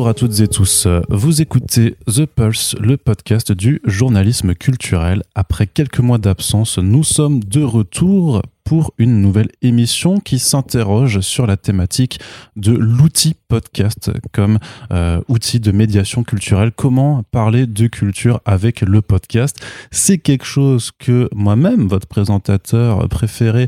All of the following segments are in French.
Bonjour à toutes et tous, vous écoutez The Pulse, le podcast du journalisme culturel. Après quelques mois d'absence, nous sommes de retour pour une nouvelle émission qui s'interroge sur la thématique de l'outil podcast comme outil de médiation culturelle. Comment parler de culture avec le podcast? C'est quelque chose que moi-même, votre présentateur préféré,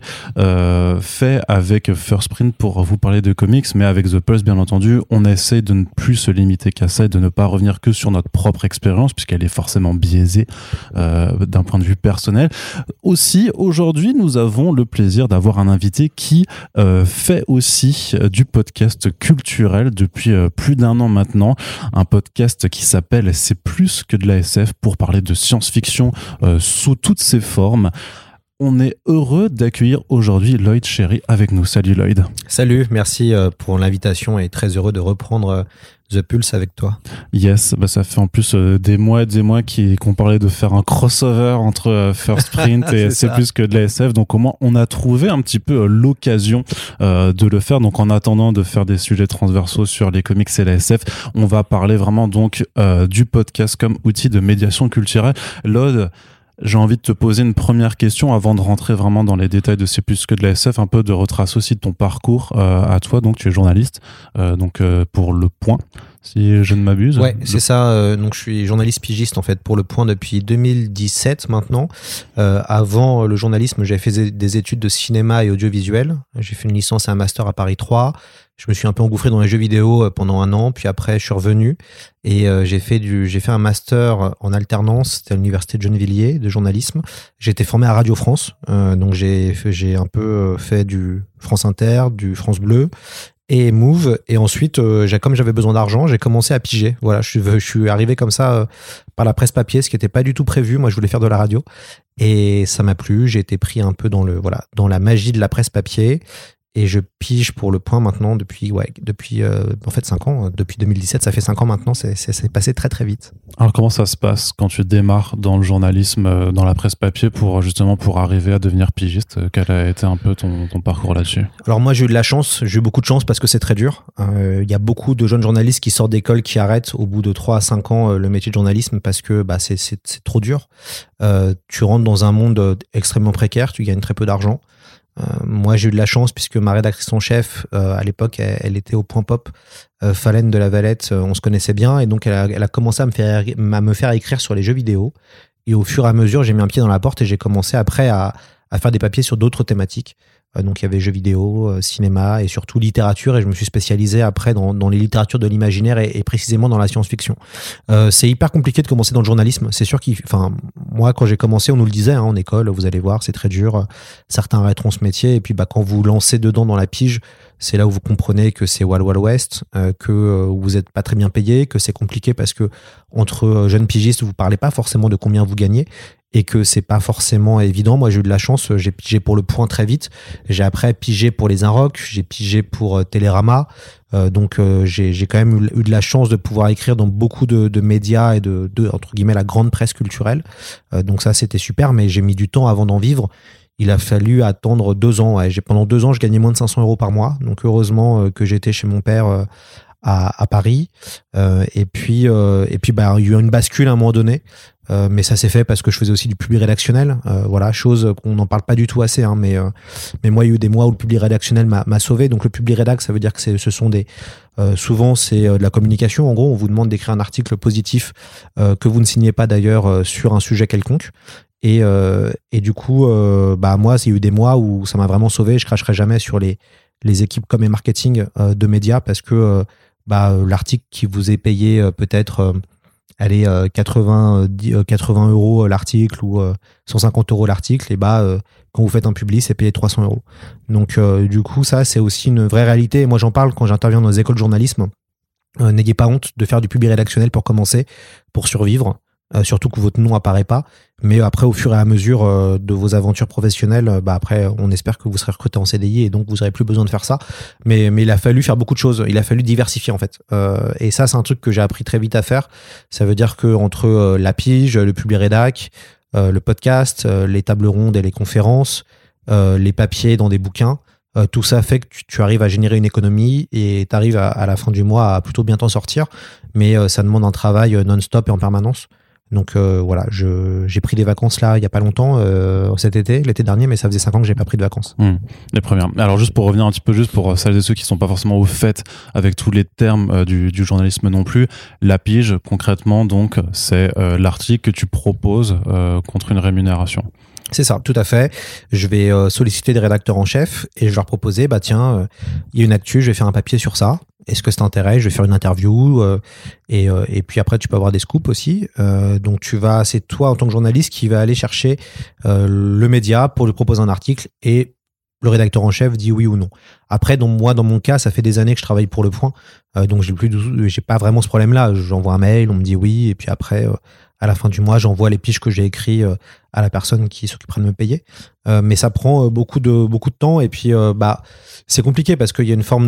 fait avec First Print pour vous parler de comics, mais avec The Pulse, bien entendu, on essaie de ne plus se limiter qu'à ça et de ne pas revenir que sur notre propre expérience, puisqu'elle est forcément biaisée d'un point de vue personnel. Aussi, aujourd'hui, nous avons le plaisir d'avoir un invité qui fait aussi du podcast culturel depuis plus d'un an maintenant, un podcast qui s'appelle C'est plus que de la SF pour parler de science-fiction sous toutes ses formes. On est heureux d'accueillir aujourd'hui Lloyd Cherry avec nous. Salut Lloyd. Salut, merci pour l'invitation et très heureux de reprendre The Pulse avec toi. Yes, ça fait en plus des mois et des mois qu'on parlait de faire un crossover entre First Print et c'est plus que de la SF. Donc au moins on a trouvé un petit peu l'occasion de le faire. Donc en attendant de faire des sujets transversaux sur les comics et la SF, on va parler vraiment donc du podcast comme outil de médiation culturelle. Lloyd, j'ai envie de te poser une première question avant de rentrer vraiment dans les détails de C'est plus que de la SF, un peu de retrace aussi de ton parcours à toi. Donc tu es journaliste pour Le Point, si je ne m'abuse. Ouais, c'est ça. Donc je suis journaliste pigiste en fait pour Le Point depuis 2017 maintenant. Avant le journalisme, j'avais fait des études de cinéma et audiovisuel. J'ai fait une licence et un master à Paris 3. Je me suis un peu engouffré dans les jeux vidéo pendant un an, puis après je suis revenu et j'ai fait un master en alternance, c'était à l'université de Gennevilliers de journalisme. J'ai été formé à Radio France, donc j'ai un peu fait du France Inter, du France Bleu et Move, et ensuite comme j'avais besoin d'argent, j'ai commencé à piger. Voilà, je suis arrivé comme ça par la presse papier, ce qui n'était pas du tout prévu. Moi, je voulais faire de la radio et ça m'a plu. J'ai été pris un peu dans la magie de la presse papier. Et je pige pour Le Point maintenant depuis en fait 5 ans. Depuis 2017, ça fait 5 ans maintenant. C'est passé très très vite. Alors comment ça se passe quand tu démarres dans le journalisme, dans la presse papier pour arriver à devenir pigiste? Quel a été un peu ton parcours là-dessus? Alors moi j'ai eu de la chance, j'ai eu beaucoup de chance parce que c'est très dur. Il y a beaucoup de jeunes journalistes qui sortent d'école qui arrêtent au bout de 3 à 5 ans le métier de journalisme parce que c'est trop dur. Tu rentres dans un monde extrêmement précaire, tu gagnes très peu d'argent. Moi j'ai eu de la chance puisque ma rédactrice en chef à l'époque elle était au Point Pop, Falène de la Valette, on se connaissait bien et donc elle a commencé à me faire écrire sur les jeux vidéo et au fur et à mesure j'ai mis un pied dans la porte et j'ai commencé après à faire des papiers sur d'autres thématiques. Donc il y avait jeux vidéo, cinéma et surtout littérature et je me suis spécialisé après dans les littératures de l'imaginaire et précisément dans la science-fiction. C'est hyper compliqué de commencer dans le journalisme. C'est sûr moi quand j'ai commencé on nous le disait en école, vous allez voir c'est très dur, certains arrêteront ce métier et puis quand vous lancez dedans dans la pige, c'est là où vous comprenez que c'est Wild Wild West, que vous êtes pas très bien payé, que c'est compliqué parce que entre jeunes pigistes vous parlez pas forcément de combien vous gagnez et que c'est pas forcément évident. Moi, j'ai eu de la chance, j'ai pigé pour Le Point très vite. J'ai après pigé pour les Inrocks, j'ai pigé pour Télérama. Donc, j'ai quand même eu de la chance de pouvoir écrire dans beaucoup de médias et de entre guillemets, la grande presse culturelle. Donc ça, c'était super, mais j'ai mis du temps avant d'en vivre. Il a fallu attendre 2 ans. Ouais. Pendant 2 ans, je gagnais moins de 500 € par mois. Donc, heureusement que j'étais chez mon père à Paris. Et puis, il y a eu une bascule à un moment donné. Mais ça s'est fait parce que je faisais aussi du public rédactionnel, chose qu'on n'en parle pas du tout assez, mais moi il y a eu des mois où le public rédactionnel m'a sauvé. Donc le public rédac, ça veut dire que ce sont souvent c'est de la communication. En gros, on vous demande d'écrire un article positif que vous ne signez pas d'ailleurs sur un sujet quelconque. Et du coup, moi il y a eu des mois où ça m'a vraiment sauvé. Je cracherai jamais sur les équipes com et marketing de médias parce que l'article qui vous est payé peut-être 80 € l'article ou 150 € l'article, et quand vous faites un publi, c'est payé 300 €. Donc du coup, ça c'est aussi une vraie réalité. Et moi j'en parle quand j'interviens dans les écoles de journalisme. N'ayez pas honte de faire du public rédactionnel pour commencer, pour survivre. Surtout que votre nom apparaît pas, mais après au fur et à mesure de vos aventures professionnelles, après on espère que vous serez recruté en CDI et donc vous n'aurez plus besoin de faire ça, mais il a fallu faire beaucoup de choses, il a fallu diversifier en fait, et ça c'est un truc que j'ai appris très vite à faire. Ça veut dire que entre la pige, le public rédac, le podcast, les tables rondes et les conférences, les papiers dans des bouquins, Tout ça fait que tu arrives à générer une économie et tu arrives à la fin du mois à plutôt bien t'en sortir. Mais ça demande un travail non-stop et en permanence. Donc voilà, j'ai pris des vacances là il n'y a pas longtemps, l'été dernier, mais ça faisait 5 ans que j'ai pas pris de vacances. Les premières. Alors juste pour revenir un petit peu, juste pour celles et ceux qui sont pas forcément au fait avec tous les termes du journalisme non plus, la pige concrètement donc c'est l'article que tu proposes contre une rémunération. C'est ça, tout à fait. Je vais solliciter des rédacteurs en chef et je vais leur proposer, tiens, il y a une actu, je vais faire un papier sur ça. Est-ce que ça t'intéresse ? Je vais faire une interview et puis après tu peux avoir des scoops aussi. Donc c'est toi en tant que journaliste qui va aller chercher le média pour lui proposer un article et le rédacteur en chef dit oui ou non. Après, dans mon cas, ça fait des années que je travaille pour Le Point, donc j'ai pas vraiment ce problème-là. J'envoie un mail, on me dit oui et puis après à la fin du mois, j'envoie les piges que j'ai écrits à la personne qui s'occupera de me payer. Mais ça prend beaucoup de temps et puis c'est compliqué parce qu'il y a une forme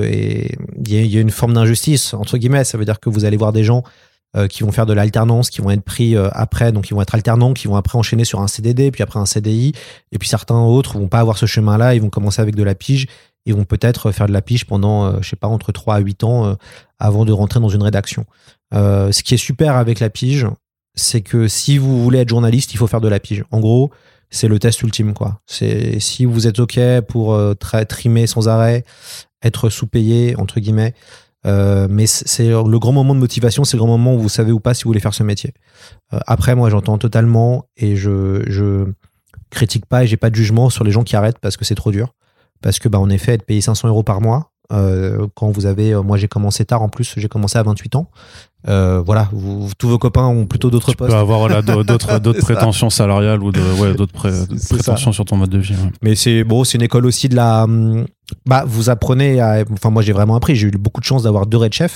d'injustice entre guillemets. Ça veut dire que vous allez voir des gens qui vont faire de l'alternance, qui vont être pris après, donc ils vont être alternants, qui vont après enchaîner sur un CDD, puis après un CDI, et puis certains autres vont pas avoir ce chemin-là, ils vont commencer avec de la pige, ils vont peut-être faire de la pige pendant, entre 3 à 8 ans avant de rentrer dans une rédaction. Ce qui est super avec la pige, c'est que si vous voulez être journaliste, il faut faire de la pige. En gros, c'est le test ultime, quoi. C'est si vous êtes OK pour trimer sans arrêt, être sous-payé, entre guillemets, mais c'est le grand moment de motivation, c'est le grand moment où vous savez ou pas si vous voulez faire ce métier. Après, moi, j'entends totalement et je critique pas et j'ai pas de jugement sur les gens qui arrêtent parce que c'est trop dur. Parce que, en effet, être payé 500 € par mois, quand vous avez, moi j'ai commencé tard en plus, j'ai commencé à 28 ans. Voilà, tous vos copains ont plutôt d'autres postes. Tu peux avoir d'autres prétentions salariales ou d'autres prétentions sur ton mode de vie. Ouais. Mais c'est une école aussi de la. Vous apprenez moi j'ai vraiment appris. J'ai eu beaucoup de chance d'avoir 2 red chefs.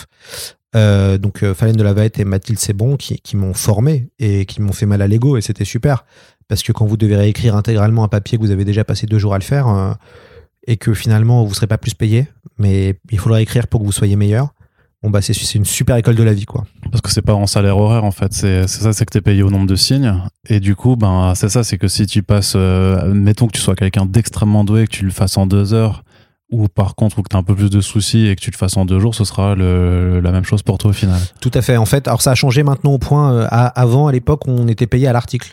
Donc Falène de la Valette et Mathilde Sebon qui m'ont formé et qui m'ont fait mal à l'ego et c'était super. Parce que quand vous devez réécrire intégralement un papier que vous avez déjà passé 2 jours à le faire et que finalement vous ne serez pas plus payé, mais il faut le réécrire pour que vous soyez meilleur. C'est une super école de la vie, quoi. Parce que c'est pas en salaire horaire, en fait. C'est ça, c'est que t'es payé au nombre de signes. Et du coup, c'est ça, c'est que si tu passes, mettons que tu sois quelqu'un d'extrêmement doué, que tu le fasses en 2 heures, ou par contre, ou que t'as un peu plus de soucis et que tu le fasses en 2 jours, ce sera la même chose pour toi au final. Tout à fait. En fait, alors ça a changé maintenant au point, avant, à l'époque, on était payé à l'article.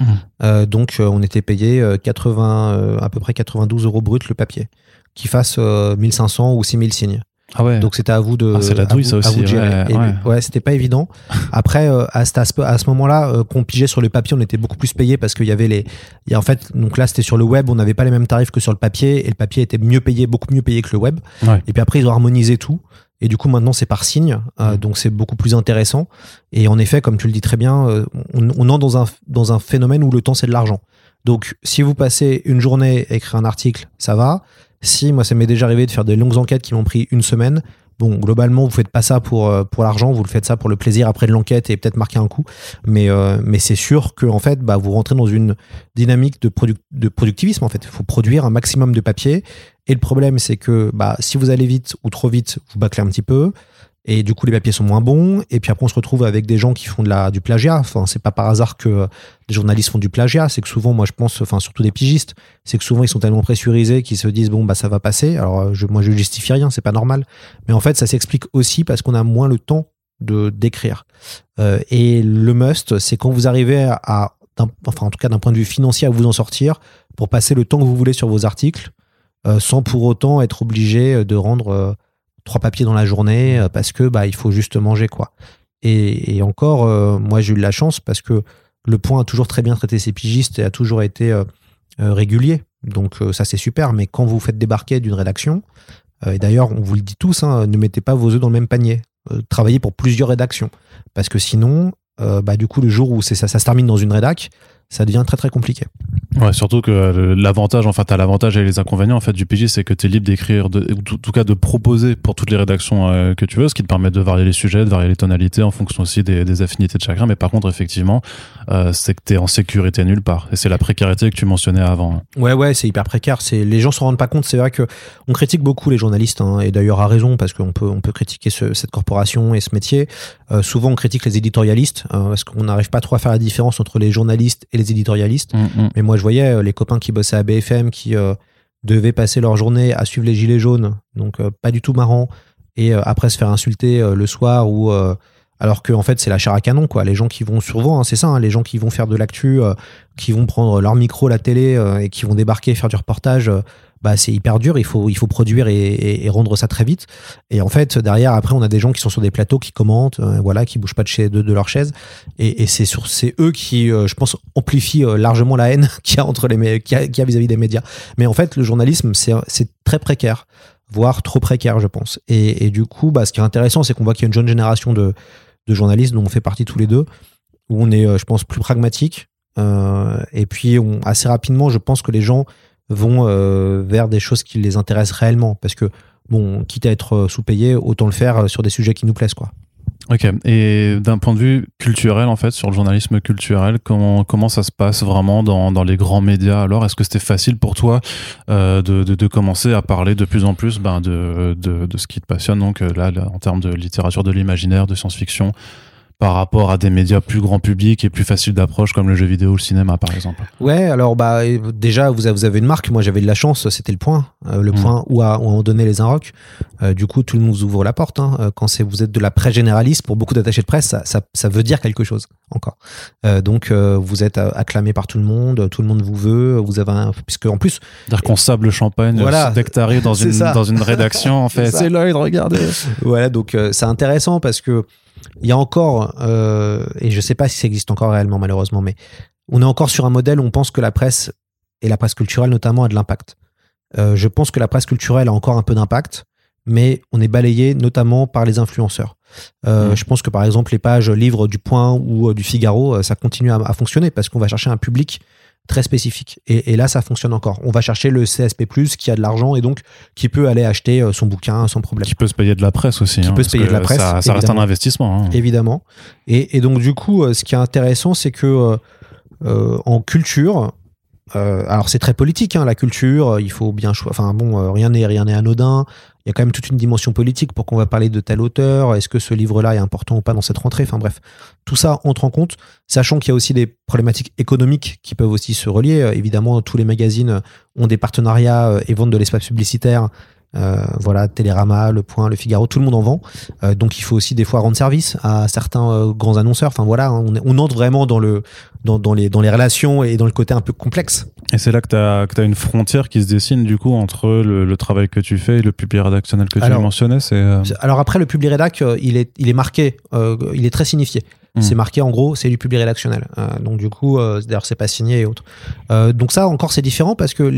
Donc, on était payé à peu près 92 € brut le papier, qui fasse 1500 ou 6000 signes. Ah ouais. Donc c'était à vous de. C'est la douille, ça aussi. Ouais, c'était pas évident. Après, à ce moment-là, qu'on pigeait sur le papier, on était beaucoup plus payé parce qu'il y avait en fait, donc là, c'était sur le web, on n'avait pas les mêmes tarifs que sur le papier, et le papier était beaucoup mieux payé que le web. Ouais. Et puis après, ils ont harmonisé tout. Et du coup, maintenant, c'est par signe, donc c'est beaucoup plus intéressant. Et en effet, comme tu le dis très bien, on entre dans un phénomène où le temps, c'est de l'argent. Donc, si vous passez une journée à écrire un article, ça va. Si, moi, ça m'est déjà arrivé de faire des longues enquêtes qui m'ont pris 1 semaine. Bon, globalement, vous faites pas ça pour l'argent, vous le faites ça pour le plaisir après de l'enquête et peut-être marquer un coup. Mais c'est sûr que en fait, vous rentrez dans une dynamique de productivisme. En fait, il faut produire un maximum de papier. Et le problème, c'est que si vous allez vite ou trop vite, vous bâclez un petit peu. Et du coup, les papiers sont moins bons. Et puis après, on se retrouve avec des gens qui font du plagiat. Enfin, c'est pas par hasard que les journalistes font du plagiat. C'est que souvent, moi, je pense, surtout des pigistes, c'est que souvent, ils sont tellement pressurisés qu'ils se disent, ça va passer. Alors, moi, je justifie rien, c'est pas normal. Mais en fait, ça s'explique aussi parce qu'on a moins le temps d'écrire. Et le must, c'est quand vous arrivez en tout cas, d'un point de vue financier, à vous en sortir pour passer le temps que vous voulez sur vos articles, sans pour autant être obligé de rendre 3 papiers dans la journée parce que il faut juste manger, quoi. Et encore, moi j'ai eu de la chance parce que Le Point a toujours très bien traité ses pigistes et a toujours été régulier. Donc ça c'est super. Mais quand vous faites débarquer d'une rédaction, et d'ailleurs on vous le dit tous, ne mettez pas vos œufs dans le même panier. Travaillez pour plusieurs rédactions parce que sinon, du coup le jour où ça se termine dans une rédac, ça devient très très compliqué. Ouais, surtout que l'avantage, t'as l'avantage et les inconvénients du PJ, c'est que t'es libre d'écrire, en tout cas de proposer pour toutes les rédactions que tu veux, ce qui te permet de varier les sujets, de varier les tonalités en fonction aussi des affinités de chacun. Mais par contre, effectivement, c'est que t'es en sécurité nulle part. Et c'est la précarité que tu mentionnais avant. Ouais, c'est hyper précaire. Les gens s'en rendent pas compte. C'est vrai que on critique beaucoup les journalistes, et d'ailleurs à raison, parce qu'on peut critiquer cette corporation et ce métier. Souvent, on critique les éditorialistes, parce qu'on n'arrive pas trop à faire la différence entre les journalistes et les éditorialistes. Mais moi, je voyais les copains qui bossaient à BFM qui devaient passer leur journée à suivre les gilets jaunes, donc pas du tout marrant, et après se faire insulter le soir ou alors que en fait c'est la chair à canon quoi. Les gens qui vont souvent, hein, c'est ça, hein, les gens qui vont faire de l'actu, qui vont prendre leur micro, la télé et qui vont débarquer faire du reportage, bah c'est hyper dur. Il faut produire et rendre ça très vite. Et en fait derrière après on a des gens qui sont sur des plateaux qui commentent, voilà, qui bougent pas de leur chaise. Et c'est eux qui, je pense, amplifient largement la haine qu'il y a entre qu'il y a vis-à-vis des médias. Mais en fait le journalisme c'est très précaire, voire trop précaire, je pense. Et du coup, bah, ce qui est intéressant, c'est qu'on voit qu'il y a une jeune génération de journalistes dont on fait partie tous les deux, où on est, je pense, plus pragmatique. Et puis, assez rapidement, je pense que les gens vont vers des choses qui les intéressent réellement. Parce que, bon, quitte à être sous-payé, autant le faire sur des sujets qui nous plaisent, quoi. Ok. Et d'un point de vue culturel, en fait, sur le journalisme culturel, comment ça se passe vraiment dans les grands médias? Alors, est-ce que c'était facile pour toi de commencer à parler de plus en plus de ce qui te passionne, donc là, en termes de littérature de l'imaginaire, de science-fiction, par rapport à des médias plus grand public et plus faciles d'approche comme le jeu vidéo ou le cinéma, par exemple? Ouais, alors bah déjà vous avez une marque. Moi j'avais de la chance, c'était le Point, Point où on donnait les Inrocks. Du coup tout le monde vous ouvre la porte. Hein. Quand vous êtes de la presse généraliste, pour beaucoup d'attachés de presse, ça veut dire quelque chose encore. Donc vous êtes acclamé par tout le monde vous veut. Vous avez puisque en plus. C'est-à-dire qu'on sable le champagne. Voilà. Dès que t'arrives dans une rédaction, en fait, c'est l'œil de regarder. Voilà, donc c'est intéressant parce que. Il y a encore, et je ne sais pas si ça existe encore réellement malheureusement, mais on est encore sur un modèle où on pense que la presse, et la presse culturelle notamment, a de l'impact. Je pense que la presse culturelle a encore un peu d'impact, mais on est balayé notamment par les influenceurs. Je pense que par exemple les pages livres du Point ou du Figaro, ça continue à fonctionner parce qu'on va chercher un public très spécifique. Et là, ça fonctionne encore. On va chercher le CSP+, qui a de l'argent et donc qui peut aller acheter son bouquin sans problème. Qui peut se payer de la presse aussi. Qui peut se payer de la presse. Ça reste un investissement. Hein. Évidemment. Et donc, du coup, ce qui est intéressant, c'est que en culture, alors c'est très politique, hein, la culture, il faut bien choisir. Enfin bon, rien n'est anodin. Il y a quand même toute une dimension politique pour qu'on va parler de tel auteur. Est-ce que ce livre-là est important ou pas dans cette rentrée? Enfin bref, tout ça entre en compte, sachant qu'il y a aussi des problématiques économiques qui peuvent aussi se relier. Évidemment, tous les magazines ont des partenariats et vendent de l'espace publicitaire. Voilà, Télérama, Le Point, Le Figaro, tout le monde en vend. Donc il faut aussi des fois rendre service à certains grands annonceurs. Enfin voilà, on entre vraiment dans les relations et dans le côté un peu complexe. Et c'est là que t'as une frontière qui se dessine du coup entre le travail que tu fais et le public rédactionnel que tu mentionnais. Alors après, le public rédac, il est marqué, il est très signifié. C'est marqué en gros, c'est du public rédactionnel. Donc du coup, d'ailleurs c'est pas signé et autres. Donc ça encore c'est différent parce que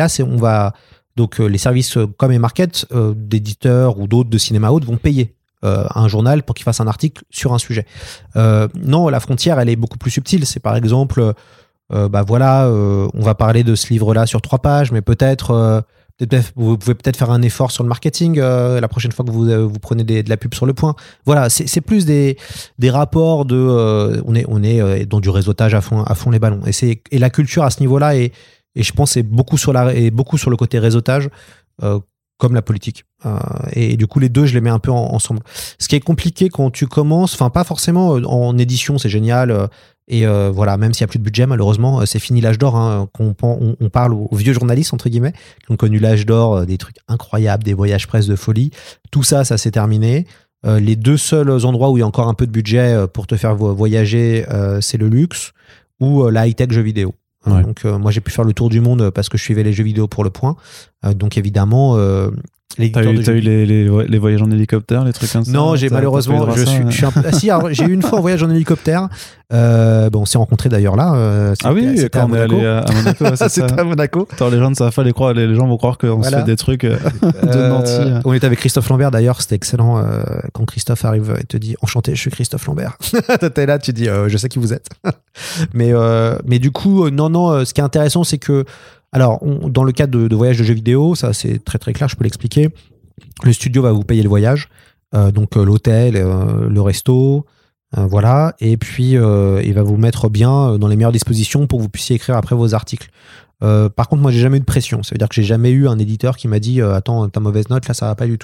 donc les services com et market d'éditeurs ou d'autres de cinéma autres vont payer un journal pour qu'il fasse un article sur un sujet. Non, la frontière elle est beaucoup plus subtile. C'est par exemple, on va parler de ce livre-là sur 3 pages, mais peut-être vous pouvez peut-être faire un effort sur le marketing la prochaine fois que vous prenez de la pub sur Le Point. Voilà, c'est plus des rapports de on est dans du réseautage à fond les ballons. Et la culture à ce niveau-là et je pense c'est beaucoup sur le côté réseautage comme la politique. Et du coup les deux je les mets un peu ensemble. Ce qui est compliqué quand tu commences, enfin pas forcément en édition c'est génial. Et voilà, même s'il n'y a plus de budget, malheureusement, c'est fini l'âge d'or. Hein, on parle aux vieux journalistes, entre guillemets, qui ont connu l'âge d'or, des trucs incroyables, des voyages presse de folie. Tout ça, ça s'est terminé. Les 2 seuls endroits où il y a encore un peu de budget pour te faire voyager, c'est le luxe ou la high-tech jeux vidéo. Ouais. Donc moi, j'ai pu faire le tour du monde parce que je suivais les jeux vidéo pour Le Point. Donc évidemment... T'as eu les voyages en hélicoptère, les trucs comme ça? Non, j'ai malheureusement, je suis un peu... si, alors, j'ai eu une fois un voyage en hélicoptère. On s'est rencontrés d'ailleurs là. C'était quand on est allé à Monaco. C'était à Monaco. Attends, les gens ne savent pas les croire, les gens vont croire qu'on se fait des trucs de nantis. On était avec Christophe Lambert d'ailleurs, c'était excellent quand Christophe arrive et te dit enchanté, je suis Christophe Lambert. T'es là, tu dis je sais qui vous êtes. mais du coup, non, ce qui est intéressant, c'est que alors, dans le cadre de voyage de jeux vidéo, ça c'est très très clair, je peux l'expliquer. Le studio va vous payer le voyage, donc l'hôtel, le resto, voilà, et puis il va vous mettre bien dans les meilleures dispositions pour que vous puissiez écrire après vos articles. Par contre, moi j'ai jamais eu de pression, ça veut dire que j'ai jamais eu un éditeur qui m'a dit attends, ta mauvaise note là ça va pas du tout.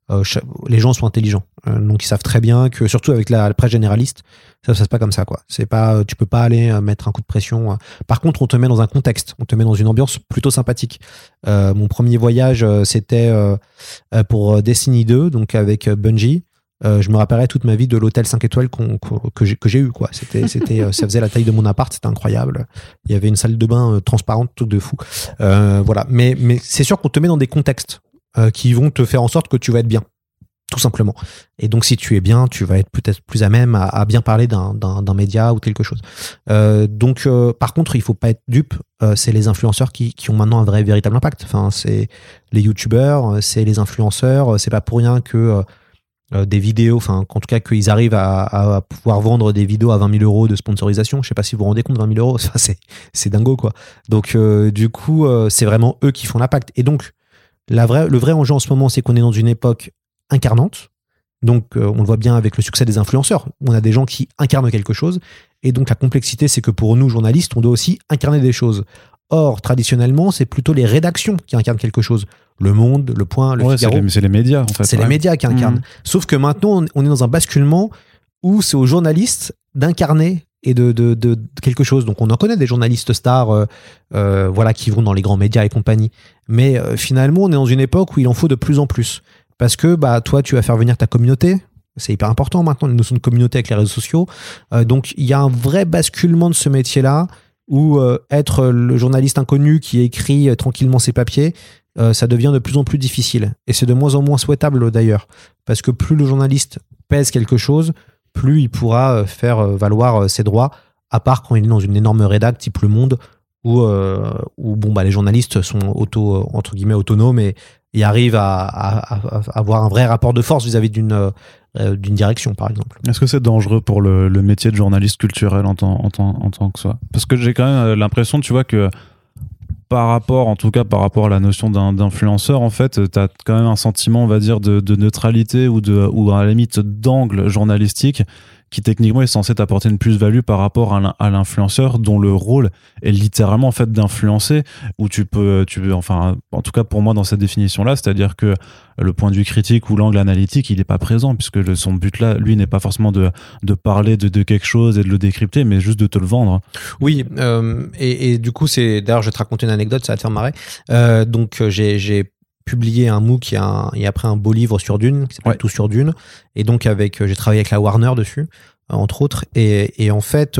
les gens sont intelligents. Donc ils savent très bien que, surtout avec la presse généraliste, ça se passe pas comme ça, quoi. C'est pas, tu peux pas aller mettre un coup de pression. Par contre, on te met dans un contexte, on te met dans une ambiance plutôt sympathique. Mon premier voyage, c'était pour Destiny 2, donc avec Bungie. Je me rappellerai toute ma vie de l'hôtel 5 étoiles que j'ai eu, quoi. C'était, ça faisait la taille de mon appart, c'était incroyable. Il y avait une salle de bain transparente, truc de fou. Voilà. Mais c'est sûr qu'on te met dans des contextes qui vont te faire en sorte que tu vas être bien, tout simplement. Et donc, si tu es bien, tu vas être peut-être plus à même à bien parler d'un média ou quelque chose. Par contre, il faut pas être dupe. C'est les influenceurs qui ont maintenant un véritable impact. Enfin, c'est les youtubeurs, c'est les influenceurs. C'est pas pour rien que des vidéos, enfin, en tout cas, qu'ils arrivent à pouvoir vendre des vidéos à 20 000 euros de sponsorisation. Je sais pas si vous vous rendez compte, 20 000 euros, c'est dingo, quoi. Donc, du coup, c'est vraiment eux qui font l'impact. Et donc, le vrai enjeu en ce moment, c'est qu'on est dans une époque incarnante. Donc, on le voit bien avec le succès des influenceurs. On a des gens qui incarnent quelque chose. Et donc, la complexité, c'est que pour nous, journalistes, on doit aussi incarner des choses. Or, traditionnellement, c'est plutôt les rédactions qui incarnent quelque chose. Le Monde, Le Point, Le Figaro. C'est les médias, en fait. C'est les médias qui incarnent. Sauf que maintenant, on est dans un basculement où c'est aux journalistes d'incarner et de quelque chose. Donc, on en connaît des journalistes stars voilà, qui vont dans les grands médias et compagnie. Mais finalement, on est dans une époque où il en faut de plus en plus. Parce que toi, tu vas faire venir ta communauté. C'est hyper important maintenant, les notions de communauté avec les réseaux sociaux. Donc, il y a un vrai basculement de ce métier-là où être le journaliste inconnu qui écrit tranquillement ses papiers, ça devient de plus en plus difficile. Et c'est de moins en moins souhaitable d'ailleurs. Parce que plus le journaliste pèse quelque chose, plus il pourra faire valoir ses droits, à part quand il est dans une énorme rédac type Le Monde, où les journalistes sont entre guillemets autonomes et arrivent à avoir un vrai rapport de force vis-à-vis d'une direction, par exemple. Est-ce que c'est dangereux pour le métier de journaliste culturel en tant que ça? Parce que j'ai quand même l'impression, tu vois, que par rapport à la notion d'influenceur, en fait, tu as quand même un sentiment, on va dire, de neutralité ou à la limite d'angle journalistique qui techniquement est censé t'apporter une plus-value par rapport à l'influenceur dont le rôle est littéralement en fait d'influencer, où tu peux, enfin, en tout cas pour moi dans cette définition-là, c'est-à-dire que le point de vue critique ou l'angle analytique, il n'est pas présent, puisque son but là, lui, n'est pas forcément de parler de quelque chose et de le décrypter, mais juste de te le vendre. Oui, et du coup, d'ailleurs, je vais te raconter une anecdote, ça va te faire marrer. Donc, j'ai publié un MOOC et après un beau livre sur Dune, qui s'appelle Tout sur Dune. Et donc, j'ai travaillé avec la Warner dessus, entre autres. Et en fait,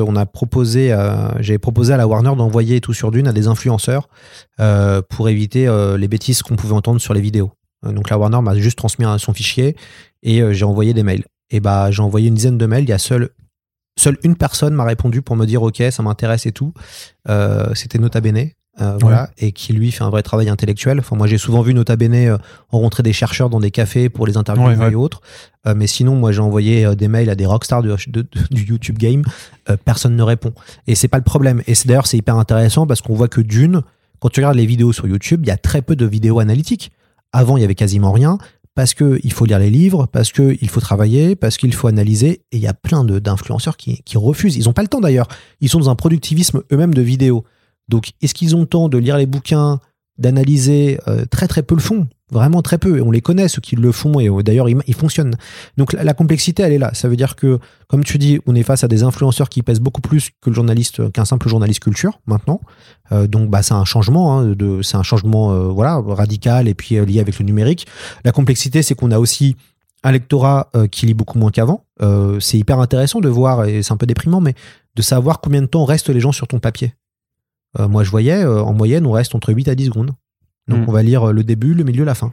j'ai proposé à la Warner d'envoyer Tout sur Dune à des influenceurs pour éviter les bêtises qu'on pouvait entendre sur les vidéos. Donc, la Warner m'a juste transmis son fichier et j'ai envoyé des mails. Et j'ai envoyé une dizaine de mails. Il y a seule une personne m'a répondu pour me dire OK, ça m'intéresse et tout. C'était Nota Bene. Voilà, et qui lui fait un vrai travail intellectuel. Enfin, moi j'ai souvent vu Nota Bene rencontrer des chercheurs dans des cafés pour les interviewer et autres. Mais sinon, moi j'ai envoyé des mails à des rockstars du YouTube game. Personne ne répond. Et c'est pas le problème. Et d'ailleurs c'est hyper intéressant parce qu'on voit que Dune, quand tu regardes les vidéos sur YouTube, il y a très peu de vidéos analytiques. Avant, il y avait quasiment rien. Parce qu'il faut lire les livres, parce qu'il faut travailler, parce qu'il faut analyser. Et il y a plein d'influenceurs qui refusent. Ils n'ont pas le temps d'ailleurs. Ils sont dans un productivisme eux-mêmes de vidéos. Donc, est-ce qu'ils ont le temps de lire les bouquins, d'analyser? Très très peu le font, vraiment très peu. Et on les connaît, ceux qui le font, et d'ailleurs, ils fonctionnent. Donc, la complexité, elle est là. Ça veut dire que, comme tu dis, on est face à des influenceurs qui pèsent beaucoup plus qu'un simple journaliste culture, maintenant. Donc, c'est un changement, c'est un changement voilà, radical et puis lié avec le numérique. La complexité, c'est qu'on a aussi un lectorat qui lit beaucoup moins qu'avant. C'est hyper intéressant de voir, et c'est un peu déprimant, mais de savoir combien de temps restent les gens sur ton papier. Moi, je voyais, en moyenne, on reste entre 8 à 10 secondes. Donc, on va lire le début, le milieu, la fin.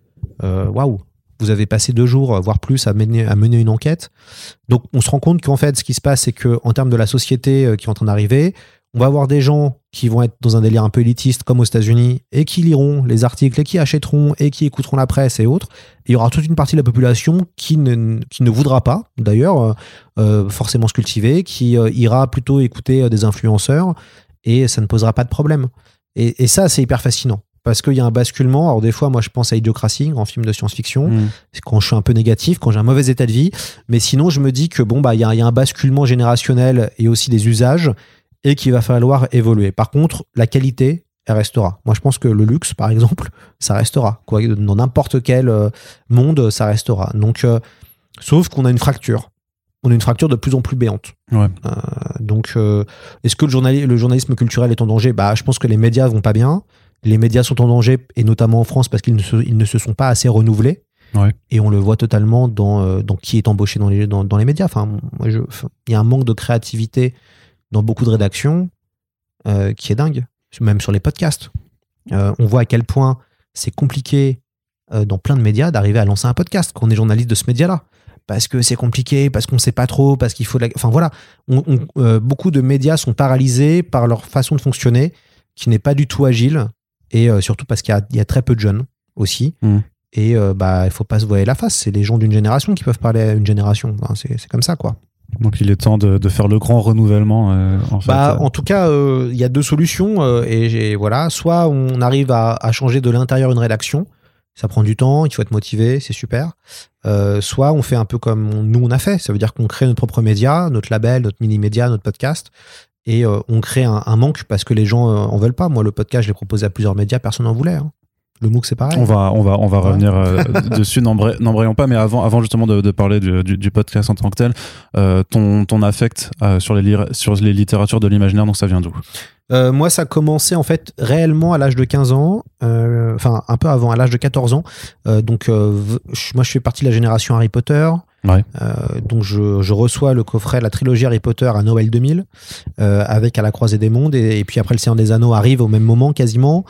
Waouh! Vous avez passé 2 jours, voire plus, à mener une enquête. Donc, on se rend compte qu'en fait, ce qui se passe, c'est qu'en termes de la société qui est en train d'arriver, on va avoir des gens qui vont être dans un délire un peu élitiste, comme aux États-Unis, et qui liront les articles, et qui achèteront, et qui écouteront la presse et autres. Et il y aura toute une partie de la population qui ne voudra pas, d'ailleurs, forcément se cultiver, qui ira plutôt écouter des influenceurs, et ça ne posera pas de problème. Et ça, c'est hyper fascinant. Parce qu'il y a un basculement. Alors, des fois, moi, je pense à Idiocratie, grand film de science-fiction, quand je suis un peu négatif, quand j'ai un mauvais état de vie. Mais sinon, je me dis que il y a un basculement générationnel et aussi des usages et qu'il va falloir évoluer. Par contre, la qualité, elle restera. Moi, je pense que le luxe, par exemple, ça restera. Quoi, dans n'importe quel monde, ça restera. Donc, sauf qu'on a une fracture. On a une fracture de plus en plus béante. Ouais. Donc, est-ce que le journalisme culturel est en danger ? Je pense que les médias vont pas bien. Les médias sont en danger, et notamment en France, parce qu'ils ne se sont pas assez renouvelés. Ouais. Et on le voit totalement dans qui est embauché dans les médias. Il y a un manque de créativité dans beaucoup de rédactions qui est dingue. Même sur les podcasts. On voit à quel point c'est compliqué dans plein de médias d'arriver à lancer un podcast quand on est journaliste de ce média-là. Parce que c'est compliqué, parce qu'on ne sait pas trop, parce qu'il faut... Enfin voilà, beaucoup de médias sont paralysés par leur façon de fonctionner, qui n'est pas du tout agile, et surtout parce qu'il y a très peu de jeunes aussi. Et il ne faut pas se voiler la face. C'est les gens d'une génération qui peuvent parler à une génération. Enfin, c'est comme ça, quoi. Donc il est temps de faire le grand renouvellement. En tout cas, il y a deux solutions. Voilà, soit on arrive à changer de l'intérieur une rédaction. Ça prend du temps, il faut être motivé, c'est super. Soit on fait un peu comme nous on a fait. Ça veut dire qu'on crée notre propre média, notre label, notre mini-média, notre podcast. Et on crée un manque parce que les gens en veulent pas. Moi, le podcast, je l'ai proposé à plusieurs médias, personne n'en voulait. Le MOOC, c'est pareil. On va revenir dessus, n'embrayons pas, mais avant justement de parler du podcast en tant que tel, ton affect sur les littératures de l'imaginaire, donc ça vient d'où ? Moi, ça a commencé en fait réellement à l'âge de 15 ans, un peu avant, à l'âge de 14 ans. Moi, je fais partie de la génération Harry Potter. Ouais. Donc je reçois le coffret, la trilogie Harry Potter à Noël 2000, avec À la croisée des mondes, et puis après le Seigneur des Anneaux arrive au même moment quasiment,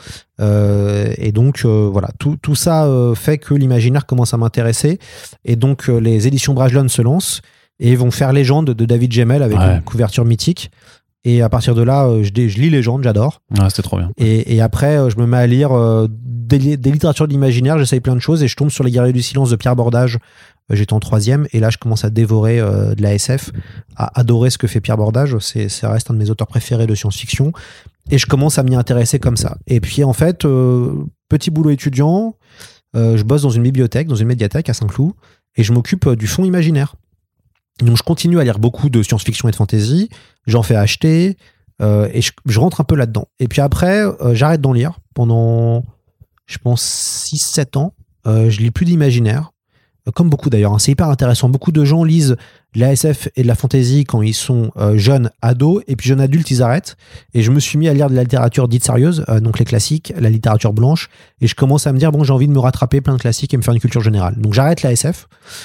et donc voilà, tout ça fait que l'imaginaire commence à m'intéresser, et donc les éditions Brajlon se lancent et vont faire Légende de David Gemmell avec une couverture mythique. Et à partir de là, je lis Légende, j'adore. Ah, c'était trop bien. Et après, je me mets à lire des littératures de l'imaginaire, j'essaye plein de choses, et je tombe sur Les Guerriers du Silence de Pierre Bordage. J'étais en 3e, et là, je commence à dévorer de la SF, à adorer ce que fait Pierre Bordage. Ça reste un de mes auteurs préférés de science-fiction. Et je commence à m'y intéresser comme ça. Et puis, en fait, petit boulot étudiant, je bosse dans une bibliothèque, dans une médiathèque à Saint-Cloud, et je m'occupe du fonds imaginaire. Donc je continue à lire beaucoup de science-fiction et de fantasy, j'en fais acheter, et je rentre un peu là-dedans. Et puis après, j'arrête d'en lire pendant, je pense, 6-7 ans. Je lis plus d'imaginaire, comme beaucoup d'ailleurs. C'est hyper intéressant. Beaucoup de gens lisent de la SF et de la fantasy quand ils sont jeunes ados, et puis jeunes adultes, ils arrêtent. Et je me suis mis à lire de la littérature dite sérieuse, donc les classiques, la littérature blanche, et je commence à me dire, bon, j'ai envie de me rattraper plein de classiques et me faire une culture générale. Donc j'arrête la SF,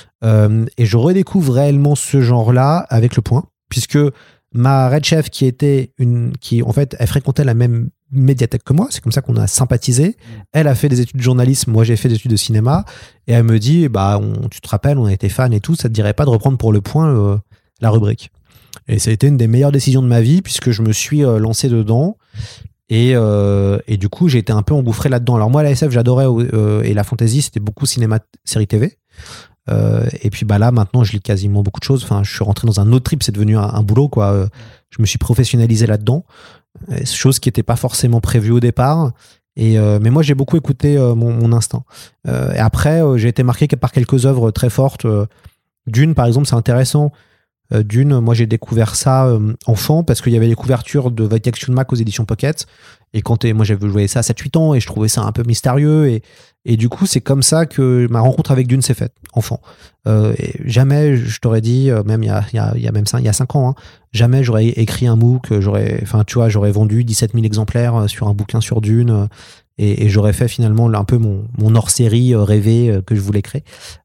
et je redécouvre réellement ce genre-là avec Le Point, puisque ma red chef qui en fait, elle fréquentait la même médiathèque que moi, c'est comme ça qu'on a sympathisé. Elle a fait des études de journalisme, moi j'ai fait des études de cinéma, et elle me dit, tu te rappelles, on a été fans et tout, ça te dirait pas de reprendre pour Le Point la rubrique. Et ça a été une des meilleures décisions de ma vie, puisque je me suis lancé dedans, et du coup j'ai été un peu engouffré là-dedans. Alors moi la SF j'adorais, et la fantasy c'était beaucoup cinéma, série TV. Et puis là maintenant je lis quasiment beaucoup de choses. Enfin, je suis rentré dans un autre trip, c'est devenu un boulot, quoi. Je me suis professionnalisé là-dedans, chose qui n'était pas forcément prévue au départ, mais moi j'ai beaucoup écouté mon instinct, et après j'ai été marqué par quelques œuvres très fortes. Dune par exemple, c'est intéressant. Dune, moi j'ai découvert ça enfant, parce qu'il y avait les couvertures de Wojciech Szumach aux éditions Pocket, et moi j'avais joué ça à 7-8 ans, et je trouvais ça un peu mystérieux, et du coup c'est comme ça que ma rencontre avec Dune s'est faite, enfant. Et jamais je t'aurais dit, même il y a 5 ans, jamais j'aurais écrit un MOOC, j'aurais vendu 17 000 exemplaires sur un bouquin sur Dune, et j'aurais fait finalement un peu mon hors-série rêvé que je voulais créer.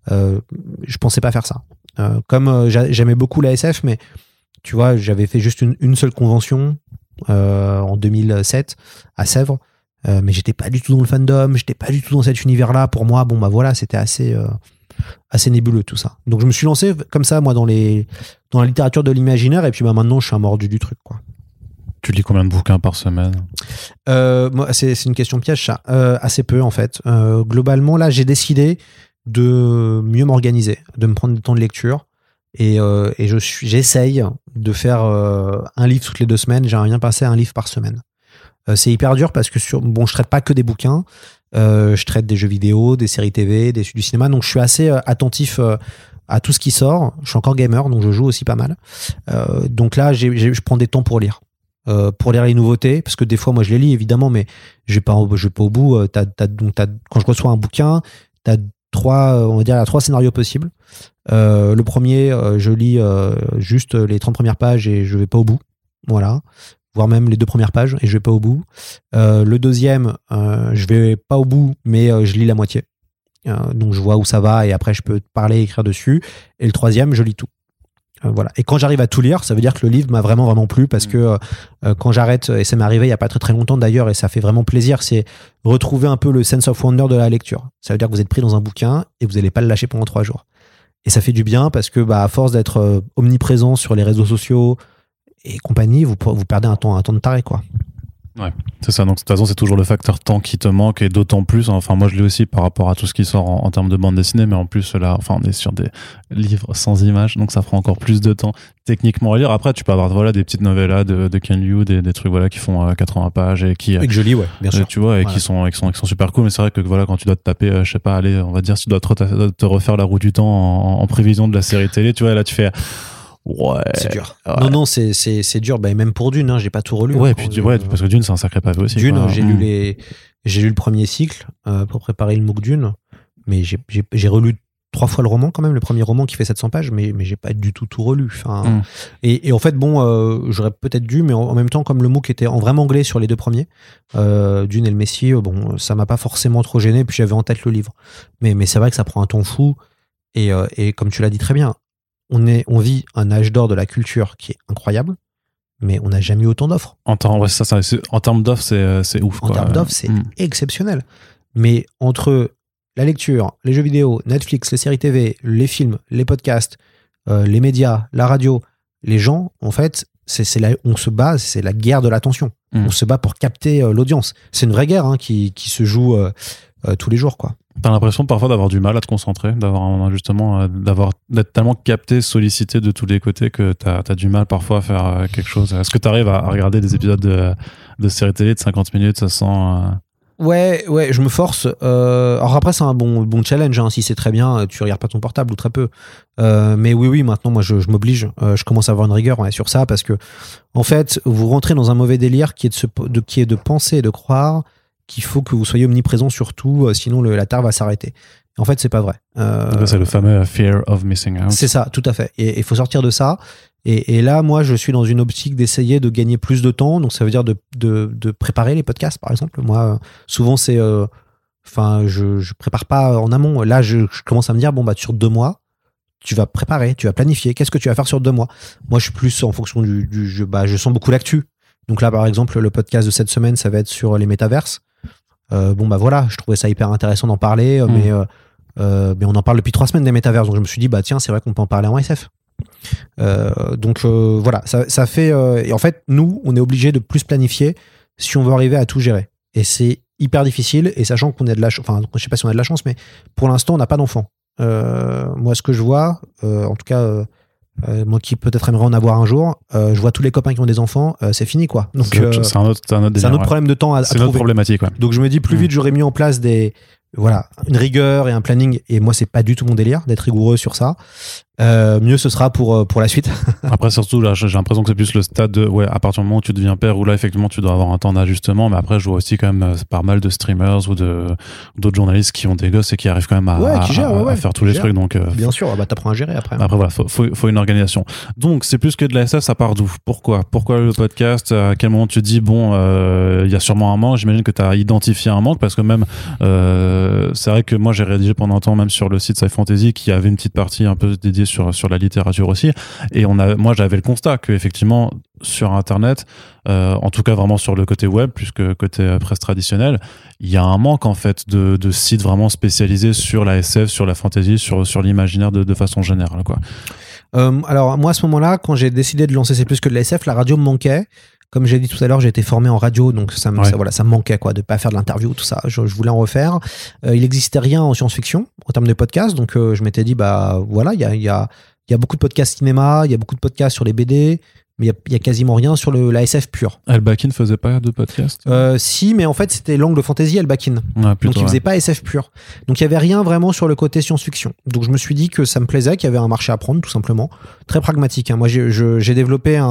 Je pensais pas faire ça. Comme j'aimais beaucoup la SF, mais tu vois, j'avais fait juste une seule convention en 2007 à Sèvres, mais j'étais pas du tout dans le fandom, j'étais pas du tout dans cet univers-là. Pour moi, voilà, c'était assez nébuleux tout ça. Donc je me suis lancé comme ça, moi, dans la littérature de l'imaginaire, et puis maintenant je suis un mordu du truc, quoi. Tu lis combien de bouquins par semaine ? Moi, c'est une question piège, ça. Assez peu, en fait. Globalement, là, j'ai décidé de mieux m'organiser, de me prendre du temps de lecture, et j'essaye de faire un livre toutes les 2 semaines. J'aimerais bien passer à un livre par semaine. C'est hyper dur parce que je traite pas que des bouquins, je traite des jeux vidéo, des séries TV, du cinéma, donc je suis assez attentif à tout ce qui sort. Je suis encore gamer, donc je joue aussi pas mal. Donc là, je prends des temps pour lire. pour lire les nouveautés, parce que des fois, moi, je les lis, évidemment, mais je vais pas au bout. Quand je reçois un bouquin, t'as on va dire, il y a 3 scénarios possibles. Le premier, je lis juste les 30 premières pages et je vais pas au bout. Voilà. Voire même les 2 premières pages et je vais pas au bout. Le deuxième, je vais pas au bout, mais je lis la moitié. Donc je vois où ça va et après je peux parler, écrire dessus. Et le troisième, je lis tout. Voilà. Et quand j'arrive à tout lire, ça veut dire que le livre m'a vraiment plu, parce que quand j'arrête, et ça m'est arrivé il y a pas très longtemps d'ailleurs, et ça fait vraiment plaisir, c'est retrouver un peu le sense of wonder de la lecture. Ça veut dire que vous êtes pris dans un bouquin et vous n'allez pas le lâcher pendant 3 jours. Et ça fait du bien, parce que à force d'être omniprésent sur les réseaux sociaux et compagnie, vous perdez un temps de taré, quoi. Ouais, c'est ça. Donc, de toute façon, c'est toujours le facteur temps qui te manque, et d'autant plus, enfin, moi, je l'ai aussi par rapport à tout ce qui sort en termes de bande dessinée, mais en plus, là, enfin, on est sur des livres sans images, donc ça prend encore plus de temps techniquement à lire. Après, tu peux avoir, voilà, des petites novellas de Ken Liu, des trucs, voilà, qui font 80 pages et qui. Et que je lis, ouais, bien sûr. Tu vois, et qui sont super cool, mais c'est vrai que, voilà, quand tu dois te taper, je sais pas, allez, on va dire, si tu dois te refaire la roue du temps en prévision de la série télé, tu vois, là, tu fais. Ouais. C'est dur. Ouais. Non, c'est dur. Même pour Dune, j'ai pas tout relu. Ouais, puis parce que Dune, c'est un sacré pavé aussi. Dune, j'ai lu le premier cycle pour préparer le MOOC Dune, mais j'ai relu 3 fois le roman quand même, le premier roman qui fait 700 pages, mais j'ai pas du tout relu. Enfin, et en fait, j'aurais peut-être dû, mais en même temps, comme le MOOC était en vraiment anglais sur les 2 premiers, Dune et le Messie, ça m'a pas forcément trop gêné, puis j'avais en tête le livre. Mais c'est vrai que ça prend un temps fou, et comme tu l'as dit très bien, on vit un âge d'or de la culture qui est incroyable, mais on n'a jamais eu autant d'offres. En termes d'offres, c'est ouf. En termes d'offres, c'est exceptionnel. Mais entre la lecture, les jeux vidéo, Netflix, les séries TV, les films, les podcasts, les médias, la radio, les gens, en fait, on se bat, c'est la guerre de l'attention. On se bat pour capter l'audience. C'est une vraie guerre qui se joue tous les jours, quoi. T'as l'impression parfois d'avoir du mal à te concentrer, d'être tellement capté, sollicité de tous les côtés que t'as du mal parfois à faire quelque chose. Est-ce que t'arrives à regarder des épisodes de séries télé de 50 minutes sans... Ouais, je me force. Alors après, c'est un bon challenge. Si c'est très bien, tu regardes pas ton portable ou très peu. Mais oui, maintenant, moi, je m'oblige. Je commence à avoir une rigueur sur ça, parce que, en fait, vous rentrez dans un mauvais délire qui est de penser et de croire qu'il faut que vous soyez omniprésent sur tout, sinon la Terre va s'arrêter. En fait, c'est pas vrai. C'est le fameux fear of missing out. C'est ça, tout à fait. Et il faut sortir de ça. Et là, moi, je suis dans une optique d'essayer de gagner plus de temps. Donc, ça veut dire de préparer les podcasts, par exemple. Moi, souvent, c'est... je prépare pas en amont. Là, je commence à me dire, sur 2 mois, tu vas préparer, tu vas planifier. Qu'est-ce que tu vas faire sur 2 mois ? Moi, je suis plus en fonction du jeu. Je sens beaucoup l'actu. Donc là, par exemple, le podcast de cette semaine, ça va être sur les métaverses. Voilà, je trouvais ça hyper intéressant d'en parler, mais on en parle depuis 3 semaines des métaverses, donc je me suis dit tiens, c'est vrai qu'on peut en parler en SF. Voilà, ça fait et en fait, nous, on est obligé de plus planifier si on veut arriver à tout gérer, et c'est hyper difficile. Et sachant qu'on a de la chance, je sais pas si on a de la chance, mais pour l'instant, on n'a pas d'enfants. Moi, ce que je vois, en tout cas, moi qui peut-être aimerais en avoir un jour, je vois tous les copains qui ont des enfants, c'est fini, quoi. Donc c'est un autre problème de temps à c'est trouver. une autre problématique, ouais. Donc je me dis, plus vite j'aurais mis en place une rigueur et un planning, et moi c'est pas du tout mon délire d'être rigoureux sur ça, mieux ce sera pour la suite. Après, surtout là, j'ai l'impression que c'est plus le stade de, à partir du moment où tu deviens père, où là effectivement tu dois avoir un temps d'ajustement. Mais après, je vois aussi quand même pas mal de streamers ou d'autres journalistes qui ont des gosses et qui arrivent quand même à faire tous les trucs. Donc bien sûr, t'apprends à gérer après. Après voilà, faut une organisation. Donc c'est plus que de la SF, ça part d'où ? Pourquoi le podcast ? À quel moment tu te dis il y a sûrement un manque ? J'imagine que tu as identifié un manque, parce que même c'est vrai que moi j'ai rédigé pendant un temps même sur le site Sci Fantasy, qui avait une petite partie un peu dédiée sur la littérature aussi, et moi j'avais le constat que effectivement sur internet, en tout cas vraiment sur le côté web plus que côté presse traditionnelle, il y a un manque en fait de sites vraiment spécialisés sur la SF, sur la fantasy, sur l'imaginaire de façon générale, quoi. Alors moi à ce moment-là, quand j'ai décidé de lancer C'est plus que de la SF, la radio me manquait. Comme j'ai dit tout à l'heure, j'ai été formé en radio, donc ça me manquait, quoi, de pas faire de l'interview, tout ça. Je voulais en refaire. Il n'existait rien en science-fiction en termes de podcast, donc je m'étais dit il y a beaucoup de podcasts cinéma, il y a beaucoup de podcasts sur les BD, mais il y a quasiment rien sur la SF pure. Elbakin faisait pas de podcast Si, mais en fait c'était l'angle fantasy Elbakin. Donc il faisait pas SF pure. Donc il y avait rien vraiment sur le côté science-fiction. Donc je me suis dit que ça me plaisait, qu'il y avait un marché à prendre, tout simplement. Très pragmatique. Moi j'ai développé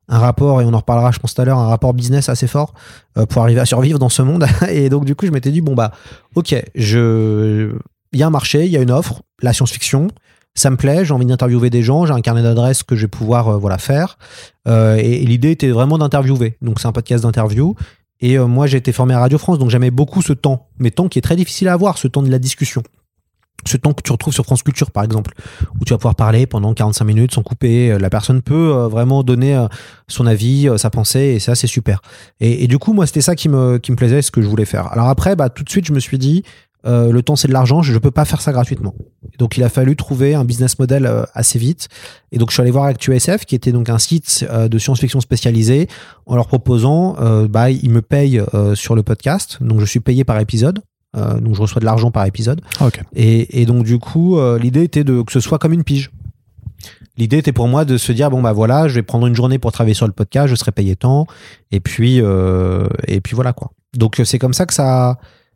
rapport, et on en reparlera je pense tout à l'heure, un rapport business assez fort pour arriver à survivre dans ce monde. Et donc du coup je m'étais dit bon bah ok, il y a un marché, il y a une offre, la science-fiction, ça me plaît, j'ai envie d'interviewer des gens, j'ai un carnet d'adresses que je vais pouvoir faire. Et l'idée était vraiment d'interviewer. Donc c'est un podcast d'interview. Et moi j'ai été formé à Radio France, donc j'aimais beaucoup ce temps, mais temps qui est très difficile à avoir, ce temps de la discussion. Ce temps que tu retrouves sur France Culture, par exemple, où tu vas pouvoir parler pendant 45 minutes sans couper. La personne peut vraiment donner son avis, sa pensée, et ça, c'est super. Et du coup, moi, c'était ça qui me plaisait, ce que je voulais faire. Alors après, tout de suite, je me suis dit, le temps, c'est de l'argent, je ne peux pas faire ça gratuitement. Donc, il a fallu trouver un business model assez vite. Et donc, je suis allé voir ActuSF, qui était donc un site de science-fiction spécialisé, en leur proposant, ils me payent sur le podcast. Donc, je suis payé par épisode. Donc je reçois de l'argent par épisode. Okay. Et donc du coup l'idée était que ce soit comme une pige. L'idée était pour moi de se dire bon bah voilà, je vais prendre une journée pour travailler sur le podcast, je serai payé tant, et puis voilà quoi. Donc c'est comme ça que ça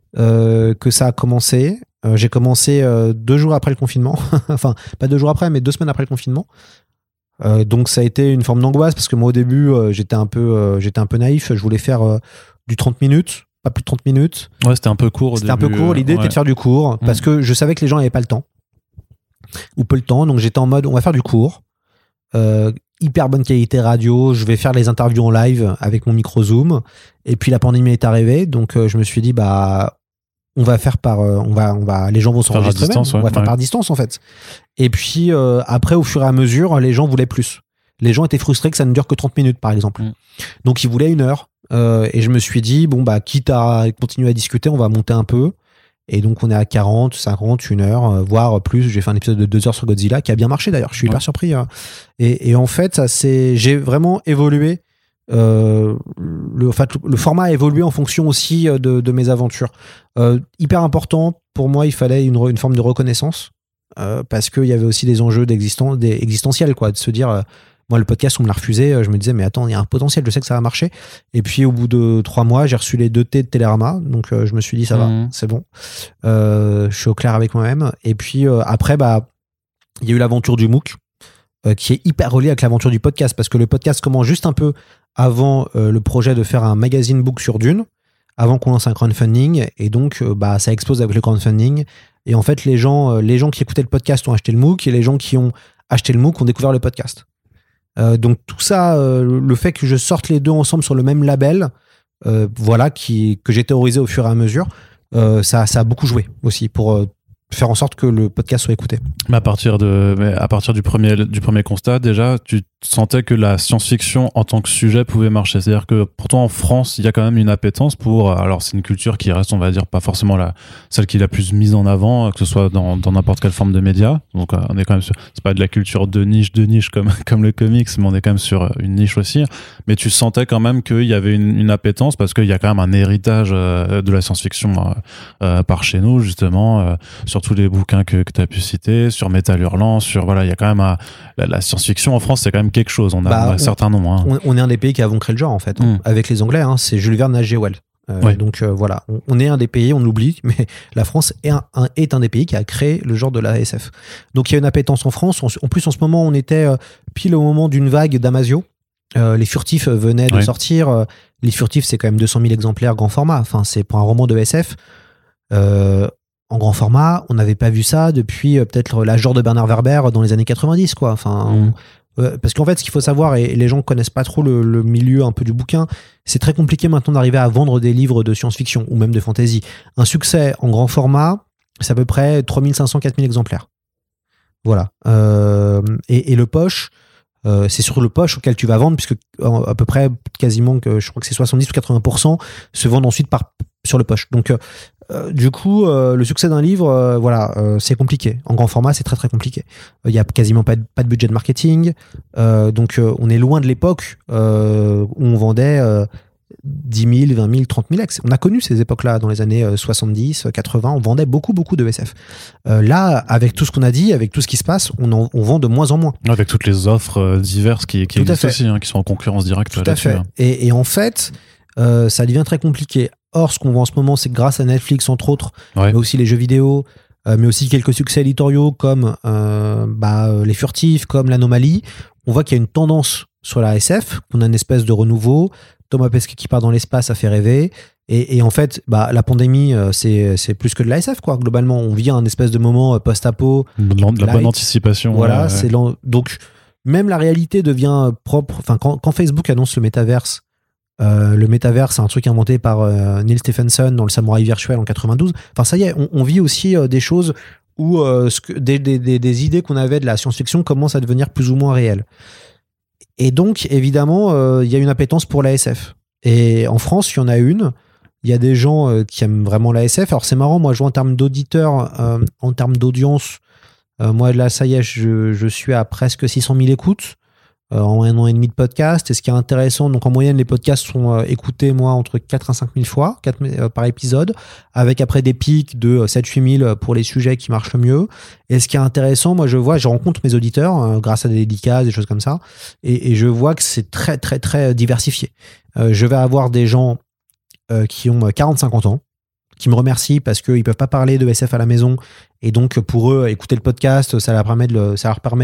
a commencé. J'ai commencé 2 jours après le confinement. Enfin pas 2 jours après, mais 2 semaines après le confinement. Donc ça a été une forme d'angoisse parce que moi au début j'étais un peu naïf. Je voulais faire du 30 minutes. Pas plus de 30 minutes. Ouais, c'était un peu court au début. C'était un peu court. L'idée était de faire du court parce que je savais que les gens n'avaient pas le temps. Ou peu le temps. Donc j'étais en mode, on va faire du court. Hyper bonne qualité radio. Je vais faire les interviews en live avec mon micro Zoom. Et puis la pandémie est arrivée. Donc je me suis dit, on va faire les gens vont s'enregistrer même. On va faire par distance en fait. Et puis après, au fur et à mesure, les gens voulaient plus. Les gens étaient frustrés que ça ne dure que 30 minutes par exemple. Donc ils voulaient 1 heure. Et je me suis dit, quitte à continuer à discuter, on va monter un peu. Et donc, on est à 40, 50, 1 heure, voire plus. J'ai fait un épisode de 2 heures sur Godzilla qui a bien marché d'ailleurs. Je suis hyper surpris. Et en fait, j'ai vraiment évolué. Le format a évolué en fonction aussi de mes aventures. Hyper important, pour moi, il fallait une forme de reconnaissance. Parce qu'il y avait aussi des enjeux existentiels, quoi, de se dire. Moi, le podcast, on me l'a refusé. Je me disais, mais attends, il y a un potentiel, je sais que ça va marcher. Et puis, au bout de 3 mois, j'ai reçu les 2 T de Télérama. Donc, je me suis dit, ça va, c'est bon. Je suis au clair avec moi-même. Et puis, après, il y a eu l'aventure du MOOC, qui est hyper reliée avec l'aventure du podcast. Parce que le podcast commence juste un peu avant le projet de faire un magazine book sur Dune, avant qu'on lance un crowdfunding. Et donc, ça explose avec le crowdfunding. Et en fait, les gens qui écoutaient le podcast ont acheté le MOOC. Et les gens qui ont acheté le MOOC ont découvert le podcast. Donc tout ça, le fait que je sorte les deux ensemble sur le même label, que j'ai théorisé au fur et à mesure, ça a beaucoup joué aussi pour faire en sorte que le podcast soit écouté. Mais à partir du premier constat, déjà, tu sentais que la science-fiction en tant que sujet pouvait marcher. C'est-à-dire que pourtant en France, il y a quand même une appétence pour. Alors c'est une culture qui reste, on va dire, pas forcément celle qui est la plus mise en avant, que ce soit dans n'importe quelle forme de média. Donc on est quand même c'est pas de la culture de niche comme le comics, mais on est quand même sur une niche aussi. Mais tu sentais quand même qu'il y avait une appétence parce qu'il y a quand même un héritage de la science-fiction par chez nous justement, sur tous les bouquins que tu as pu citer, sur Métal Hurlant, il y a quand même la science-fiction en France, c'est quand même quelque chose. On a un certain nombre. On est un des pays qui avons créé le genre en fait, avec les Anglais. C'est Jules Verne, H.G. Wells. Donc voilà, on est un des pays, on l'oublie, mais la France est un des pays qui a créé le genre de la SF. Donc il y a une appétence en France. En plus, en ce moment, on était pile au moment d'une vague d'Amasio. Les Furtifs venaient de sortir. Les Furtifs, c'est quand même 200 000 exemplaires grand format. Enfin, c'est pour un roman de SF. En grand format, on n'avait pas vu ça depuis peut-être l'âge d'or de Bernard Werber dans les années 90, quoi. Enfin, parce qu'en fait, ce qu'il faut savoir, et les gens connaissent pas trop le milieu un peu du bouquin, c'est très compliqué maintenant d'arriver à vendre des livres de science-fiction ou même de fantasy. Un succès en grand format, c'est à peu près 3500-4000 exemplaires. Voilà. Et le poche, c'est sur le poche auquel tu vas vendre, puisque à peu près quasiment, je crois que c'est 70 ou 80% se vendent ensuite sur le poche. Donc, du coup, le succès d'un livre, c'est compliqué. En grand format, c'est très très compliqué. Il y a quasiment pas de budget de marketing. Donc, on est loin de l'époque où on vendait 10 000, 20 000, 30 000 ex. On a connu ces époques-là dans les années 70, 80. On vendait beaucoup de SF. Là, avec tout ce qu'on a dit, avec tout ce qui se passe, on vend de moins en moins. Avec toutes les offres diverses qui existent aussi, qui sont en concurrence directe. Tout à fait. Et en fait, ça devient très compliqué. Or, ce qu'on voit en ce moment, c'est que grâce à Netflix, entre autres, mais aussi les jeux vidéo, mais aussi quelques succès éditoriaux comme Les Furtifs, comme L'Anomalie, on voit qu'il y a une tendance sur la SF, qu'on a une espèce de renouveau. Thomas Pesquet qui part dans l'espace, ça fait rêver. Et en fait, la pandémie, c'est plus que de la SF, quoi. Globalement, on vit un espèce de moment post-apo. De la bonne anticipation. Voilà, donc même la réalité devient propre. Enfin, quand Facebook annonce le métaverse, c'est un truc inventé par Neil Stephenson dans le Samouraï virtuel en 92. Enfin, ça y est, on vit aussi des choses où des idées qu'on avait de la science-fiction commencent à devenir plus ou moins réelles. Et donc, évidemment, il y a une appétence pour la SF. Et en France, il y en a une. Il y a des gens qui aiment vraiment la SF. Alors, c'est marrant, moi, je vois en termes d'auditeurs, en termes d'audience, moi, là, ça y est, je suis à presque 600 000 écoutes en 1 an et demi de podcast. Et ce qui est intéressant, donc en moyenne, les podcasts sont écoutés, moi, entre 4 à 5 000 fois par épisode, avec après des pics de 7-8 000 pour les sujets qui marchent le mieux. Et ce qui est intéressant, moi, je rencontre mes auditeurs grâce à des dédicaces, des choses comme ça, et je vois que c'est très, très, très diversifié. Je vais avoir des gens qui ont 40-50 ans, qui me remercient parce qu'ils ne peuvent pas parler de SF à la maison. Et donc, pour eux, écouter le podcast, ça leur permet de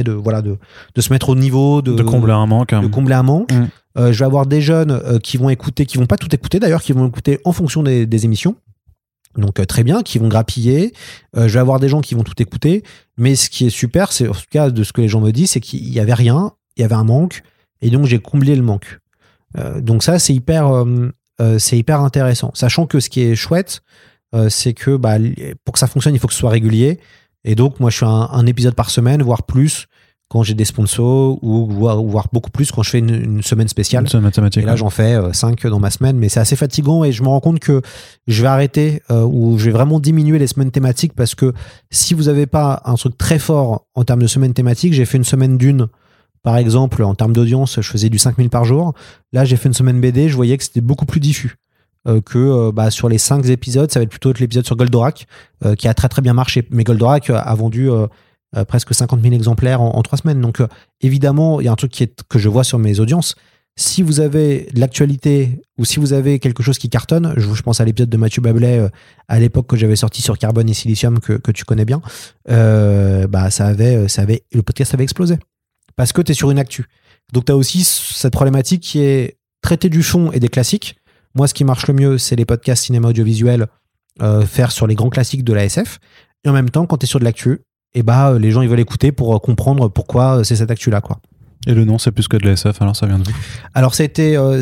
se mettre au niveau, de combler un manque. De combler un manque. Je vais avoir des jeunes qui vont écouter, qui vont pas tout écouter d'ailleurs, qui vont écouter en fonction des émissions. Donc, très bien, qui vont grappiller. Je vais avoir des gens qui vont tout écouter. Mais ce qui est super, c'est en tout cas de ce que les gens me disent, c'est qu'il n'y avait rien, il y avait un manque. Et donc, j'ai comblé le manque. Donc ça, c'est hyper intéressant. Sachant que ce qui est chouette, c'est que pour que ça fonctionne, il faut que ce soit régulier. Et donc, moi, je fais un épisode par semaine, voire plus, quand j'ai des sponsors, ou voire beaucoup plus quand je fais une semaine spéciale. Et là, j'en fais 5 dans ma semaine, mais c'est assez fatigant et je me rends compte que je vais arrêter ou je vais vraiment diminuer les semaines thématiques parce que si vous n'avez pas un truc très fort en termes de semaines thématiques, j'ai fait une semaine d'une. Par exemple, en termes d'audience, je faisais du 5000 par jour. Là, j'ai fait une semaine BD, je voyais que c'était beaucoup plus diffus. Que sur les 5 épisodes, ça va être plutôt l'épisode sur Goldorak, qui a très très bien marché. Mais Goldorak a vendu presque 50 000 exemplaires en 3 semaines. Donc évidemment, il y a un truc que je vois sur mes audiences. Si vous avez de l'actualité ou si vous avez quelque chose qui cartonne, je pense à l'épisode de Mathieu Bablet à l'époque que j'avais sorti sur Carbone et Silicium que tu connais bien, le podcast avait explosé. Parce que tu es sur une actu. Donc tu as aussi cette problématique qui est traiter du fond et des classiques. Moi, ce qui marche le mieux, c'est les podcasts cinéma audiovisuel, faire sur les grands classiques de la SF. Et en même temps, quand tu es sur de l'actu, les gens ils veulent écouter pour comprendre pourquoi c'est cette actu-là, quoi. Et le nom, c'est plus que de la SF, alors ça vient d'où ? Alors, c'est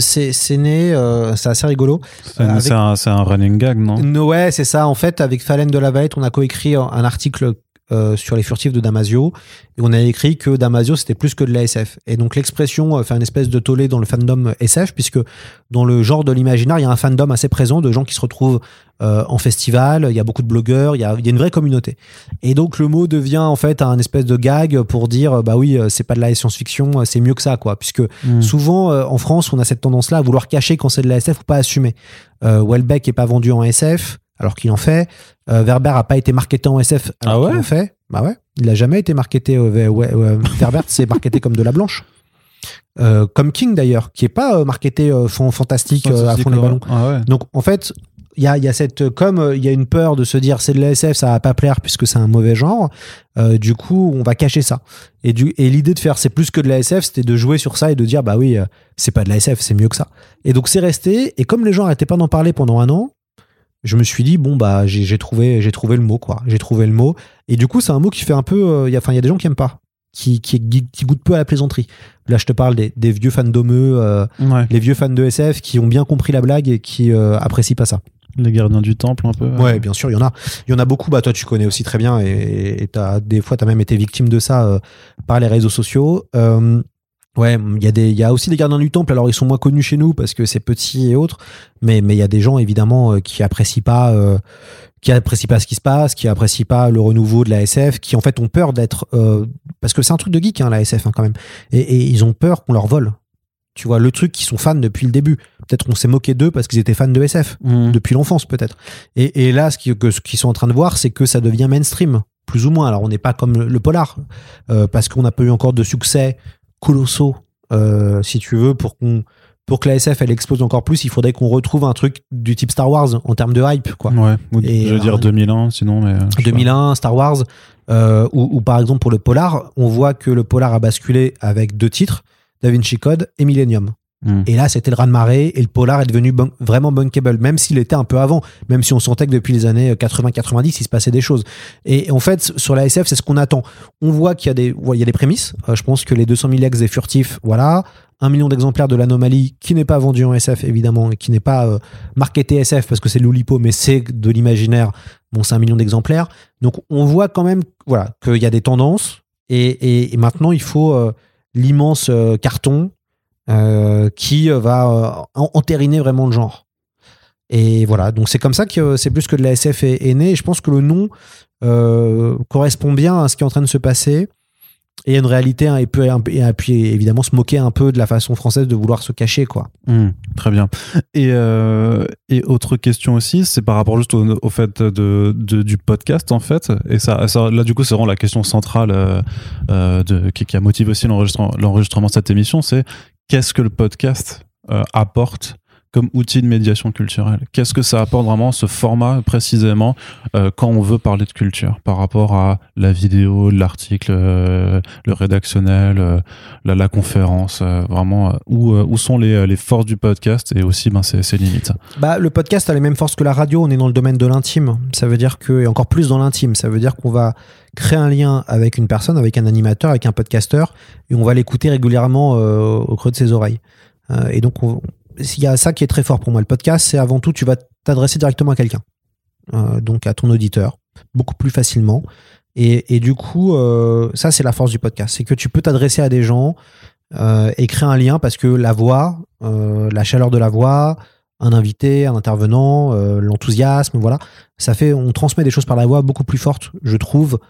né, c'est assez rigolo. C'est un running gag, non ? Ouais, c'est ça. En fait, avec Fallen de la Valette, on a coécrit un article sur les furtifs de Damasio, et on a écrit que Damasio c'était plus que de la SF. Et donc l'expression fait une espèce de tollé dans le fandom SF, puisque dans le genre de l'imaginaire, il y a un fandom assez présent de gens qui se retrouvent en festival, il y a beaucoup de blogueurs, il y a une vraie communauté. Et donc le mot devient en fait un espèce de gag pour dire c'est pas de la science-fiction, c'est mieux que ça, quoi. Puisque souvent en France, on a cette tendance-là à vouloir cacher quand c'est de la SF ou pas assumer. Welbeck est pas vendu en SF alors qu'il en fait. Werber a pas été marketé en SF alors qu'il en fait. Bah ouais, il a jamais été marketé. Werber s'est marketé comme de la blanche. Comme King d'ailleurs, qui est pas marketé fantastique à fond les ballons. Ah ouais. Donc en fait, il y a cette, comme il y a une peur de se dire c'est de la SF, ça va pas plaire puisque c'est un mauvais genre. Du coup, on va cacher ça. Et l'idée de faire c'est plus que de la SF, c'était de jouer sur ça et de dire c'est pas de la SF, c'est mieux que ça. Et donc c'est resté. Et comme les gens arrêtaient pas d'en parler pendant 1 an, je me suis dit j'ai trouvé le mot, quoi. J'ai trouvé le mot. Et du coup, c'est un mot qui fait un peu. Il y a des gens qui aiment pas, qui goûtent peu à la plaisanterie. Là, je te parle des vieux fans d'Homeux, les vieux fans de SF qui ont bien compris la blague et qui apprécient pas ça. Les gardiens du temple, un peu. Ouais, bien sûr, il y en a beaucoup. Toi, tu connais aussi très bien et des fois, t'as même été victime de ça par les réseaux sociaux. Ouais, il y a aussi des gardiens du temple. Alors, ils sont moins connus chez nous parce que c'est petit et autres. Mais il y a des gens, évidemment, qui apprécient pas ce qui se passe, qui apprécient pas le renouveau de la SF, qui, en fait, ont peur d'être... parce que c'est un truc de geek, la SF, quand même. Et ils ont peur qu'on leur vole. Tu vois, le truc qu'ils sont fans depuis le début. Peut-être qu'on s'est moqué d'eux parce qu'ils étaient fans de SF. Depuis l'enfance, peut-être. Et là, ce qu'ils sont en train de voir, c'est que ça devient mainstream, plus ou moins. Alors, on n'est pas comme le polar. Parce qu'on n'a pas eu encore de succès colossaux, si tu veux, pour que la SF elle explose encore plus, il faudrait qu'on retrouve un truc du type Star Wars en termes de hype, quoi. Ouais, je veux dire 2001 sinon, mais 2001, Star Wars, ou par exemple pour le polar, on voit que le polar a basculé avec 2 titres. Da Vinci Code et Millennium. Et là, c'était le raz-de-marée et le polar est devenu vraiment bankable, même s'il était un peu avant, même si on sentait que depuis les années 80-90, il se passait des choses. Et en fait, sur la SF, c'est ce qu'on attend. On voit qu'il y a des prémices. Je pense que les 200 000 ex des furtifs, voilà. 1 million d'exemplaires de l'anomalie qui n'est pas vendu en SF, évidemment, et qui n'est pas marketé SF parce que c'est l'Oulipo, mais c'est de l'imaginaire. Bon, c'est 1 million d'exemplaires. Donc, on voit quand même voilà, qu'il y a des tendances et maintenant, il faut l'immense carton qui va entériner vraiment le genre. Et voilà, donc c'est comme ça que c'est plus que de la SF est né. Et je pense que le nom correspond bien à ce qui est en train de se passer. Et il y a une réalité, hein, et puis évidemment se moquer un peu de la façon française de vouloir se cacher, quoi. Très bien. Et autre question aussi, c'est par rapport juste au fait du podcast, en fait. Et ça, là, du coup, c'est vraiment la question centrale qui a motivé aussi l'enregistrement de cette émission, c'est qu'est-ce que le podcast apporte comme outil de médiation culturelle? Qu'est-ce que ça apporte vraiment, ce format précisément, quand on veut parler de culture, par rapport à la vidéo, l'article, le rédactionnel, la conférence, vraiment, où sont les forces du podcast et aussi ses limites? Le podcast a les mêmes forces que la radio, on est dans le domaine de l'intime. Ça veut dire et encore plus dans l'intime, ça veut dire qu'on va créer un lien avec une personne, avec un animateur, avec un podcasteur, et on va l'écouter régulièrement au creux de ses oreilles. Et donc, il y a ça qui est très fort pour moi. Le podcast, c'est avant tout, tu vas t'adresser directement à quelqu'un, donc à ton auditeur, beaucoup plus facilement. Et du coup, ça, c'est la force du podcast. C'est que tu peux t'adresser à des gens et créer un lien parce que la voix, la chaleur de la voix, un invité, un intervenant, l'enthousiasme, voilà, ça fait, on transmet des choses par la voix beaucoup plus fortes, je trouve,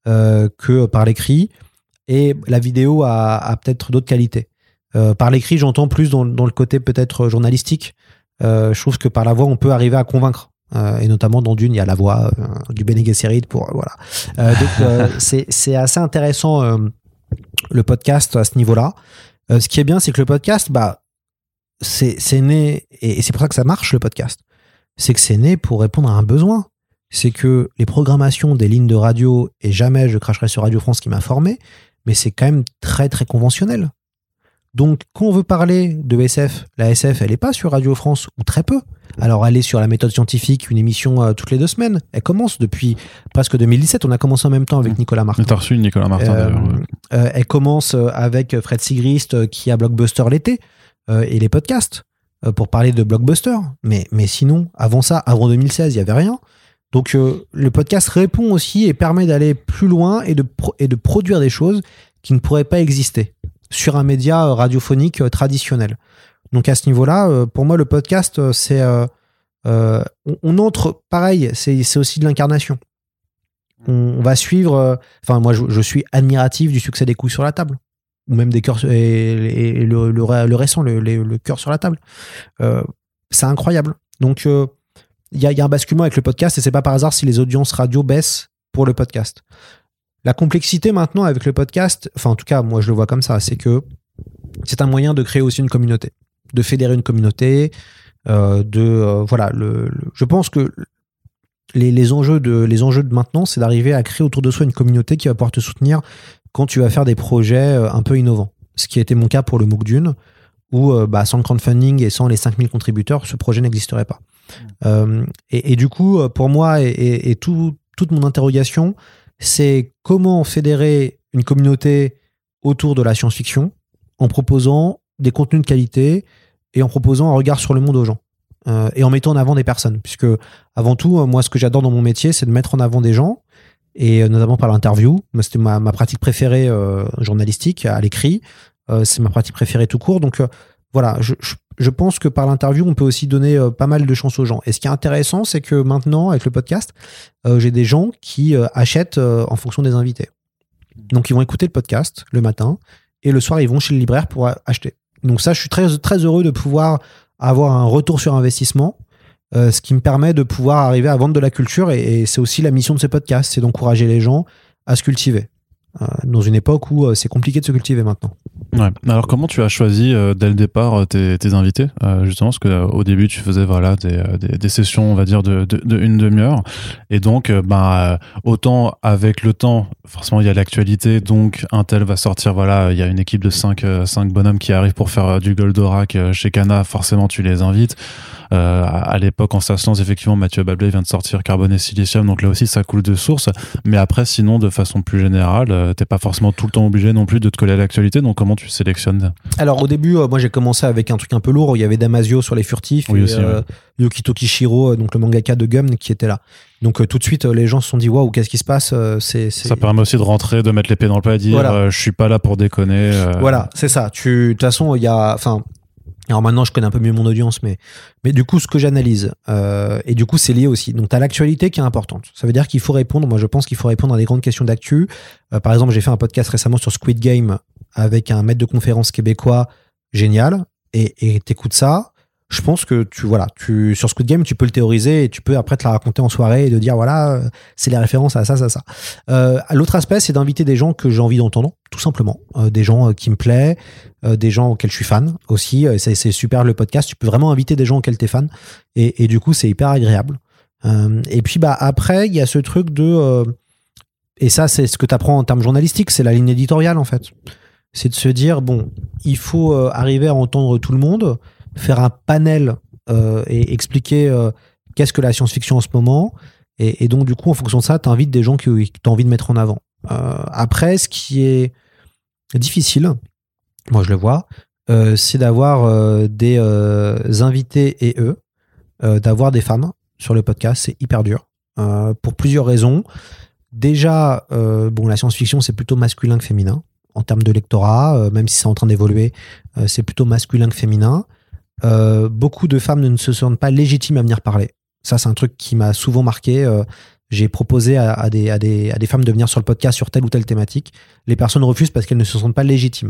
que par l'écrit. Et la vidéo a peut-être d'autres qualités. Par l'écrit, j'entends plus dans le côté peut-être journalistique. Je trouve que par la voix, on peut arriver à convaincre. Et notamment dans Dune, il y a la voix du Bene Gesserit pour voilà. Donc c'est assez intéressant le podcast à ce niveau-là. Ce qui est bien, c'est que le podcast, c'est né et c'est pour ça que ça marche le podcast. C'est que c'est né pour répondre à un besoin. C'est que les programmations des lignes de radio, et jamais je cracherai sur Radio France qui m'a formé, mais c'est quand même très très conventionnel. Donc, quand on veut parler de SF, la SF, elle n'est pas sur Radio France, ou très peu. Alors, elle est sur La Méthode Scientifique, une émission toutes les 2 semaines. Elle commence depuis presque 2017. On a commencé en même temps avec Nicolas Martin. Tu as reçu Nicolas Martin, d'ailleurs. Elle commence avec Fred Sigrist, qui a Blockbuster l'été, et les podcasts, pour parler de Blockbuster. Mais sinon, avant ça, avant 2016, il n'y avait rien. Donc, le podcast répond aussi et permet d'aller plus loin et de produire des choses qui ne pourraient pas exister sur un média radiophonique traditionnel. Donc à ce niveau-là, pour moi, le podcast, c'est on entre, pareil, c'est aussi de l'incarnation. On va suivre, moi je suis admiratif du succès des couilles sur la table, ou même des cœurs, et le récent, le cœur sur la table. C'est incroyable. Donc il y a un basculement avec le podcast, et c'est pas par hasard si les audiences radio baissent pour le podcast. La complexité maintenant avec le podcast, en tout cas, moi je le vois comme ça, c'est que c'est un moyen de créer aussi une communauté, de fédérer une communauté, je pense que les enjeux de maintenant, c'est d'arriver à créer autour de soi une communauté qui va pouvoir te soutenir quand tu vas faire des projets un peu innovants. Ce qui a été mon cas pour le MOOC Dune, où sans le crowdfunding et sans les 5000 contributeurs, ce projet n'existerait pas. Et du coup, pour moi, et toute mon interrogation, c'est comment fédérer une communauté autour de la science-fiction en proposant des contenus de qualité et en proposant un regard sur le monde aux gens. Et en mettant en avant des personnes. Puisque, avant tout, moi, ce que j'adore dans mon métier, c'est de mettre en avant des gens, et notamment par l'interview. C'était ma pratique préférée journalistique, à l'écrit. C'est ma pratique préférée tout court. Donc, voilà, je pense que par l'interview, on peut aussi donner pas mal de chance aux gens. Et ce qui est intéressant, c'est que maintenant, avec le podcast, j'ai des gens qui achètent en fonction des invités. Donc, ils vont écouter le podcast le matin, et le soir, ils vont chez le libraire pour acheter. Donc ça, je suis très, très heureux de pouvoir avoir un retour sur investissement, ce qui me permet de pouvoir arriver à vendre de la culture, et c'est aussi la mission de ce podcast, c'est d'encourager les gens à se cultiver, dans une époque où c'est compliqué de se cultiver maintenant. Ouais. Alors comment tu as choisi dès le départ tes invités justement parce que au début tu faisais voilà des sessions on va dire de une demi-heure et donc autant avec le temps forcément il y a l'actualité donc un tel va sortir voilà il y a une équipe de 5 bonhommes qui arrivent pour faire du Goldorak chez Kana, forcément tu les invites. À l'époque en ça se lance effectivement Mathieu Bablé vient de sortir Carbone et Silicium donc là aussi ça coule de source mais après sinon de façon plus générale t'es pas forcément tout le temps obligé non plus de te coller à l'actualité donc comment tu sélectionnes? Alors au début moi j'ai commencé avec un truc un peu lourd, il y avait Damasio sur les furtifs oui, et aussi, ouais. Yukito Kishiro donc le mangaka de Gum qui était là donc tout de suite les gens se sont dit waouh qu'est-ce qui se passe Ça permet aussi de rentrer de mettre l'épée dans le plat et dire voilà. Je suis pas là pour déconner Voilà c'est ça, de toute façon il y a enfin alors maintenant, je connais un peu mieux mon audience, mais du coup, ce que j'analyse, et du coup, c'est lié aussi. Donc, tu as l'actualité qui est importante. Ça veut dire qu'il faut répondre, moi je pense qu'il faut répondre à des grandes questions d'actu. Par exemple, j'ai fait un podcast récemment sur Squid Game avec un maître de conférence québécois génial, et t'écoutes ça. Je pense que sur Squid Game, tu peux le théoriser et tu peux après te la raconter en soirée et de dire voilà, c'est les références à ça. L'autre aspect, c'est d'inviter des gens que j'ai envie d'entendre, tout simplement. Des gens qui me plaisent, des gens auxquels je suis fan aussi. C'est super le podcast. Tu peux vraiment inviter des gens auxquels tu es fan et du coup, c'est hyper agréable. Et puis après, il y a ce truc de. Et ça, c'est ce que tu apprends en termes journalistiques, c'est la ligne éditoriale en fait. C'est de se dire bon, il faut arriver à entendre tout le monde, faire un panel et expliquer qu'est-ce que la science-fiction en ce moment. Et donc, du coup, en fonction de ça, tu invites des gens que tu as envie de mettre en avant. Après, ce qui est difficile, moi je le vois, c'est d'avoir des invités et d'avoir des femmes sur le podcast. C'est hyper dur pour plusieurs raisons. Déjà, la science-fiction, c'est plutôt masculin que féminin. En termes de lectorat, même si c'est en train d'évoluer, c'est plutôt masculin que féminin. Beaucoup de femmes ne se sentent pas légitimes à venir parler. Ça, c'est un truc qui m'a souvent marqué. J'ai proposé à des femmes de venir sur le podcast sur telle ou telle thématique. Les personnes refusent parce qu'elles ne se sentent pas légitimes.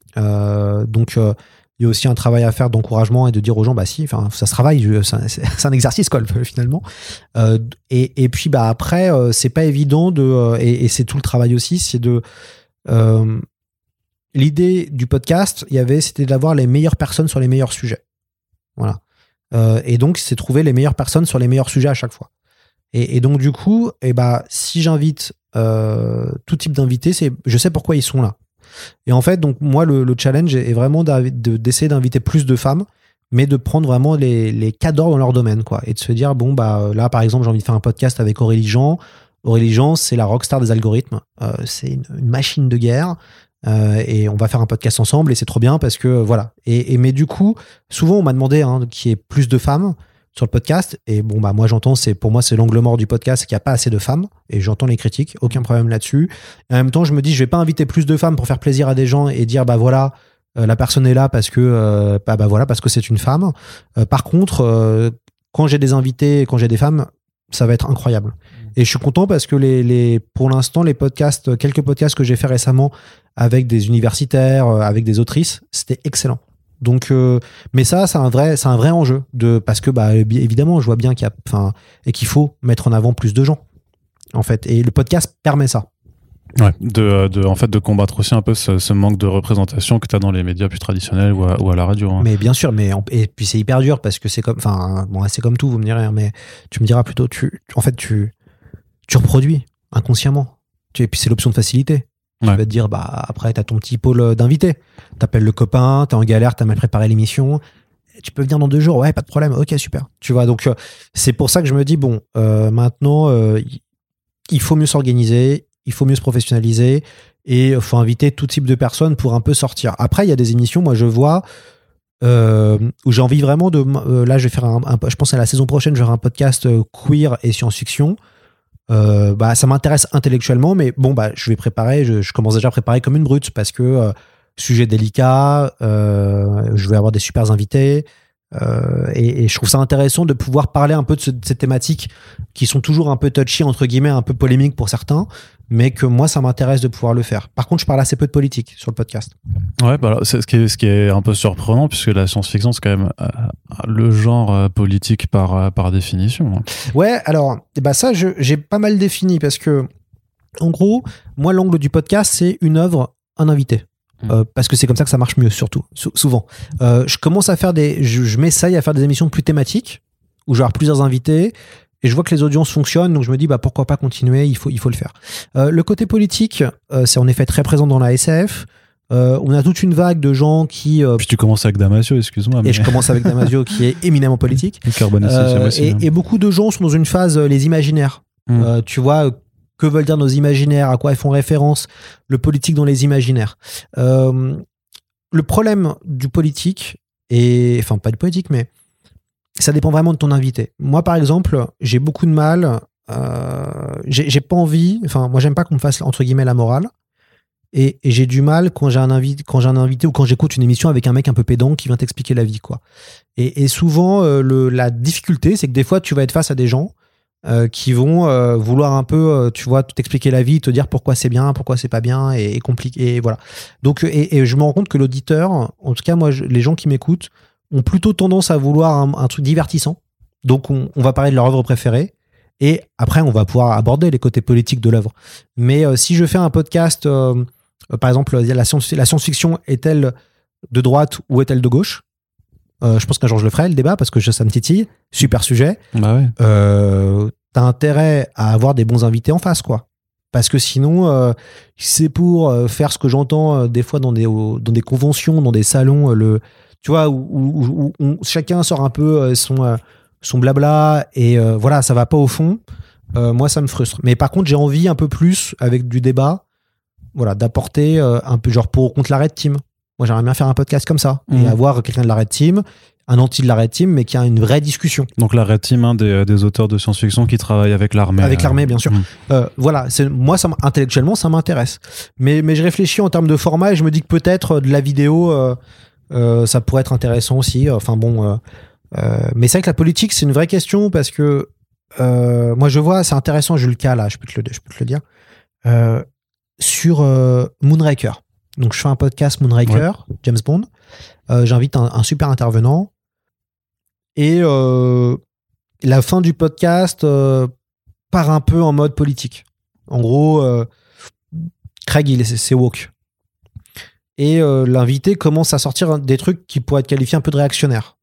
Donc, il y a aussi un travail à faire d'encouragement et de dire aux gens, bah si, ça se travaille, c'est un exercice quoi, finalement. Et puis après, c'est pas évident et c'est tout le travail aussi, c'est de l'idée du podcast, c'était d'avoir les meilleures personnes sur les meilleurs sujets. Voilà. Et donc, c'est trouver les meilleures personnes sur les meilleurs sujets à chaque fois. Et donc, du coup, si j'invite tout type d'invités, je sais pourquoi ils sont là. Et en fait, donc, moi, le challenge est vraiment d'essayer d'inviter plus de femmes, mais de prendre vraiment les cadors dans leur domaine, quoi. Et de se dire, là, par exemple, j'ai envie de faire un podcast avec Aurélie Jean. Aurélie Jean, c'est la rockstar des algorithmes. C'est une machine de guerre. Et on va faire un podcast ensemble et c'est trop bien parce que voilà. Mais du coup, souvent on m'a demandé qu'il y ait plus de femmes sur le podcast et moi j'entends, pour moi c'est l'angle mort du podcast, c'est qu'il n'y a pas assez de femmes et j'entends les critiques, aucun problème là-dessus. Et en même temps je me dis je vais pas inviter plus de femmes pour faire plaisir à des gens et dire la personne est là parce que parce que c'est une femme. Par contre quand j'ai des invités, quand j'ai des femmes, ça va être incroyable. Et je suis content parce que pour l'instant, quelques podcasts que j'ai fait récemment avec des universitaires, avec des autrices, c'était excellent. Donc, mais ça, c'est un vrai enjeu parce que, évidemment, je vois bien qu'il faut mettre en avant plus de gens, en fait. Et le podcast permet ça. Ouais, de combattre aussi un peu ce manque de représentation que tu as dans les médias plus traditionnels ou à la radio. Hein. Mais bien sûr, et puis c'est hyper dur parce que c'est comme, c'est comme tout, vous me direz, mais tu me diras plutôt, tu reproduis inconsciemment. Et puis c'est l'option de facilité. Tu vas te dire, après, t'as ton petit pôle d'invités. T'appelles le copain, t'es en galère, t'as mal préparé l'émission. Tu peux venir dans 2 jours, ouais, pas de problème, ok, super. Tu vois, donc c'est pour ça que je me dis, maintenant, il faut mieux s'organiser, il faut mieux se professionnaliser et il faut inviter tout type de personnes pour un peu sortir. Après, il y a des émissions, moi je vois, où j'ai envie vraiment là, je vais faire je pense à la saison prochaine, j'aurai un podcast queer et science-fiction. Ça m'intéresse intellectuellement, mais je vais préparer, je commence déjà à préparer comme une brute parce que sujet délicat, je vais avoir des super invités et je trouve ça intéressant de pouvoir parler un peu de ces thématiques qui sont toujours un peu touchy, entre guillemets, un peu polémiques pour certains, mais que moi ça m'intéresse de pouvoir le faire. Par contre, je parle assez peu de politique sur le podcast. Ouais, c'est ce qui est un peu surprenant puisque la science-fiction c'est quand même le genre politique par définition. Ouais, alors ça j'ai pas mal défini parce que en gros, moi l'angle du podcast c'est une œuvre, un invité. parce que c'est comme ça que ça marche mieux, surtout, souvent. Je commence à faire je m'essaye à faire des émissions plus thématiques, où je vais avoir plusieurs invités, et je vois que les audiences fonctionnent, donc je me dis, pourquoi pas continuer, il faut le faire. Le côté politique, c'est en effet très présent dans la SF. On a toute une vague de gens qui... Puis tu commences avec Damasio, excuse-moi. Et je commence avec Damasio, qui est éminemment politique. Et beaucoup de gens sont dans une phase, les imaginaires. Tu vois, que veulent dire nos imaginaires, à quoi ils font référence, le politique dans les imaginaires. Le problème du politique, enfin pas du politique, mais ça dépend vraiment de ton invité. Moi, par exemple, j'ai beaucoup de mal, j'ai pas envie, enfin moi j'aime pas qu'on me fasse entre guillemets la morale. Et j'ai du mal quand j'ai un invité ou quand j'écoute une émission avec un mec un peu pédant qui vient t'expliquer la vie, quoi. Et souvent, la difficulté, c'est que des fois, tu vas être face à des gens qui vont vouloir un peu, tu vois, t'expliquer la vie, te dire pourquoi c'est bien, pourquoi c'est pas bien, et compliqué, et voilà. Donc, et je me rends compte que l'auditeur, en tout cas, moi, les gens qui m'écoutent, ont plutôt tendance à vouloir un truc divertissant. Donc, on va parler de leur œuvre préférée. Et après, on va pouvoir aborder les côtés politiques de l'œuvre. Mais si je fais un podcast... par exemple, la science-fiction est-elle de droite ou est-elle de gauche ? Je pense qu'un jour je le ferai, le débat, parce que ça me titille. Super sujet. Bah ouais. T'as intérêt à avoir des bons invités en face, quoi. Parce que sinon, c'est pour faire ce que j'entends des fois dans des conventions, dans des salons, tu vois, où chacun sort un peu son blabla, et voilà, ça va pas au fond. Moi, ça me frustre. Mais par contre, j'ai envie un peu plus, avec du débat, voilà, d'apporter un peu genre pour ou contre la Red Team. Moi, j'aimerais bien faire un podcast comme ça et avoir quelqu'un de la Red Team, un anti de la Red Team, mais qui a une vraie discussion. Donc la Red Team, des auteurs de science-fiction qui travaillent avec l'armée. Avec l'armée, bien sûr. Voilà, moi, intellectuellement, ça m'intéresse. Mais je réfléchis en termes de format et je me dis que peut-être de la vidéo, ça pourrait être intéressant aussi. Enfin bon, mais c'est vrai que la politique, c'est une vraie question parce que moi, je vois, c'est intéressant, j'ai eu le cas là, je peux te le dire. Sur Moonraker. Donc je fais un podcast Moonraker, James Bond. J'invite un super intervenant. Et la fin du podcast part un peu en mode politique. En gros, Craig, c'est woke. Et l'invité commence à sortir des trucs qui pourraient être qualifiés un peu de réactionnaires.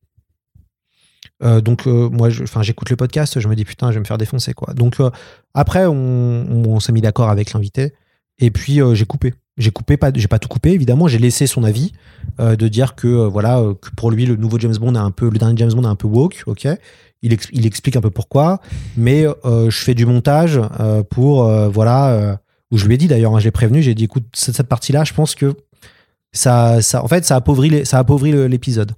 Donc moi j'écoute le podcast, je me dis putain, je vais me faire défoncer, quoi. Donc après on s'est mis d'accord avec l'invité. Et puis j'ai coupé. J'ai pas tout coupé, évidemment. J'ai laissé son avis de dire que voilà, que pour lui le nouveau James Bond le dernier James Bond est un peu woke, ok. Il explique un peu pourquoi, mais je fais du montage pour voilà, où je lui ai dit d'ailleurs, je l'ai prévenu, j'ai dit écoute, cette partie-là, je pense que ça en fait ça appauvrit l'épisode.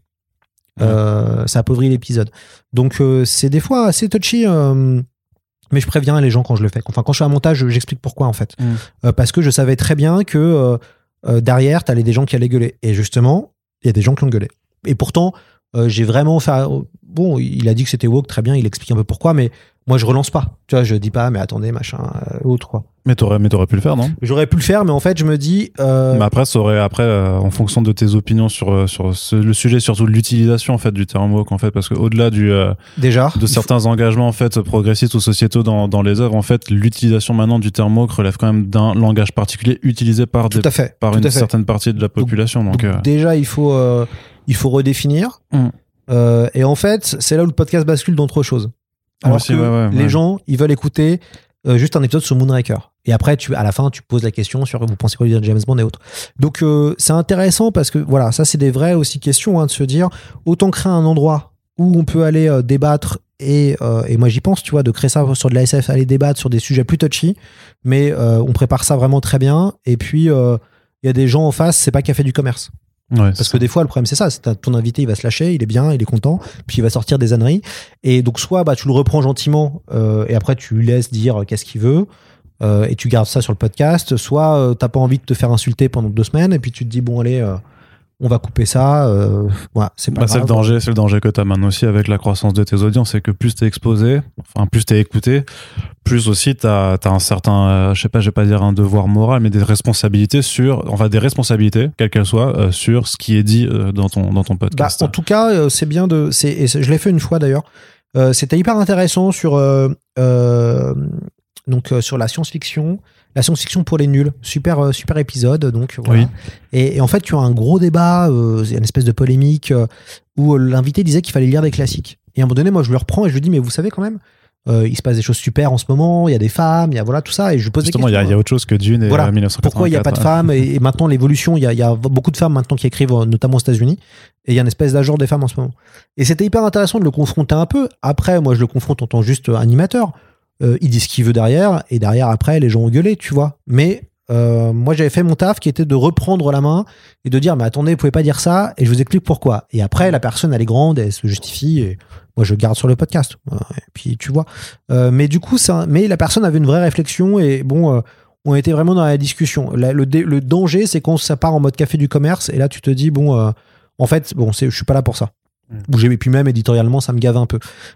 Ça appauvrit l'épisode. Donc c'est des fois assez touchy. Mais je préviens les gens quand je le fais. Enfin, quand je fais un montage, j'explique pourquoi, en fait. Parce que je savais très bien que derrière, t'allais des gens qui allaient gueuler. Et justement, il y a des gens qui ont gueulé. Et pourtant, j'ai vraiment fait... Bon, il a dit que c'était woke, très bien, il explique un peu pourquoi, mais moi, je relance pas. Tu vois, je dis pas, mais attendez, machin, autre, quoi. Mais t'aurais pu le faire, non ? J'aurais pu le faire, mais en fait, je me dis... Mais après, ça aurait, en fonction de tes opinions sur le sujet, surtout de l'utilisation, en fait, du terme woke, en fait, parce qu'au-delà de certains engagements, en fait, progressistes ou sociétaux dans les œuvres, en fait, l'utilisation maintenant du terme woke relève quand même d'un langage particulier utilisé par une certaine partie de la population. Donc déjà, il faut redéfinir. Et en fait, c'est là où le podcast bascule dans autre chose. Alors aussi, les gens, ils veulent écouter juste un épisode sur Moonraker. Et après, à la fin, tu poses la question sur vous pensez quoi de James Bond et autres. Donc, c'est intéressant parce que, voilà, ça, c'est des vraies aussi questions, de se dire, autant créer un endroit où on peut aller débattre et moi, j'y pense, tu vois, de créer ça sur de la SF, aller débattre sur des sujets plus touchy, mais on prépare ça vraiment très bien. Et puis, il y a des gens en face, c'est pas qu'il a fait du commerce. Parce que des fois, le problème, c'est ça. C'est ton invité, il va se lâcher, il est bien, il est content, puis il va sortir des âneries. Et donc, soit tu le reprends gentiment et après, tu lui laisses dire qu'est-ce qu'il veut et tu gardes ça sur le podcast. Soit t'as pas envie de te faire insulter pendant 2 semaines et puis tu te dis, bon, allez, on va couper ça. Voilà, c'est pas grave. C'est le danger que t'as maintenant aussi avec la croissance de tes audiences. C'est que plus t'es exposé, plus t'es écouté, plus aussi t'as un certain, je vais pas dire un devoir moral, mais des responsabilités quelles qu'elles soient, sur ce qui est dit dans ton podcast. En tout cas, c'est bien je l'ai fait une fois d'ailleurs. C'était hyper intéressant sur la science-fiction La science-fiction pour les nuls. Super épisode. Donc, voilà. Oui. Et en fait, tu as un gros débat, une espèce de polémique où l'invité disait qu'il fallait lire des classiques. Et à un moment donné, moi, je le reprends et je lui dis, mais vous savez quand même, il se passe des choses super en ce moment, il y a des femmes, il y a voilà tout ça, et je pose Justement, des questions. Il y a autre chose que Dune et 1984. Pourquoi il n'y a pas de femmes et maintenant l'évolution, il y a beaucoup de femmes maintenant qui écrivent, notamment aux États-Unis, et il y a une espèce d'âge des femmes en ce moment. Et c'était hyper intéressant de le confronter un peu. Après, moi, je le confronte en tant juste animateur. Il dit ce qu'il veut derrière, et derrière, après, les gens ont gueulé, tu vois. Mais moi, j'avais fait mon taf qui était de reprendre la main et de dire, mais attendez, vous pouvez pas dire ça, et je vous explique pourquoi. Et après, la personne, elle est grande, elle se justifie, et moi, je garde sur le podcast. Et puis, tu vois. Mais du coup, mais la personne avait une vraie réflexion, et bon, on était vraiment dans la discussion. Le danger, c'est quand ça part en mode café du commerce, et là, tu te dis, bon, en fait, bon, je suis pas là pour ça. Et puis même, éditorialement, ça me gave un peu.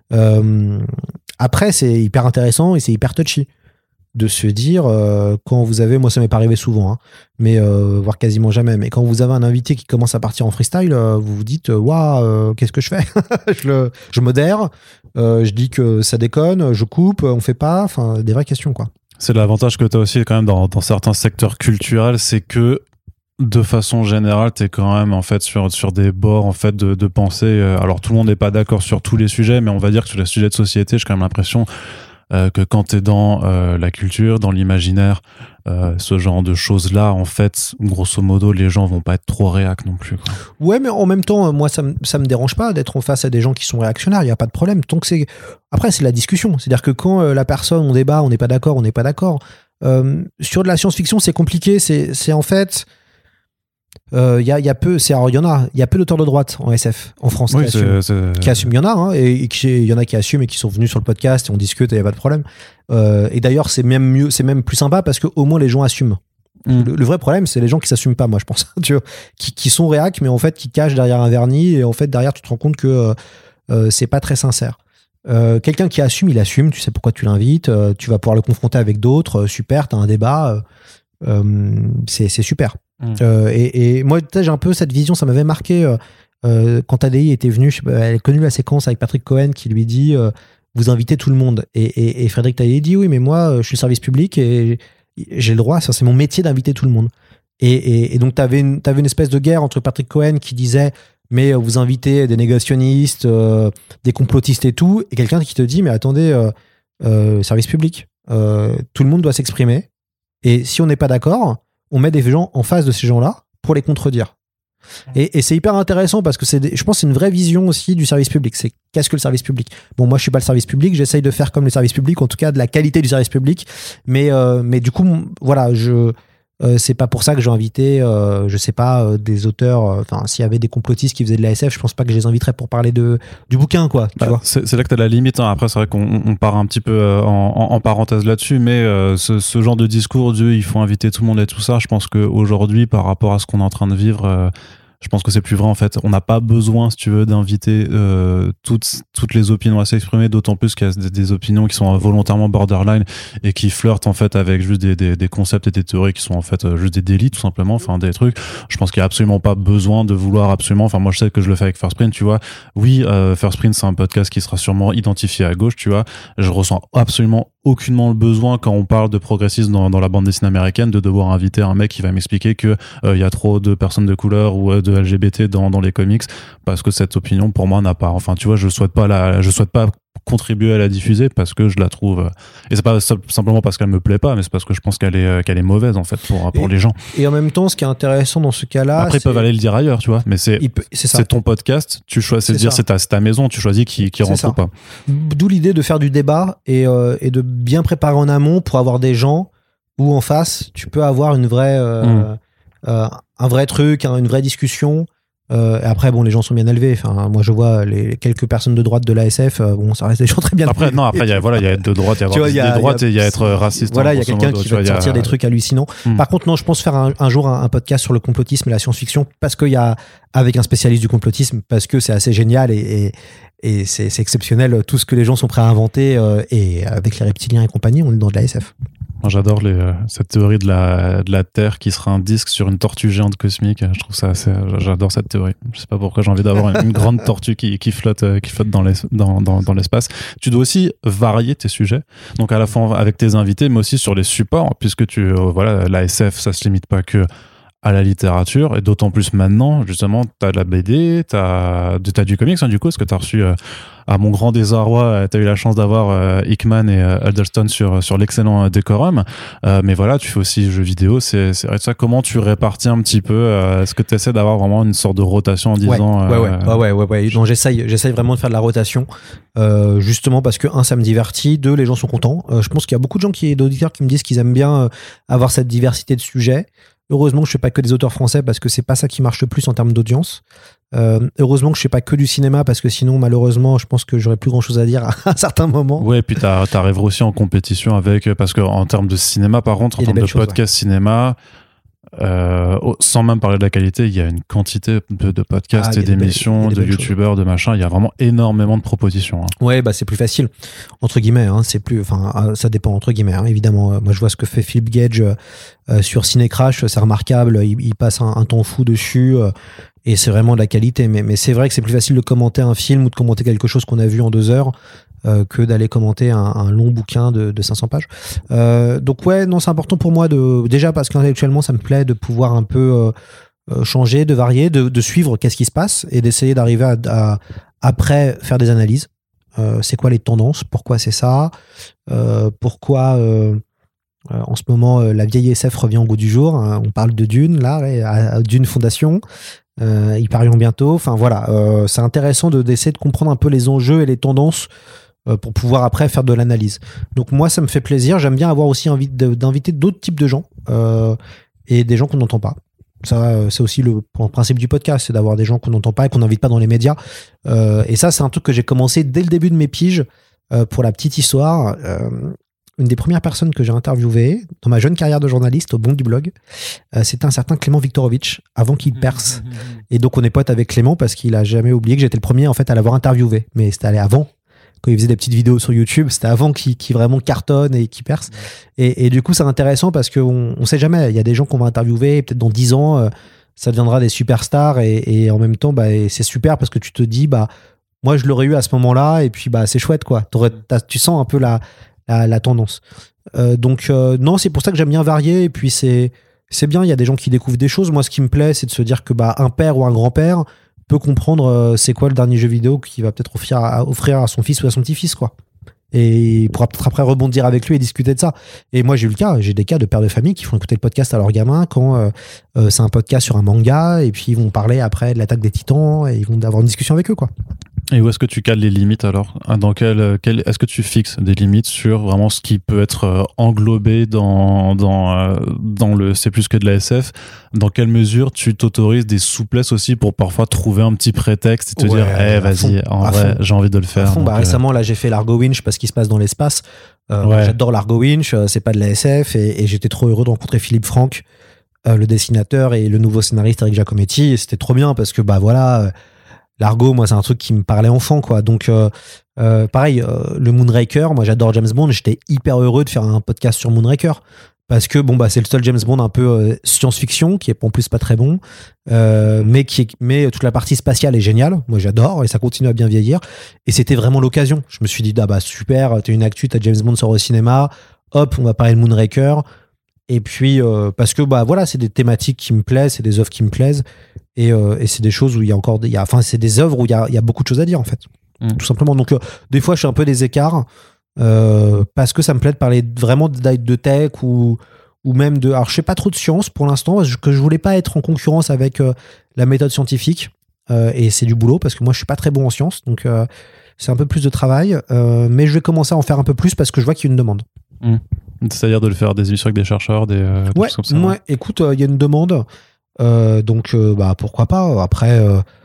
Après, c'est hyper intéressant, et c'est hyper touchy de se dire, quand vous avez, moi ça m'est pas arrivé souvent, hein, mais voire quasiment jamais, mais quand vous avez un invité qui commence à partir en freestyle, vous vous dites, waouh, qu'est-ce que je fais? Je modère, je dis que ça déconne, je coupe, on fait pas, enfin des vraies questions, quoi. C'est l'avantage que tu as aussi quand même dans certains secteurs culturels, c'est que de façon générale, tu es quand même en fait sur des bords en fait de pensée. Alors tout le monde n'est pas d'accord sur tous les sujets, mais on va dire que sur les sujets de société, j'ai quand même l'impression que quand t'es dans la culture, dans l'imaginaire, ce genre de choses-là, en fait, grosso modo, les gens vont pas être trop réac non plus, quoi. Ouais, mais en même temps, moi, ça me dérange pas d'être en face à des gens qui sont réactionnaires, il y a pas de problème. Donc après, c'est la discussion. C'est-à-dire que quand la personne, on débat, on n'est pas d'accord, on n'est pas d'accord. Sur de la science-fiction, c'est compliqué. C'est en fait... il y a peu, il y a peu d'auteurs de droite en SF en France qui assument. Il y en a, hein, et il y en a qui assument et qui sont venus sur le podcast et on discute et il y a pas de problème. Et d'ailleurs, c'est même mieux, c'est même plus sympa parce que au moins les gens assument. Le vrai problème, c'est les gens qui s'assument pas, moi je pense, tu vois, qui sont réac mais en fait qui cachent derrière un vernis et en fait derrière tu te rends compte que c'est pas très sincère. Quelqu'un qui assume, il assume. Tu sais pourquoi tu l'invites. Tu vas pouvoir le confronter avec d'autres. Super, t'as un débat. C'est super. Et moi, j'ai un peu cette vision, ça m'avait marqué quand ADI était venu. Elle a connu la séquence avec Patrick Cohen qui lui dit vous invitez tout le monde. Et Frédéric Taillet dit oui, mais moi, je suis service public et j'ai le droit, ça, c'est mon métier d'inviter tout le monde. Et donc, t'avais une espèce de guerre entre Patrick Cohen qui disait mais vous invitez des négationnistes, des complotistes et tout, et quelqu'un qui te dit mais attendez, service public, tout le monde doit s'exprimer. Et si on n'est pas d'accord, on met des gens en face de ces gens-là pour les contredire. Et c'est hyper intéressant parce que je pense que c'est une vraie vision aussi du service public. C'est qu'est-ce que le service public? Bon, moi, je suis pas le service public. J'essaye de faire comme le service public, en tout cas de la qualité du service public. Mais du coup, voilà, c'est pas pour ça que j'ai invité, je sais pas, des auteurs. Enfin, s'il y avait des complotistes qui faisaient de la SF, je pense pas que je les inviterais pour parler du bouquin, quoi. Tu vois. C'est là que t'as la limite. Hein. Après, c'est vrai qu'on part un petit peu en parenthèse là-dessus, mais ce genre de discours il faut inviter tout le monde et tout ça, je pense qu'aujourd'hui, par rapport à ce qu'on est en train de vivre, je pense que c'est plus vrai en fait. On n'a pas besoin, si tu veux, d'inviter toutes les opinions à s'exprimer, d'autant plus qu'il y a des opinions qui sont volontairement borderline et qui flirtent en fait avec juste des concepts et des théories qui sont en fait juste des délits tout simplement, enfin des trucs. Je pense qu'il n'y a absolument pas besoin de vouloir absolument, enfin moi je sais que je le fais avec First Print, tu vois. Oui, First Print c'est un podcast qui sera sûrement identifié à gauche, tu vois. Je ressens absolument aucunement le besoin quand on parle de progressisme dans la bande dessinée américaine de devoir inviter un mec qui va m'expliquer que y a trop de personnes de couleur ou de LGBT dans les comics, parce que cette opinion pour moi n'a pas, enfin tu vois, je souhaite pas contribuer à la diffuser parce que je la trouve, et c'est pas simplement parce qu'elle me plaît pas, mais c'est parce que je pense qu'elle est mauvaise en fait pour les gens. Et en même temps, ce qui est intéressant dans ce cas-là, après ils peuvent aller le dire ailleurs, tu vois, mais c'est ton podcast, tu choisis de dire c'est ta maison, tu choisis qui rentre ou pas. D'où l'idée de faire du débat et de bien préparer en amont pour avoir des gens où en face tu peux avoir une vraie un vrai truc, une vraie discussion. Et après, bon, les gens sont bien élevés. Enfin, moi, je vois les quelques personnes de droite de l'ASF. Bon, ça reste des gens très bien élevés. Après, il y a être de droite, il y a des droites et il y a être raciste. Voilà, il y a quelqu'un qui va sortir des trucs hallucinants. Par contre, non, je pense faire un jour un podcast sur le complotisme et la science-fiction parce qu'il y a, avec un spécialiste du complotisme, parce que c'est assez génial et c'est exceptionnel tout ce que les gens sont prêts à inventer. Et avec les reptiliens et compagnie, on est dans de l'ASF. Moi, j'adore cette théorie de la Terre qui sera un disque sur une tortue géante cosmique. Je trouve ça j'adore cette théorie. Je sais pas pourquoi j'ai envie d'avoir une grande tortue qui flotte dans l'espace. Tu dois aussi varier tes sujets. Donc, à la fois avec tes invités, mais aussi sur les supports, puisque la SF, ça se limite pas que à la littérature, et d'autant plus maintenant, justement, t'as de la BD, t'as du comics, hein, du coup, parce que t'as reçu, à mon grand désarroi, t'as eu la chance d'avoir Hickman et Huddleston sur l'excellent Décorum, mais voilà, tu fais aussi jeux vidéo, c'est vrai de ça. Comment tu répartis un petit peu, est-ce que tu essaies d'avoir vraiment une sorte de rotation en disant... Ouais. Donc, j'essaye vraiment de faire de la rotation, justement parce que, un, ça me divertit, deux, les gens sont contents. Je pense qu'il y a beaucoup d'auditeurs qui me disent qu'ils aiment bien avoir cette diversité de sujets. Heureusement que je fais pas que des auteurs français parce que c'est pas ça qui marche le plus en termes d'audience. Heureusement que je fais pas que du cinéma parce que sinon, malheureusement, je pense que j'aurais plus grand chose à dire à certains moments. Ouais, et puis t'arrives aussi en compétition avec, parce que en termes de cinéma, par contre, en termes de podcast cinéma, sans même parler de la qualité, il y a une quantité de podcasts et d'émissions, de youtubeurs, de machin. Il y a vraiment énormément de propositions. Hein. Ouais, bah c'est plus facile entre guillemets. Hein, c'est plus, enfin, ça dépend entre guillemets. Hein, évidemment, moi je vois ce que fait Philip Gage sur Cinécrash, c'est remarquable. Il passe un temps fou dessus. Et c'est vraiment de la qualité. Mais c'est vrai que c'est plus facile de commenter un film ou de commenter quelque chose qu'on a vu en 2 heures que d'aller commenter un long bouquin de 500 pages. Donc ouais, non, c'est important pour moi déjà parce qu'intellectuellement, ça me plaît de pouvoir un peu changer, de varier, de suivre qu'est-ce qui se passe et d'essayer d'arriver à après faire des analyses. C'est quoi les tendances? Pourquoi c'est ça? Pourquoi... en ce moment, la vieille SF revient au goût du jour. Hein, on parle de Dune, là, à Dune Fondation. Ils parleront bientôt. Enfin, voilà. C'est intéressant d'essayer de comprendre un peu les enjeux et les tendances pour pouvoir après faire de l'analyse. Donc, moi, ça me fait plaisir. J'aime bien avoir aussi envie d'inviter d'autres types de gens et des gens qu'on n'entend pas. Ça, c'est aussi le principe du podcast, c'est d'avoir des gens qu'on n'entend pas et qu'on n'invite pas dans les médias. Et ça, c'est un truc que j'ai commencé dès le début de mes piges. Pour la petite histoire, une des premières personnes que j'ai interviewées dans ma jeune carrière de journaliste au Bon du Blog, c'était un certain Clément Viktorovitch, avant qu'il perce. Et donc, on est potes avec Clément parce qu'il a jamais oublié que j'étais le premier en fait à l'avoir interviewé. Mais c'était allé avant, quand il faisait des petites vidéos sur YouTube, c'était avant qu'il vraiment cartonne et qu'il perce. Et du coup, c'est intéressant parce qu'on sait jamais. Il y a des gens qu'on va interviewer, peut-être dans 10 ans, ça deviendra des superstars. Et en même temps, c'est super parce que tu te dis, moi, je l'aurais eu à ce moment-là. Et puis, c'est chouette, quoi. Tu sens un peu la tendance. Donc, non, c'est pour ça que j'aime bien varier. Et puis, c'est bien, il y a des gens qui découvrent des choses. Moi, ce qui me plaît, c'est de se dire que un père ou un grand-père peut comprendre c'est quoi le dernier jeu vidéo qu'il va peut-être offrir à son fils ou à son petit-fils, quoi. Et il pourra peut-être après rebondir avec lui et discuter de ça. Et moi, j'ai des cas de pères de famille qui font écouter le podcast à leurs gamins quand c'est un podcast sur un manga et puis ils vont parler après de l'Attaque des Titans et ils vont avoir une discussion avec eux, quoi. Et où est-ce que tu cales les limites alors? Dans est-ce que tu fixes des limites sur vraiment ce qui peut être englobé dans le c'est plus que de la SF? Dans quelle mesure tu t'autorises des souplesses aussi pour parfois trouver un petit prétexte et te dire vas-y, en vrai, j'ai envie de le faire. Récemment, là, j'ai fait l'Argo Winch parce qu'il se passe dans l'espace. J'adore l'Argo Winch, c'est pas de la SF et j'étais trop heureux de rencontrer Philippe Franck, le dessinateur, et le nouveau scénariste Eric Giacometti. Et c'était trop bien parce que l'Argo, moi, c'est un truc qui me parlait enfant, quoi. Donc, pareil, le Moonraker, moi, j'adore James Bond. J'étais hyper heureux de faire un podcast sur Moonraker parce que, c'est le seul James Bond un peu science-fiction qui est en plus pas très bon, mais toute la partie spatiale est géniale. Moi, j'adore et ça continue à bien vieillir. Et c'était vraiment l'occasion. Je me suis dit, super, t'as une actu, t'as James Bond sort au cinéma. Hop, on va parler de Moonraker. Et puis, parce que, c'est des thématiques qui me plaisent, c'est des œuvres qui me plaisent. Et c'est des choses où c'est des œuvres où il y a beaucoup de choses à dire, en fait. Tout simplement. Donc, des fois, je fais un peu des écarts parce que ça me plaît de parler vraiment de tech ou même de... Alors, je fais pas trop de science pour l'instant parce que je voulais pas être en concurrence avec la méthode scientifique. Et c'est du boulot parce que moi, je suis pas très bon en sciences. Donc, c'est un peu plus de travail. Mais je vais commencer à en faire un peu plus parce que je vois qu'il y a une demande. C'est-à-dire de le faire des émissions avec des chercheurs, des choses comme ça. Ouais, écoute, il y a une demande. Donc, pourquoi pas. Après,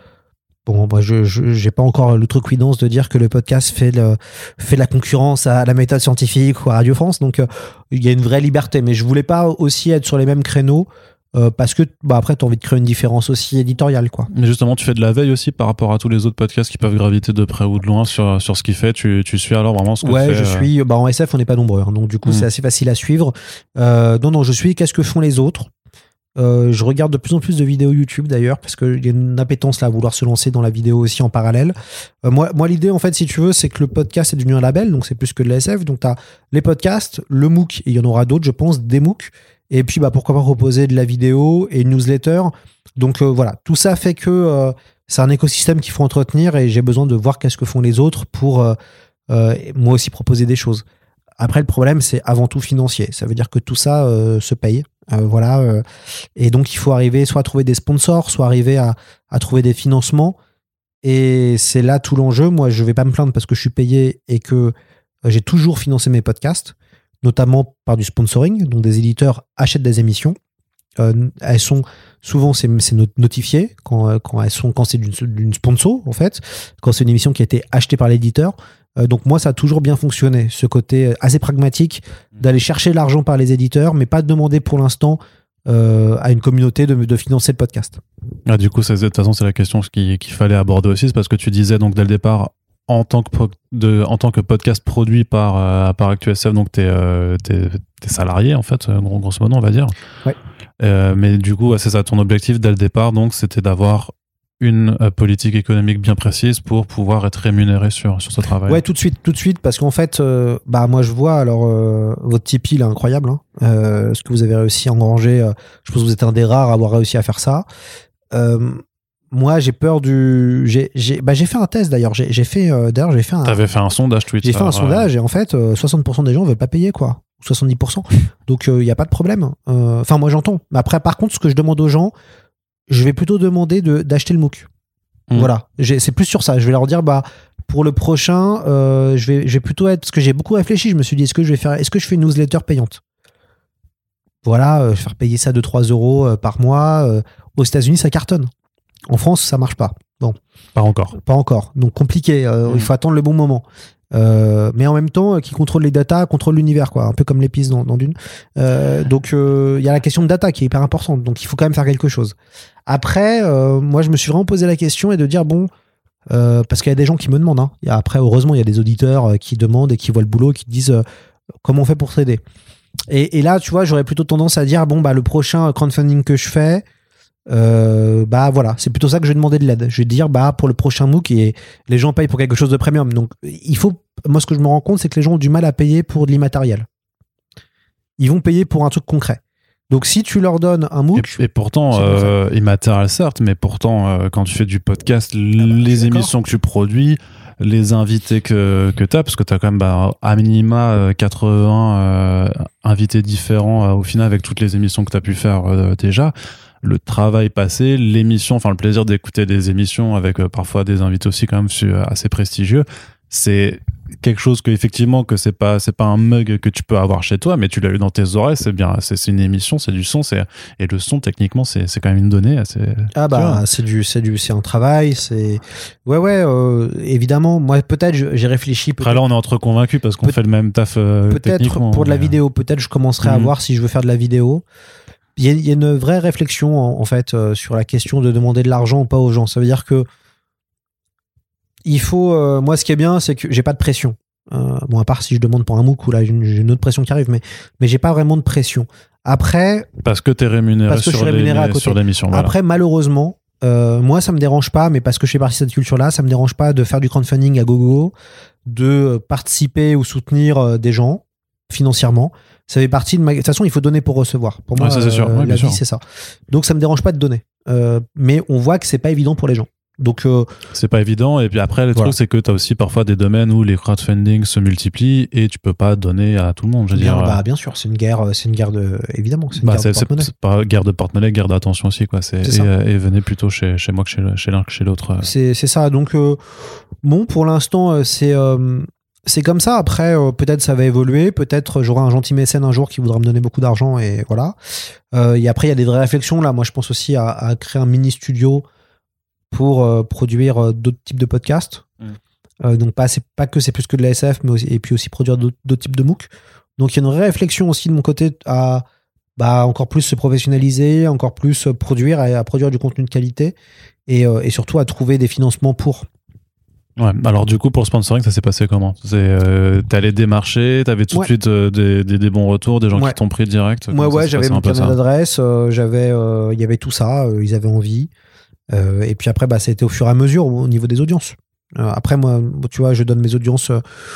j'ai pas encore l'outrecuidance de dire que le podcast fait de la concurrence à la méthode scientifique ou à Radio France. Donc, il y a une vraie liberté. Mais je voulais pas aussi être sur les mêmes créneaux parce que après tu as envie de créer une différence aussi éditoriale, quoi. Mais justement, tu fais de la veille aussi par rapport à tous les autres podcasts qui peuvent graviter de près ou de loin sur ce qu'il fait. Tu suis alors vraiment ce que fait. Je suis. En SF, on n'est pas nombreux, hein, donc du coup, c'est assez facile à suivre. Non, je suis. Qu'est-ce que font les autres ? Je regarde de plus en plus de vidéos YouTube d'ailleurs, parce qu'il y a une appétence là à vouloir se lancer dans la vidéo aussi en parallèle. Moi, l'idée, en fait, si tu veux, c'est que le podcast est devenu un label, donc c'est plus que de la SF. Donc, tu as les podcasts, le MOOC, et il y en aura d'autres, je pense, des MOOC. Et puis, pourquoi pas proposer de la vidéo et une newsletter. Donc, voilà, tout ça fait que c'est un écosystème qu'il faut entretenir et j'ai besoin de voir qu'est-ce que font les autres pour moi aussi proposer des choses. Après, le problème, c'est avant tout financier. Ça veut dire que tout ça se paye. Et donc, il faut arriver soit à trouver des sponsors, soit arriver à trouver des financements. Et c'est là tout l'enjeu. Moi, je ne vais pas me plaindre parce que je suis payé et que j'ai toujours financé mes podcasts, notamment par du sponsoring. Donc, des éditeurs achètent des émissions. Elles sont souvent c'est notifié quand c'est d'une sponsor, en fait, quand c'est une émission qui a été achetée par l'éditeur. Donc moi, ça a toujours bien fonctionné, ce côté assez pragmatique d'aller chercher l'argent par les éditeurs, mais pas de demander pour l'instant à une communauté de financer le podcast. Du coup, de toute façon, c'est la question qu'il fallait aborder aussi, c'est parce que tu disais donc dès le départ, en tant que podcast produit par ActuSF, donc t'es salarié en fait, grosso modo, on va dire. Ouais. Mais du coup, c'est ça ton objectif dès le départ, donc c'était d'avoir une politique économique bien précise pour pouvoir être rémunéré sur ce travail. Ouais, tout de suite, parce qu'en fait, moi je vois, alors votre Tipeee il est incroyable, hein, ce que vous avez réussi à engranger, je pense que vous êtes un des rares à avoir réussi à faire ça. Moi, j'ai peur j'ai fait un test d'ailleurs, T'avais fait un sondage Twitch. J'ai fait un sondage et en fait, 60% des gens veulent pas payer, quoi. 70%. Donc, il n'y a pas de problème. Enfin, moi j'entends. Mais après, par contre, ce que je demande aux gens, je vais plutôt demander d'acheter le MOOC. Voilà. C'est plus sur ça. Je vais leur dire, pour le prochain, je vais plutôt être, parce que j'ai beaucoup réfléchi, je me suis dit, est-ce que je fais une newsletter payante? Voilà, faire payer ça 2-3 euros par mois. Aux États-Unis, ça cartonne. En France, ça marche pas. Bon. Pas encore. Donc, compliqué. Il faut attendre le bon moment. Mais en même temps, qui contrôle les data, contrôle l'univers, quoi. Un peu comme l'épice dans Dune. Donc, il y a la question de data qui est hyper importante. Donc, il faut quand même faire quelque chose. Après, moi, je me suis vraiment posé la question et de dire, parce qu'il y a des gens qui me demandent. Hein. Après, heureusement, il y a des auditeurs qui demandent et qui voient le boulot, qui disent comment on fait pour t'aider. Et là, tu vois, j'aurais plutôt tendance à dire, le prochain crowdfunding que je fais, voilà, c'est plutôt ça que je vais demander de l'aide. Je vais dire, pour le prochain MOOC, et les gens payent pour quelque chose de premium. Donc, moi, ce que je me rends compte, c'est que les gens ont du mal à payer pour de l'immatériel. Ils vont payer pour un truc concret. Donc, si tu leur donnes un MOOC... Et pourtant, immatériel, certes, mais pourtant, quand tu fais du podcast, les émissions que tu produis, les invités que tu as, parce que tu as quand même à minima 80 invités différents au final avec toutes les émissions que tu as pu faire déjà, le travail passé, l'émission, enfin le plaisir d'écouter des émissions avec parfois des invités aussi quand même assez prestigieux, c'est quelque chose que effectivement que c'est pas un mug que tu peux avoir chez toi, mais tu l'as eu dans tes oreilles, c'est bien, c'est une émission, c'est du son, et le son techniquement c'est quand même une donnée. C'est un travail, c'est évidemment. Moi peut-être j'ai réfléchi. Après là on est entre convaincus parce qu'on fait le même taf. Peut-être pour de la vidéo, peut-être je commencerai à voir si je veux faire de la vidéo. Il y a une vraie réflexion en fait sur la question de demander de l'argent ou pas aux gens. Ça veut dire que il faut, moi ce qui est bien, c'est que j'ai pas de pression. À part si je demande pour un MOOC où là j'ai une autre pression qui arrive, mais j'ai pas vraiment de pression. Après, parce que t'es rémunéré sur l'émission. Voilà. Après, malheureusement, moi ça me dérange pas, mais parce que je fais partie de cette culture-là, ça me dérange pas de faire du crowdfunding à gogo, de participer ou soutenir des gens financièrement. Ça fait partie de toute façon, il faut donner pour recevoir. Pour moi, ça, c'est sûr. La vie, c'est ça. Donc, ça me dérange pas de donner. Mais on voit que c'est pas évident pour les gens. Donc, c'est pas évident. Et puis après, le truc, c'est que tu as aussi parfois des domaines où les crowdfunding se multiplient et tu peux pas donner à tout le monde. Bien sûr, c'est une guerre de, évidemment. C'est pas guerre de porte-monnaie, guerre d'attention aussi, quoi. Et venez plutôt chez moi que chez l'un que chez l'autre. C'est ça. Donc, pour l'instant, c'est comme ça. Après, peut-être ça va évoluer. Peut-être j'aurai un gentil mécène un jour qui voudra me donner beaucoup d'argent et voilà. Et après, il y a des vraies réflexions. Là, moi, je pense aussi à créer un mini studio pour produire d'autres types de podcasts. Donc, pas que c'est plus que de la SF, et puis aussi produire d'autres types de MOOC. Donc, il y a une vraie réflexion aussi de mon côté à encore plus se professionnaliser, encore plus produire, à produire du contenu de qualité et surtout à trouver des financements pour. Ouais, alors du coup pour le sponsoring ça s'est passé comment? T'es allé démarcher, t'avais tout de suite des bons retours, des gens qui t'ont pris direct? Moi j'avais mon carnet d'adresse, il y avait tout ça, ils avaient envie et puis après ça a été au fur et à mesure au niveau des audiences. Après moi tu vois je donne mes audiences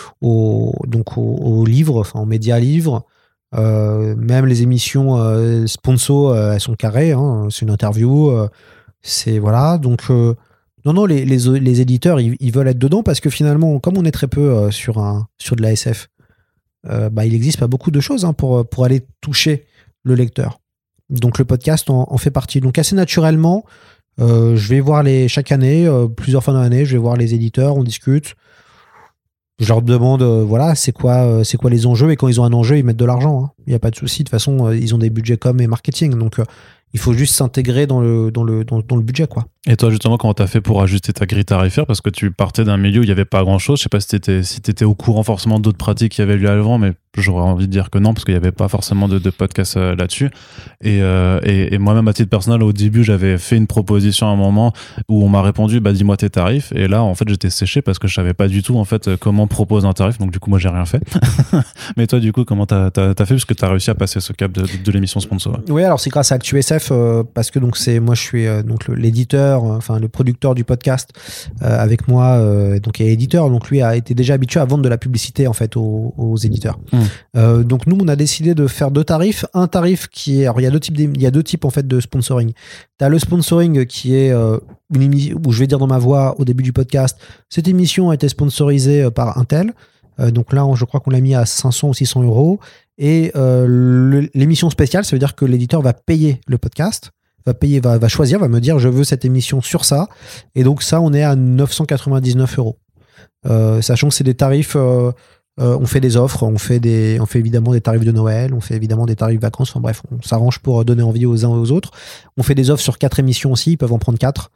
aux livres, enfin aux médias livres, même les émissions sponsor elles sont carrées, hein, c'est une interview, c'est voilà donc non, les éditeurs, ils veulent être dedans parce que finalement, comme on est très peu sur de la SF, il n'existe pas beaucoup de choses pour aller toucher le lecteur. Donc le podcast en fait partie. Donc assez naturellement, je vais voir chaque année, plusieurs fois dans l'année, je vais voir les éditeurs, on discute. Je leur demande, c'est quoi les enjeux, et quand ils ont un enjeu, ils mettent de l'argent. Hein. Il n'y a pas de souci. De toute façon, ils ont des budgets com et marketing. Donc il faut juste s'intégrer dans le budget, quoi. Et toi, justement, comment t'as fait pour ajuster ta grille tarifaire? Parce que tu partais d'un milieu où il n'y avait pas grand-chose. Je sais pas si t'étais au courant forcément d'autres pratiques qui avaient lieu avant, mais j'aurais envie de dire que non, parce qu'il n'y avait pas forcément de podcast là-dessus. Et moi-même, à titre personnel, au début, j'avais fait une proposition à un moment où on m'a répondu, dis-moi tes tarifs. Et là, en fait, j'étais séché parce que je savais pas du tout, en fait, comment proposer un tarif. Donc, du coup, moi, j'ai rien fait. Mais toi, du coup, comment t'as fait? Parce que t'as réussi à passer ce cap de l'émission sponsor. Oui, alors c'est grâce à ActuSF, parce que donc moi, je suis l'éditeur, enfin le producteur du podcast avec moi, donc il est éditeur, donc lui a été déjà habitué à vendre de la publicité en fait aux éditeurs. Donc nous on a décidé de faire deux tarifs, un tarif qui est, alors il y a deux types en fait de sponsoring. T'as le sponsoring qui est une émission où je vais dire dans ma voix au début du podcast, cette émission a été sponsorisée par un tel, donc là je crois qu'on l'a mis à 500 ou 600 €. Et l'émission spéciale, ça veut dire que l'éditeur va payer le podcast, va choisir, va me dire je veux cette émission sur ça, et donc ça on est à 999 €. Sachant que c'est des tarifs, on fait des offres, on fait évidemment des tarifs de Noël, on fait évidemment des tarifs vacances, enfin bref, on s'arrange pour donner envie aux uns et aux autres. On fait des offres sur 4 émissions aussi, ils peuvent en prendre 4.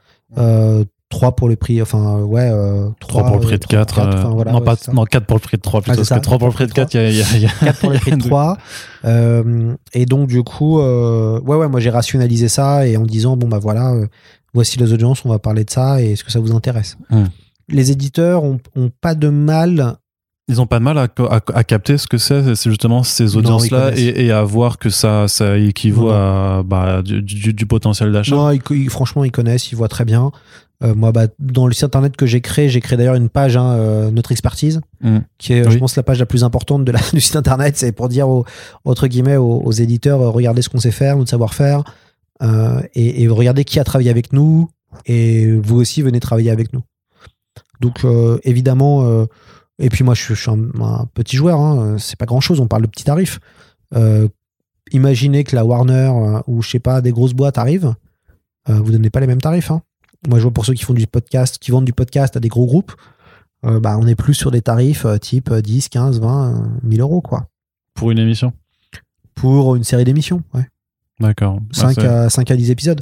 3 pour le prix, 3 pour le prix de 4. Voilà, non, 4 pour le prix de 3 plutôt, parce que 3 pour le prix de 4, il y a 4 pour le prix de 3. Et donc, du coup, moi j'ai rationalisé ça et en disant, voici les audiences, on va parler de ça, et est-ce que ça vous intéresse? Les éditeurs ont pas de mal. Ils n'ont pas de mal à capter ce que c'est justement ces audiences-là, et à voir que ça équivaut à du potentiel d'achat. Non, franchement, ils connaissent, ils voient très bien. Moi, dans le site internet que j'ai créé d'ailleurs une page, Notre Expertise, qui est, je pense, la page la plus importante du site internet. C'est pour dire entre guillemets aux éditeurs, regardez ce qu'on sait faire, notre savoir-faire, et regardez qui a travaillé avec nous, et vous aussi venez travailler avec nous. Donc évidemment, et puis moi je suis un petit joueur, c'est pas grand chose, on parle de petits tarifs. Imaginez que la Warner ou je sais pas, des grosses boîtes arrivent, vous donnez pas les mêmes tarifs. Moi je vois pour ceux qui font du podcast, qui vendent du podcast à des gros groupes, on est plus sur des tarifs type 10, 15, 20, 1000 € quoi. Pour une émission? Pour une série d'émissions, ouais. D'accord. 5 à 10 épisodes.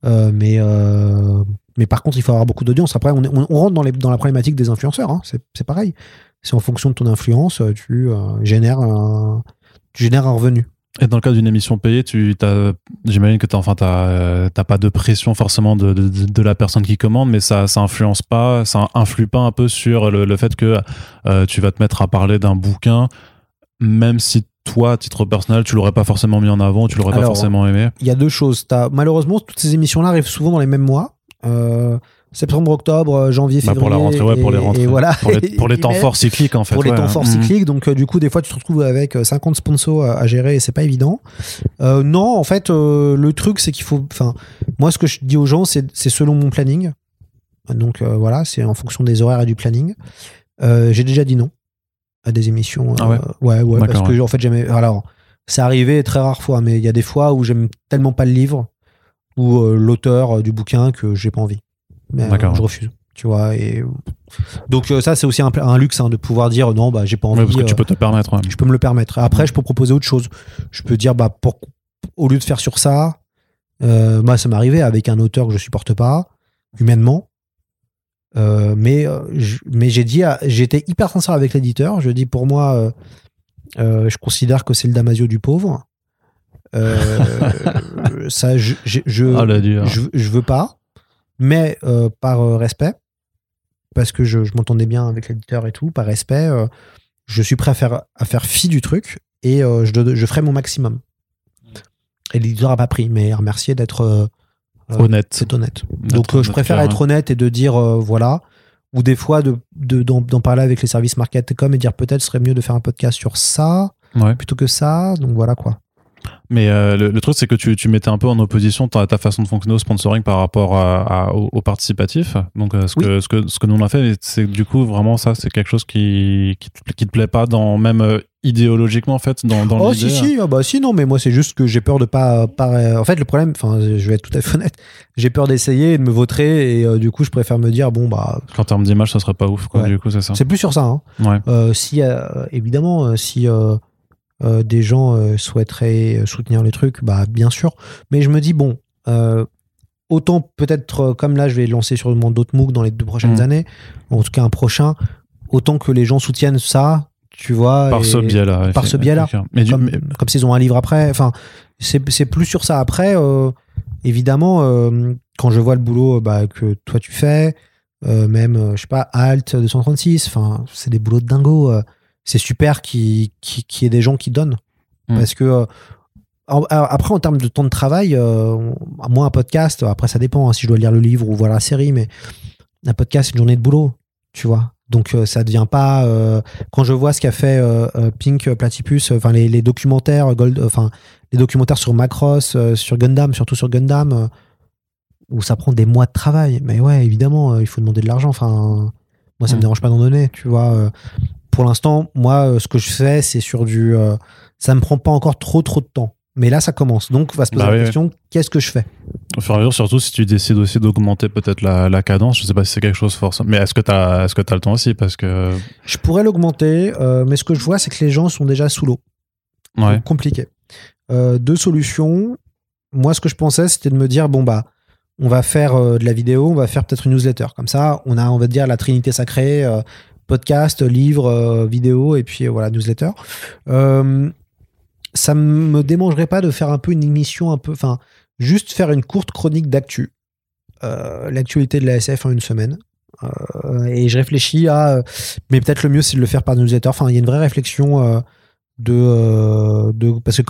Mais par contre, il faut avoir beaucoup d'audience. Après, on rentre dans la problématique des influenceurs. C'est pareil. C'est en fonction de ton influence, tu génères un revenu. Et dans le cas d'une émission payée, j'imagine que t'as pas de pression forcément de la personne qui commande, mais ça influence pas, ça influe pas un peu sur le fait que tu vas te mettre à parler d'un bouquin, même si toi, à titre personnel, tu l'aurais pas forcément mis en avant, tu l'aurais pas forcément aimé. Il y a deux choses. Malheureusement, toutes ces émissions-là arrivent souvent dans les mêmes mois. Septembre, octobre, janvier, février. Pour la rentrée, pour les rentrées. Et voilà. Pour les temps forts cycliques, en fait. Pour les temps forts cycliques. Donc, du coup, des fois, tu te retrouves avec 50 sponsors à gérer, et c'est pas évident. Non, en fait, le truc, c'est qu'il faut. Moi, ce que je dis aux gens, c'est selon mon planning. Donc, c'est en fonction des horaires et du planning. J'ai déjà dit non à des émissions. Ouais, parce que, en fait, j'aimais. Alors, c'est arrivé très rares fois, mais il y a des fois où j'aime tellement pas le livre ou l'auteur du bouquin que j'ai pas envie. Mais je refuse, tu vois. Et donc ça, c'est aussi un luxe de pouvoir dire non, j'ai pas envie. Parce que tu peux te permettre. Ouais. Je peux me le permettre. Après, je peux proposer autre chose. Je peux dire au lieu de faire sur ça, moi ça m'est arrivé avec un auteur que je supporte pas humainement. Mais j'ai été hyper sincère avec l'éditeur. Je dis, pour moi, je considère que c'est le Damasio du pauvre. Ça, je veux pas, mais par respect, parce que je m'entendais bien avec l'éditeur et tout, par respect, je suis prêt à faire fi du truc et je ferai mon maximum. Et l'éditeur a pas pris, mais remercier d'être honnête. C'est honnête. Donc je préfère être honnête et de dire voilà, ou des fois d'en parler avec les services market.com et dire peut-être ce serait mieux de faire un podcast sur ça plutôt que ça. Donc voilà quoi. Mais le truc, c'est que tu mettais un peu en opposition ta façon de fonctionner au sponsoring par rapport au participatif. Donc, ce que nous on a fait, c'est que du coup, vraiment, ça, c'est quelque chose qui te plaît pas même idéologiquement, en fait, dans l'idée. Si, non, mais moi, c'est juste que j'ai peur de pas en fait, le problème, je vais être tout à fait honnête, j'ai peur d'essayer et de me vautrer et du coup, je préfère me dire, En termes d'image, ça serait pas ouf, quoi, du coup, c'est ça. C'est plus sur ça, hein. Ouais. Évidemment, si des gens souhaiteraient soutenir les trucs, bien sûr. Mais je me dis, autant peut-être, comme là, je vais lancer sûrement d'autres MOOC dans les 2 prochaines années, en tout cas un prochain, autant que les gens soutiennent ça, tu vois. Par ce biais-là. Par ce biais-là. Comme s'ils ont un livre après. Enfin, c'est plus sur ça. Après, évidemment, quand je vois le boulot que toi tu fais, même, je sais pas, Alt 236, c'est des boulots de dingo. C'est super qu'il y ait des gens qui donnent. Parce que, après, en termes de temps de travail, moi, un podcast, après, ça dépend si je dois lire le livre ou voir la série, mais un podcast, c'est une journée de boulot, tu vois. Donc, ça devient pas. Quand je vois ce qu'a fait Pink Platypus, les documentaires, les documentaires sur Macross, sur Gundam, surtout sur Gundam, où ça prend des mois de travail. Mais ouais, évidemment, il faut demander de l'argent. Moi, ça me dérange pas d'en donner, tu vois. Pour l'instant, moi, ce que je fais, c'est sur du... ça me prend pas encore trop de temps. Mais là, ça commence. Donc, on va se poser la question, qu'est-ce que je fais ? Au fur et à mesure, surtout si tu décides aussi d'augmenter peut-être la cadence, je sais pas si c'est quelque chose force. Mais est-ce que t'as le temps aussi ? Parce que... Je pourrais l'augmenter, mais ce que je vois, c'est que les gens sont déjà sous l'eau. Ouais. Donc, compliqué. 2 solutions. Moi, ce que je pensais, c'était de me dire, on va faire de la vidéo, on va faire peut-être une newsletter. Comme ça, on va dire, la trinité sacrée... podcast, livre, vidéo et puis newsletter. Ça me démangerait pas de faire un peu une émission juste faire une courte chronique d'actu. L'actualité de la SF en 1 semaine. Et je réfléchis mais peut-être le mieux c'est de le faire par newsletter. Il y a une vraie réflexion parce que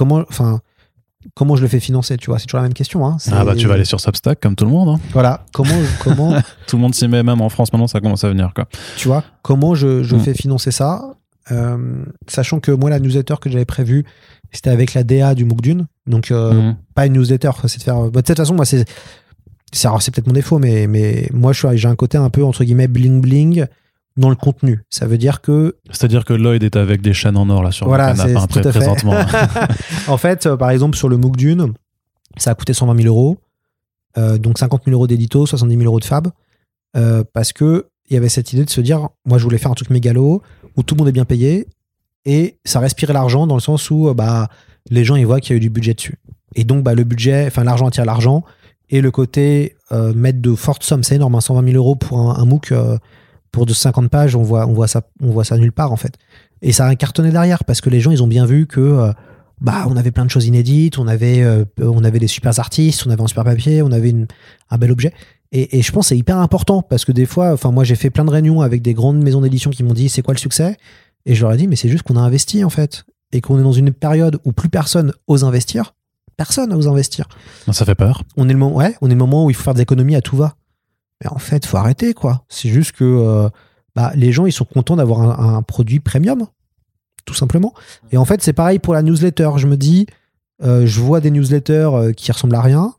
comment je le fais financer, tu vois, c'est toujours la même question. Hein. Tu vas aller sur Substack comme tout le monde. Hein. Voilà, comment tout le monde s'y met, même en France maintenant, ça commence à venir, quoi. Tu vois, comment je fais financer ça, sachant que moi, la newsletter que j'avais prévue, c'était avec la DA du MOOC Dune, donc pas une newsletter, c'est de faire... de toute façon, moi, c'est peut-être mon défaut, mais moi, j'ai un côté un peu, entre guillemets, bling-bling dans le contenu. Ça veut dire que... C'est-à-dire que Lloyd est avec des chaînes en or là sur le canapé présentement. En fait, par exemple, sur le MOOC Dune, ça a coûté 120 000 €, donc 50 000 € d'édito, 70 000 € de fab, parce que il y avait cette idée de se dire, moi je voulais faire un truc mégalo, où tout le monde est bien payé, et ça respirait l'argent dans le sens où les gens ils voient qu'il y a eu du budget dessus. Et donc le budget, l'argent attire l'argent, et le côté mettre de fortes sommes, c'est énorme, 120 000 € pour un MOOC... pour de 50 pages, on voit ça nulle part en fait. Et ça a cartonné derrière parce que les gens ils ont bien vu que on avait plein de choses inédites, on avait des super artistes, on avait un super papier, on avait un bel objet. Et je pense que c'est hyper important parce que des fois, moi j'ai fait plein de réunions avec des grandes maisons d'édition qui m'ont dit c'est quoi le succès ? Et je leur ai dit mais c'est juste qu'on a investi en fait et qu'on est dans une période où plus personne ose investir. Personne n'ose investir. Ça fait peur. On est le moment où il faut faire des économies à tout va. Mais en fait, faut arrêter, quoi. C'est juste que les gens, ils sont contents d'avoir un produit premium, tout simplement. Et en fait, c'est pareil pour la newsletter. Je me dis, je vois des newsletters qui ressemblent à rien.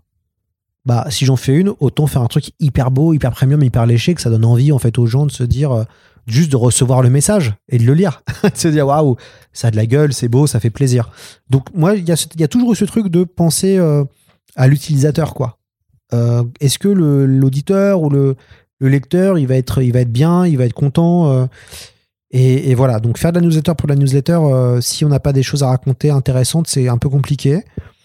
Si j'en fais une, autant faire un truc hyper beau, hyper premium, hyper léché, que ça donne envie, en fait, aux gens de se dire, juste de recevoir le message et de le lire. De se dire, waouh, ça a de la gueule, c'est beau, ça fait plaisir. Donc, moi, il y a toujours eu ce truc de penser à l'utilisateur, quoi. Est-ce que l'auditeur ou le lecteur il va être bien, il va être content et voilà, donc faire de la newsletter pour la newsletter, si on n'a pas des choses à raconter intéressantes, c'est un peu compliqué,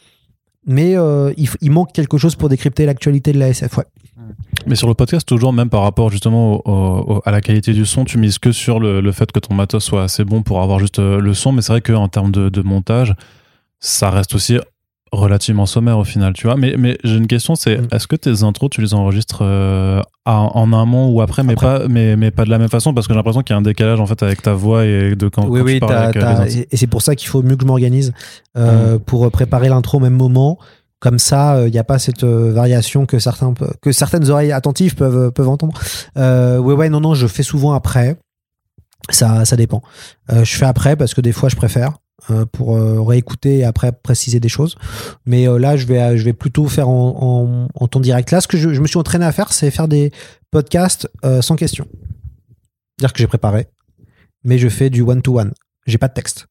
mais il manque quelque chose pour décrypter l'actualité de la SF. Ouais. Mais sur le podcast, toujours, même par rapport justement à la qualité du son, tu mises que sur le fait que ton matos soit assez bon pour avoir juste le son, mais c'est vrai qu'en termes de montage, ça reste aussi relativement sommaire au final, tu vois. Mais j'ai une question, c'est est-ce que tes intros, tu les enregistres en amont ou après, mais pas de la même façon, parce que j'ai l'impression qu'il y a un décalage en fait avec ta voix et de quand tu parles avec les autres. Et c'est pour ça qu'il faut mieux que je m'organise pour préparer l'intro au même moment. Comme ça, il n'y a pas cette variation que certaines oreilles attentives peuvent entendre. Non, je fais souvent après. Ça dépend. Je fais après parce que des fois, je préfère pour réécouter et après préciser des choses. Mais là, je vais plutôt faire en temps direct. Là, ce que je me suis entraîné à faire, c'est faire des podcasts sans questions. C'est-à-dire que j'ai préparé, mais je fais du one-to-one. J'ai pas de texte.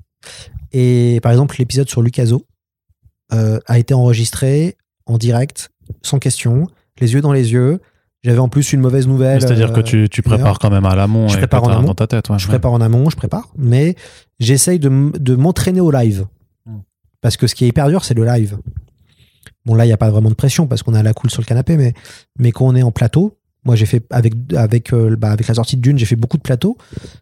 Et par exemple, l'épisode sur Lucaso a été enregistré en direct, sans question, les yeux dans les yeux. J'avais en plus une mauvaise nouvelle. C'est-à-dire que tu prépares quand même à l'amont. Je prépare en amont. Dans ta tête. Ouais, je prépare en amont, mais j'essaye de m'entraîner au live. Parce que ce qui est hyper dur, c'est le live. Bon, là, il n'y a pas vraiment de pression parce qu'on est à la cool sur le canapé, mais quand on est en plateau, moi, j'ai fait avec la sortie de Dune, j'ai fait beaucoup de plateaux.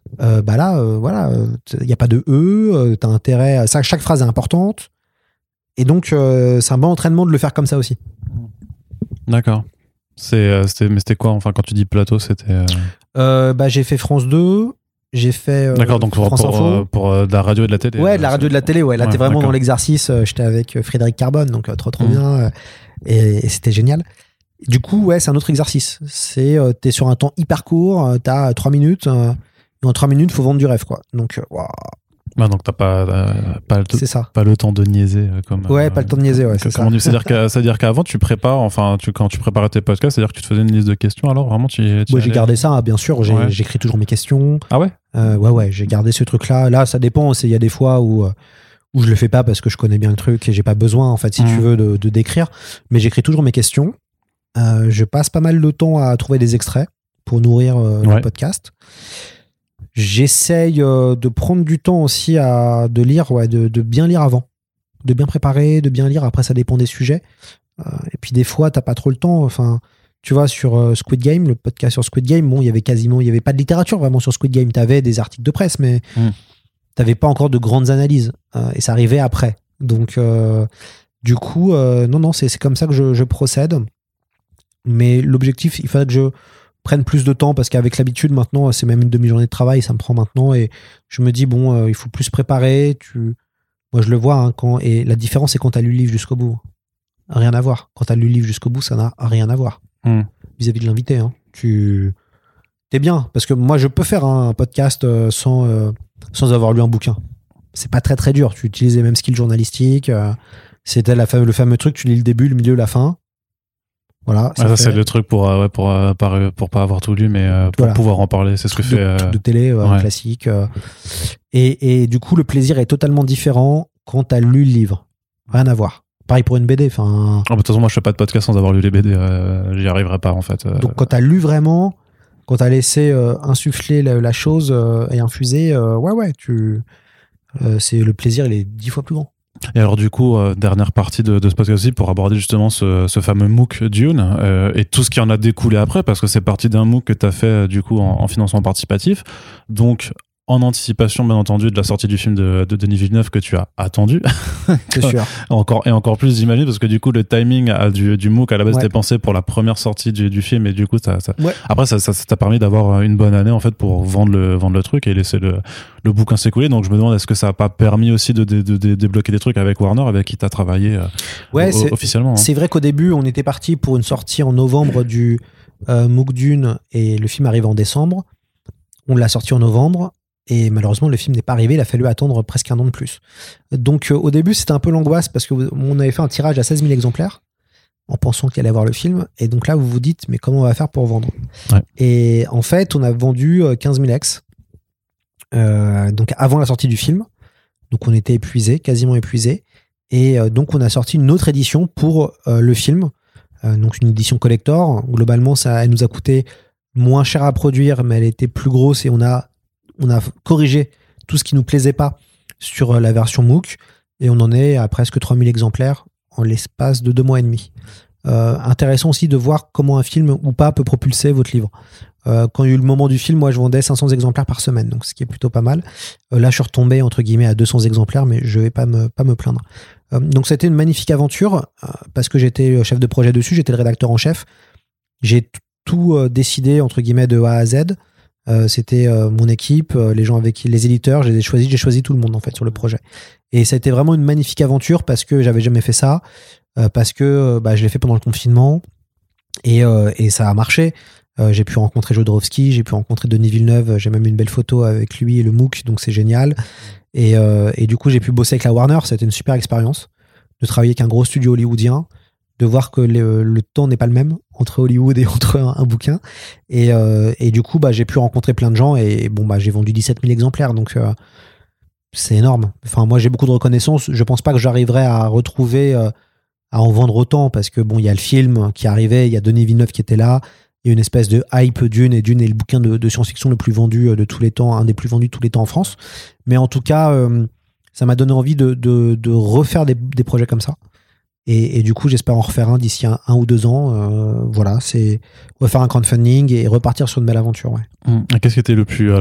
Voilà, il n'y a pas de t'as intérêt. Chaque phrase est importante. Et donc, c'est un bon entraînement de le faire comme ça aussi. D'accord. Mais c'était quoi, enfin, quand tu dis plateau, c'était... J'ai fait France 2, j'ai fait d'accord, donc France Info. Pour de la radio et de la télé. Ouais, de la radio et de la télé, ouais. Là, t'es vraiment dans l'exercice. J'étais avec Frédéric Carbone, donc trop bien. Et c'était génial. Du coup, ouais, c'est un autre exercice. T'es sur un temps hyper court, t'as 3 minutes. Et en 3 minutes, faut vendre du rêve, quoi. Donc, waouh. Donc t'as pas le temps de niaiser pas le temps de niaiser, c'est ça. C'est-à-dire qu'avant tu prépares, quand tu préparais tes podcasts, c'est-à-dire que tu te faisais une liste de questions, alors vraiment j'ai gardé ça, bien sûr, j'écris toujours mes questions. Ah ouais? Ouais, j'ai gardé ce truc-là. Là, ça dépend, il y a des fois où je le fais pas parce que je connais bien le truc et j'ai pas besoin, en fait, si tu veux, de d'écrire. Mais j'écris toujours mes questions. Je passe pas mal de temps à trouver des extraits pour nourrir le podcast. J'essaye de prendre du temps aussi de lire, de bien lire avant, de bien préparer, de bien lire. Après, ça dépend des sujets. Et puis des fois, t'as pas trop le temps. Enfin, tu vois, sur Squid Game, le podcast sur Squid Game, bon, il y avait pas de littérature vraiment sur Squid Game. T'avais des articles de presse, mais t'avais pas encore de grandes analyses. Et ça arrivait après. Donc, du coup, non, c'est comme ça que je procède. Mais l'objectif, il faudrait que je prenne plus de temps parce qu'avec l'habitude maintenant c'est même une demi-journée de travail, ça me prend maintenant et je me dis il faut plus préparer. Moi je le vois et la différence c'est quand t'as lu le livre jusqu'au bout, rien à voir. Quand t'as lu le livre jusqu'au bout, ça n'a rien à voir vis-à-vis de l'invité. T'es bien parce que moi je peux faire un podcast sans avoir lu un bouquin. C'est pas très très dur. Tu utilises les mêmes skills journalistiques. C'était le fameux truc, tu lis le début, le milieu, la fin. Voilà, ça c'est le truc pour pas avoir tout lu, mais pour pouvoir en parler. C'est ce que fait truc de télé classique. Et du coup, le plaisir est totalement différent quand t'as lu le livre. Rien à voir. Pareil pour une BD. De toute façon, moi, je fais pas de podcast sans avoir lu les BD. J'y arriverai pas, en fait. Donc, quand t'as lu vraiment, quand t'as laissé insuffler la chose et infuser, c'est le plaisir, il est 10 fois plus grand. Et alors du coup, dernière partie de ce podcast aussi pour aborder justement ce fameux MOOC Dune et tout ce qui en a découlé après, parce que c'est parti d'un MOOC que tu as fait du coup en financement participatif, donc en anticipation bien entendu de la sortie du film de Denis Villeneuve que tu as attendu. C'est sûr. Encore plus j'imagine, parce que du coup le timing du MOOC à la base était pensé pour la première sortie du film et du coup après ça t'a permis d'avoir une bonne année en fait pour vendre le truc et laisser le bouquin s'écouler. Donc je me demande, est-ce que ça n'a pas permis aussi de débloquer des trucs avec Warner, avec qui tu as travaillé officiellement. C'est vrai qu'au début on était parti pour une sortie en novembre du MOOC Dune et le film arrive en décembre. On l'a sorti en novembre. Et malheureusement, le film n'est pas arrivé. Il a fallu attendre presque 1 an de plus. Donc, au début, c'était un peu l'angoisse parce qu'on avait fait un tirage à 16 000 exemplaires en pensant qu'il allait avoir le film. Et donc là, vous vous dites, mais comment on va faire pour vendre ? Et en fait, on a vendu 15 000 ex. Donc, avant la sortie du film. Donc, on était épuisés, quasiment épuisés. Et donc, on a sorti une autre édition pour le film. Donc, une édition collector. Globalement, elle nous a coûté moins cher à produire, mais elle était plus grosse et on a corrigé tout ce qui nous plaisait pas sur la version MOOC et on en est à presque 3000 exemplaires en l'espace de 2 mois et demi. Intéressant aussi de voir comment un film ou pas peut propulser votre livre. Quand il y a eu le moment du film, moi je vendais 500 exemplaires par semaine, donc ce qui est plutôt pas mal. Là je suis retombé entre guillemets à 200 exemplaires, mais je vais pas me plaindre. Donc c'était une magnifique aventure parce que j'étais chef de projet dessus, j'étais le rédacteur en chef. J'ai tout décidé entre guillemets de A à Z. C'était mon équipe, les gens avec qui, les éditeurs, j'ai choisi tout le monde en fait sur le projet. Et ça a été vraiment une magnifique aventure parce que j'avais jamais fait ça, parce que je l'ai fait pendant le confinement et ça a marché. J'ai pu rencontrer Jodorowsky, j'ai pu rencontrer Denis Villeneuve, j'ai même une belle photo avec lui et le MOOC, donc c'est génial. Et du coup, j'ai pu bosser avec la Warner, c'était une super expérience de travailler avec un gros studio hollywoodien, de voir que le temps n'est pas le même entre Hollywood et entre un bouquin. Et du coup, j'ai pu rencontrer plein de gens et j'ai vendu 17 000 exemplaires, donc c'est énorme. Enfin, moi, j'ai beaucoup de reconnaissance. Je pense pas que j'arriverai à retrouver, à en vendre autant parce que il y a le film qui arrivait, il y a Denis Villeneuve qui était là. Il y a une espèce de hype Dune, et Dune est le bouquin de science-fiction le plus vendu de tous les temps, un des plus vendus de tous les temps en France. Mais en tout cas, ça m'a donné envie de refaire des projets comme ça. Et du coup, j'espère en refaire un d'ici un ou 2 ans. Voilà, c'est refaire un crowdfunding et repartir sur une belle aventure. Ouais. Qu'est-ce qui était le plus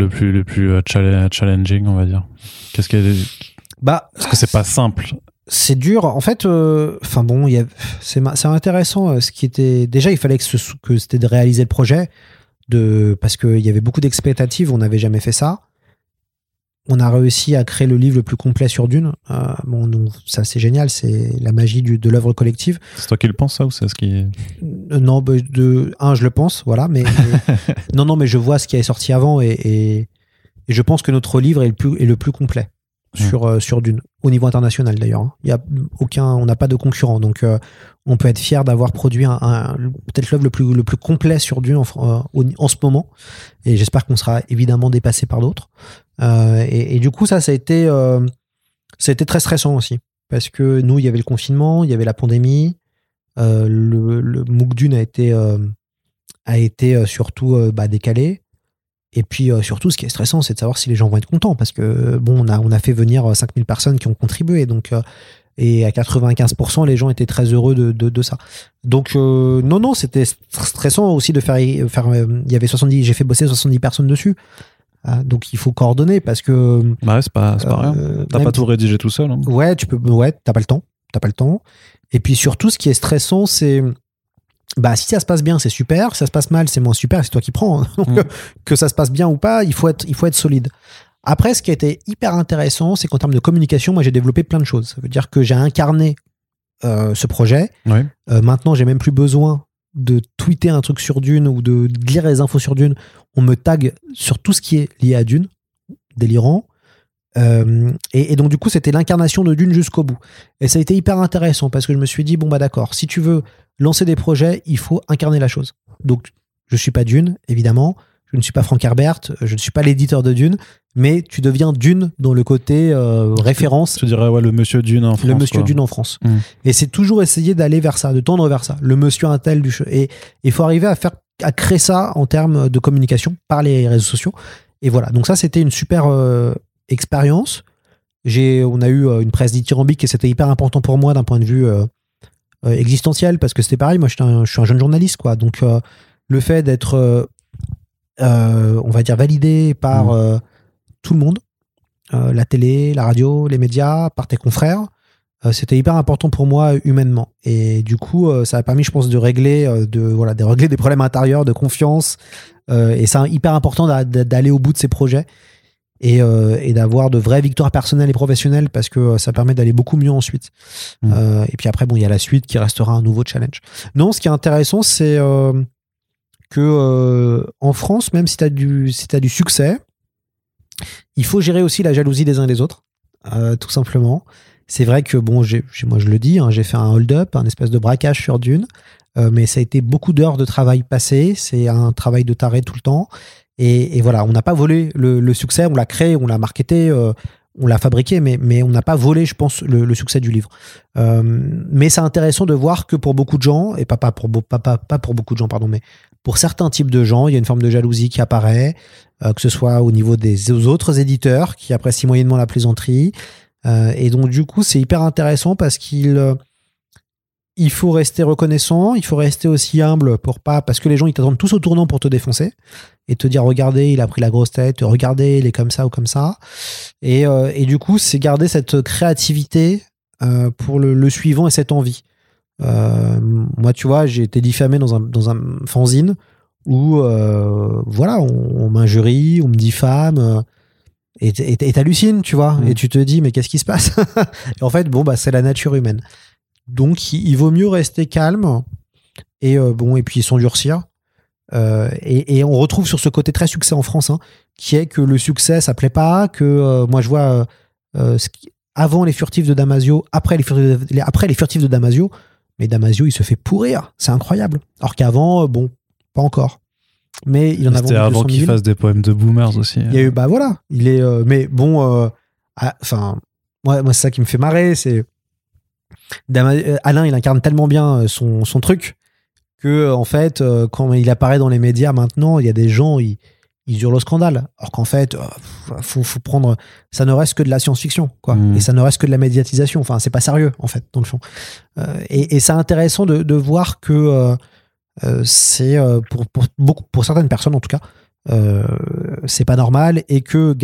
challenging, on va dire? Parce que c'est pas simple. C'est dur. En fait, c'est intéressant. Ce qui était déjà, il fallait que c'était de réaliser le projet, parce qu'il y avait beaucoup d'expectatives. On n'avait jamais fait ça. On a réussi à créer le livre le plus complet sur Dune. Ça c'est génial. C'est la magie de l'œuvre collective. C'est toi qui le penses, ça, ou c'est ce qui... Non, je le pense, voilà. Mais non, mais je vois ce qui est sorti avant et je pense que notre livre est le plus complet. Sur Dune, au niveau international d'ailleurs. On n'a pas de concurrent, donc on peut être fier d'avoir produit peut-être l'œuvre le plus complet sur Dune en ce moment, et j'espère qu'on sera évidemment dépassé par d'autres. Et du coup, ça a été très stressant aussi, parce que nous, il y avait le confinement, il y avait la pandémie, le MOOC Dune a été surtout décalé. Et puis surtout, ce qui est stressant, c'est de savoir si les gens vont être contents, parce que on a fait venir 5000 personnes qui ont contribué, donc et à 95%, les gens étaient très heureux de ça. Donc non, c'était stressant aussi de faire. Il y avait 70, j'ai fait bosser 70 personnes dessus. Donc il faut coordonner parce que. C'est pas rien. T'as pas tout rédigé tout seul. Hein. Ouais, t'as pas le temps. Et puis surtout, ce qui est stressant, c'est. Si ça se passe bien, c'est super. Si ça se passe mal, c'est moins super. C'est toi qui prends. Donc, que ça se passe bien ou pas, il faut être solide. Après, ce qui a été hyper intéressant, c'est qu'en termes de communication, moi, j'ai développé plein de choses. Ça veut dire que j'ai incarné ce projet. Ouais. Maintenant, j'ai même plus besoin de tweeter un truc sur Dune ou de lire les infos sur Dune. On me tag sur tout ce qui est lié à Dune. Délirant. Et donc, du coup, c'était l'incarnation de Dune jusqu'au bout. Et ça a été hyper intéressant parce que je me suis dit, d'accord, si tu veux lancer des projets, il faut incarner la chose. Donc, je ne suis pas Dune, évidemment. Je ne suis pas Frank Herbert. Je ne suis pas l'éditeur de Dune. Mais tu deviens Dune dans le côté référence. Tu dirais, le monsieur Dune en France. Le monsieur Dune en France. Et c'est toujours essayer d'aller vers ça, de tendre vers ça. Le monsieur intel du... Et il faut arriver à créer ça en termes de communication par les réseaux sociaux. Et voilà. Donc ça, c'était une super expérience. On a eu une presse dithyrambique et c'était hyper important pour moi d'un point de vue existentiel, parce que c'était pareil, moi je suis un jeune journaliste, quoi. Donc le fait d'être on va dire validé par tout le monde, la télé, la radio, les médias, par tes confrères, c'était hyper important pour moi humainement. Et du coup, ça a permis, je pense, de régler des problèmes intérieurs, de confiance. Et c'est hyper important d'aller au bout de ces projets et d'avoir de vraies victoires personnelles et professionnelles, parce que ça permet d'aller beaucoup mieux ensuite. Et puis après, il y a la suite qui restera un nouveau challenge. Non, ce qui est intéressant, c'est que en France, même si tu as du succès, il faut gérer aussi la jalousie des uns et des autres, tout simplement. C'est vrai que, moi je le dis, j'ai fait un hold-up, un espèce de braquage sur Dune, mais ça a été beaucoup d'heures de travail passées, c'est un travail de taré tout le temps, et voilà, on n'a pas volé le succès, on l'a créé, on l'a marketé, on l'a fabriqué, mais on n'a pas volé, je pense, le succès du livre. Mais c'est intéressant de voir que pour beaucoup de gens, et pas pour beaucoup de gens, pardon, mais pour certains types de gens, il y a une forme de jalousie qui apparaît, que ce soit au niveau des autres éditeurs qui apprécient moyennement la plaisanterie. Et donc, du coup, c'est hyper intéressant parce qu'il faut rester reconnaissant, il faut rester aussi humble parce que les gens, ils t'attendent tous au tournant pour te défoncer et te dire, regardez, il a pris la grosse tête, regardez, il est comme ça ou comme ça. Et du coup, c'est garder cette créativité pour le suivant et cette envie. Moi, tu vois, j'ai été diffamé dans un fanzine où, voilà, on m'injurie, on me diffame, et t'hallucines, tu vois, et tu te dis, mais qu'est-ce qui se passe? Et en fait, bon, bah, c'est la nature humaine. Donc, il vaut mieux rester calme et puis s'endurcir. Et on retrouve sur ce côté très succès en France, hein, qui est que le succès, ça plaît pas, que moi, je vois avant les furtifs de Damasio, après les furtifs de Damasio, mais Damasio, il se fait pourrir. C'est incroyable. Alors qu'avant, bon, pas encore. Mais il en a vendu 200 000. C'était avant qu'il fasse des poèmes de boomers aussi. Il y a eu, bah voilà. Il est, mais bon, enfin, moi, c'est ça qui me fait marrer. C'est Alain, il incarne tellement bien son truc que, en fait, quand il apparaît dans les médias maintenant, il y a des gens, ils hurlent au scandale. Alors qu'en fait, faut prendre. Ça ne reste que de la science-fiction, quoi. Et ça ne reste que de la médiatisation. Enfin, c'est pas sérieux, en fait, dans le fond. Et c'est intéressant de voir que c'est pour certaines personnes, en tout cas, c'est pas normal et que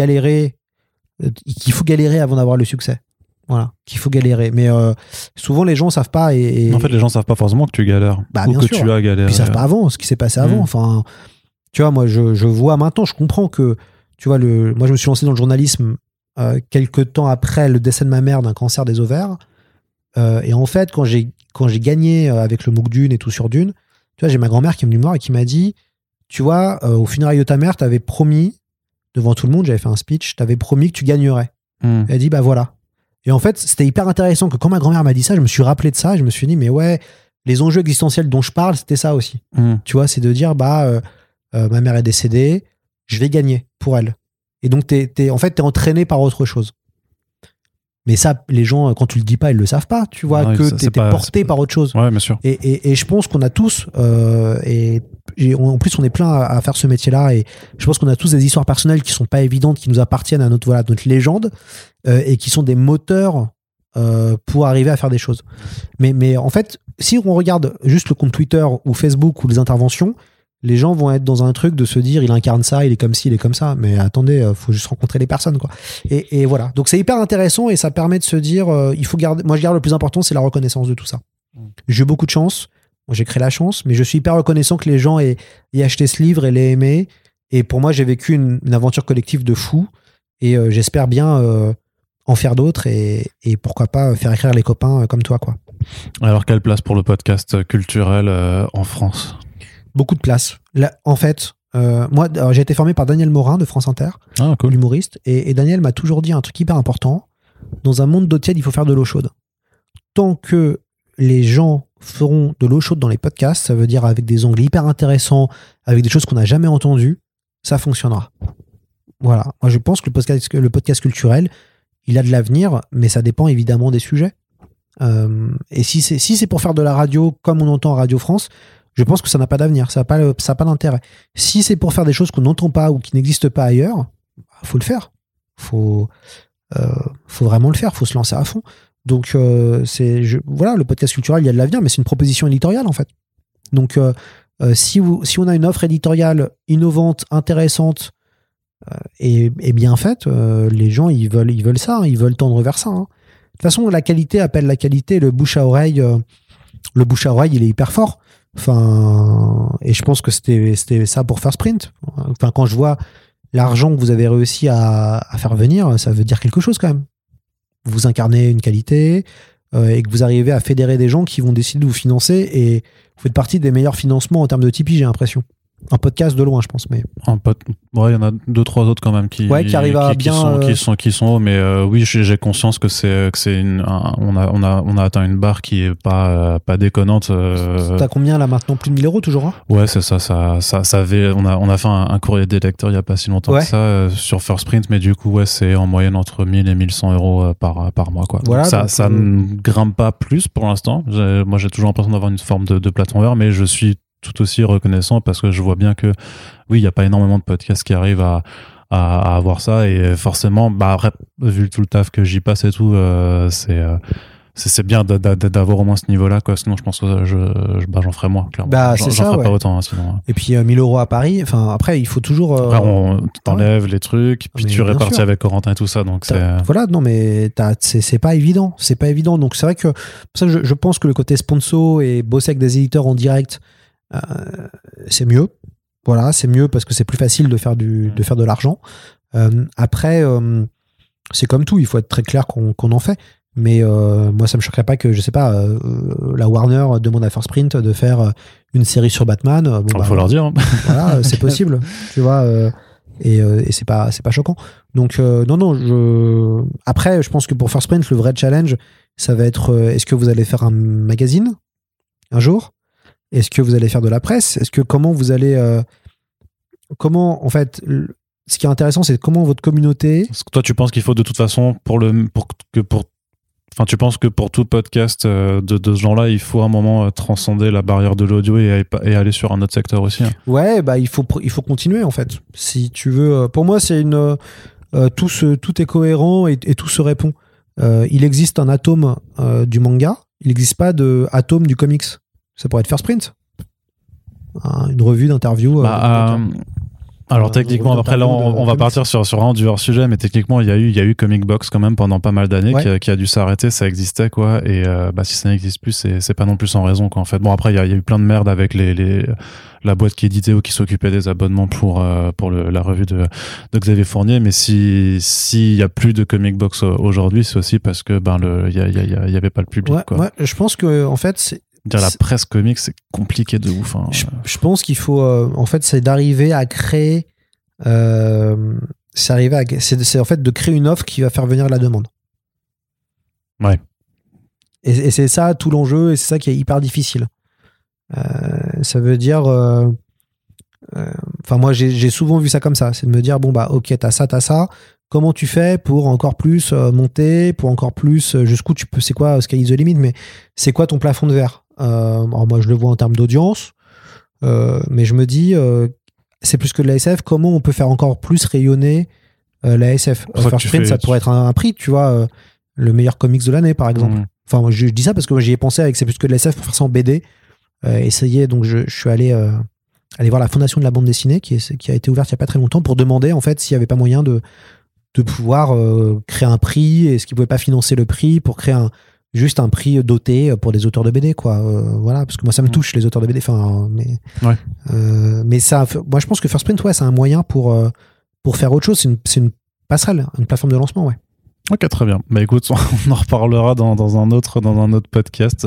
qu'il faut galérer avant d'avoir le succès. Voilà, qu'il faut galérer. Mais souvent, les gens savent pas. En fait, les gens savent pas forcément que tu galères. Ou que tu as galéré. Puis ils savent pas avant ce qui s'est passé avant. Enfin, tu vois, moi, je vois maintenant, je comprends que, tu vois, moi, je me suis lancé dans le journalisme quelques temps après le décès de ma mère d'un cancer des ovaires. Et en fait, quand j'ai gagné avec le MOOC Dune et tout sur Dune, tu vois, j'ai ma grand-mère qui est venue me voir et qui m'a dit, tu vois, au funérailles de ta mère, t'avais promis, devant tout le monde, j'avais fait un speech, t'avais promis que tu gagnerais. Elle a dit, bah voilà. Et en fait, c'était hyper intéressant que quand ma grand-mère m'a dit ça, je me suis rappelé de ça et je me suis dit, mais ouais, les enjeux existentiels dont je parle, c'était ça aussi. Tu vois, c'est de dire, bah, ma mère est décédée, je vais gagner pour elle. Et donc, t'es entraîné par autre chose. Mais ça, les gens, quand tu le dis pas, ils le savent pas. Tu vois, que t'es porté par autre chose. Ouais, bien sûr. Et je pense qu'on a tous, en plus, on est plein à faire ce métier-là. Et je pense qu'on a tous des histoires personnelles qui sont pas évidentes, qui nous appartiennent à notre légende, et qui sont des moteurs pour arriver à faire des choses. Mais en fait, si on regarde juste le compte Twitter ou Facebook ou les interventions, les gens vont être dans un truc de se dire il incarne ça, il est comme ci, il est comme ça. Mais attendez, faut juste rencontrer les personnes, quoi. Et voilà. Donc c'est hyper intéressant et ça permet de se dire il faut garder. Moi, je garde le plus important, c'est la reconnaissance de tout ça. J'ai eu beaucoup de chance. Moi, j'ai créé la chance, mais je suis hyper reconnaissant que les gens aient acheté ce livre et l'aient aimé. Et pour moi, j'ai vécu une aventure collective de fou. Et j'espère bien en faire d'autres et pourquoi pas faire écrire les copains comme toi, quoi. Alors, quelle place pour le podcast culturel en France ? Beaucoup de place. Là, en fait, moi, j'ai été formé par Daniel Morin de France Inter, cool. L'humoriste, et Daniel m'a toujours dit un truc hyper important. Dans un monde d'eau tiède, il faut faire de l'eau chaude. Tant que les gens feront de l'eau chaude dans les podcasts, ça veut dire avec des angles hyper intéressants, avec des choses qu'on n'a jamais entendues, ça fonctionnera. Voilà. Moi, je pense que le podcast culturel, il a de l'avenir, mais ça dépend évidemment des sujets. Et si c'est pour faire de la radio comme on entend à Radio France, je pense que ça n'a pas d'avenir, ça n'a pas d'intérêt. Si c'est pour faire des choses qu'on n'entend pas ou qui n'existent pas ailleurs, faut le faire. Faut vraiment le faire, faut se lancer à fond. Donc voilà, le podcast culturel, il y a de l'avenir, mais c'est une proposition éditoriale en fait. Donc si on a une offre éditoriale innovante, intéressante et bien faite, les gens ils veulent ça, ils veulent tendre vers ça. Hein. De toute façon, la qualité appelle la qualité, le bouche à oreille, il est hyper fort. Enfin, et je pense que c'était ça pour First Print. Enfin, quand je vois l'argent que vous avez réussi à faire venir, ça veut dire quelque chose quand même. Vous incarnez une qualité et que vous arrivez à fédérer des gens qui vont décider de vous financer et vous faites partie des meilleurs financements en termes de Tipeee, j'ai l'impression. Un podcast de loin, je pense. Mais ouais, il y en a 2-3 autres quand même qui arrivent à bien qui sont hauts, mais oui, j'ai conscience que on a atteint une barre qui est pas déconnante. T'as combien là maintenant? Plus de 1 000 € toujours, hein? Ouais, c'est ça avait, on a fait un courrier des lecteurs il y a pas si longtemps que ça sur First Print, mais du coup ouais, c'est en moyenne entre 1000 et 1100 € par mois, quoi. Voilà, donc ça ne grimpe pas plus pour l'instant. Moi j'ai toujours l'impression d'avoir une forme de plafond vert, mais je suis tout aussi reconnaissant parce que je vois bien que oui, il n'y a pas énormément de podcasts qui arrivent à avoir ça et forcément, après, vu tout le taf que j'y passe et tout, c'est bien d'avoir au moins ce niveau-là, quoi. Sinon, je pense que j'en ferais moins, clairement. C'est j'en ça, ferais pas autant, sinon. Et puis, 1 000 € à Paris. Enfin, après, il faut toujours. Après, on t'enlève les trucs, puis tu répartis sûr. Avec Corentin et tout ça, donc c'est. Voilà, non, mais c'est pas évident. C'est pas évident. Donc, c'est vrai que, pour ça que je pense que le côté sponsor et bosser avec des éditeurs en direct, c'est mieux. Voilà, c'est mieux parce que c'est plus facile de faire de l'argent. Après, c'est comme tout, il faut être très clair qu'on en fait. Mais moi, ça me choquerait pas que, je sais pas, la Warner demande à First Print de faire une série sur Batman. Faut leur dire. Hein. Voilà, c'est possible, tu vois. Et c'est pas choquant. Donc non. Après, je pense que pour First Print, le vrai challenge, ça va être est-ce que vous allez faire un magazine un jour ? Est-ce que vous allez faire de la presse ? Est-ce que comment vous allez en fait ce qui est intéressant, c'est comment votre communauté. Parce que toi, tu penses qu'il faut de toute façon tu penses que pour tout podcast de ce genre-là, il faut à un moment transcender la barrière de l'audio et aller sur un autre secteur aussi. Hein. Ouais, bah il faut continuer en fait. Si tu veux, pour moi, c'est tout est cohérent et tout se répond. Il existe un atome du manga, il n'existe pas de atome du comics. Ça pourrait être First Print, une revue d'interview. Alors techniquement, après là, on va partir sur un du hors sujet, mais techniquement, il y a eu Comic Box quand même pendant pas mal d'années qui a dû s'arrêter, ça existait quoi, et si ça n'existe plus, c'est pas non plus sans raison quoi en fait. Bon après, il y a eu plein de merde avec la boîte qui éditait ou qui s'occupait des abonnements pour la revue de Xavier Fournier, mais s'il y a plus de Comic Box aujourd'hui, c'est aussi parce que il y avait pas le public quoi. Ouais, je pense que en fait la presse comics, c'est compliqué de ouf. Hein. Je pense qu'il faut, en fait, c'est d'arriver à créer, c'est en fait de créer une offre qui va faire venir la demande. Ouais. Et c'est ça tout l'enjeu, et c'est ça qui est hyper difficile. Ça veut dire, moi j'ai souvent vu ça comme ça, c'est de me dire ok, t'as ça. Comment tu fais pour encore plus monter, pour encore plus jusqu'où tu peux, c'est quoi sky is the limit, mais c'est quoi ton plafond de verre? Alors moi je le vois en termes d'audience, mais je me dis c'est plus que de la SF, comment on peut faire encore plus rayonner la SF? First Print, ça pourrait être un prix, tu vois, le meilleur comics de l'année par exemple. Enfin moi, je dis ça parce que j'y ai pensé avec c'est plus que de la SF pour faire ça en BD, essayer, donc je suis allé voir la fondation de la bande dessinée qui a été ouverte il y a pas très longtemps pour demander en fait s'il y avait pas moyen de pouvoir créer un prix, est-ce qu'ils pouvaient pas financer le prix pour créer juste un prix doté pour des auteurs de BD quoi, voilà, parce que moi ça me touche les auteurs de BD, mais ça, moi je pense que First Print c'est un moyen pour faire autre chose, c'est une passerelle, une plateforme de lancement. Ok, très bien. Bah écoute, on en reparlera dans un autre podcast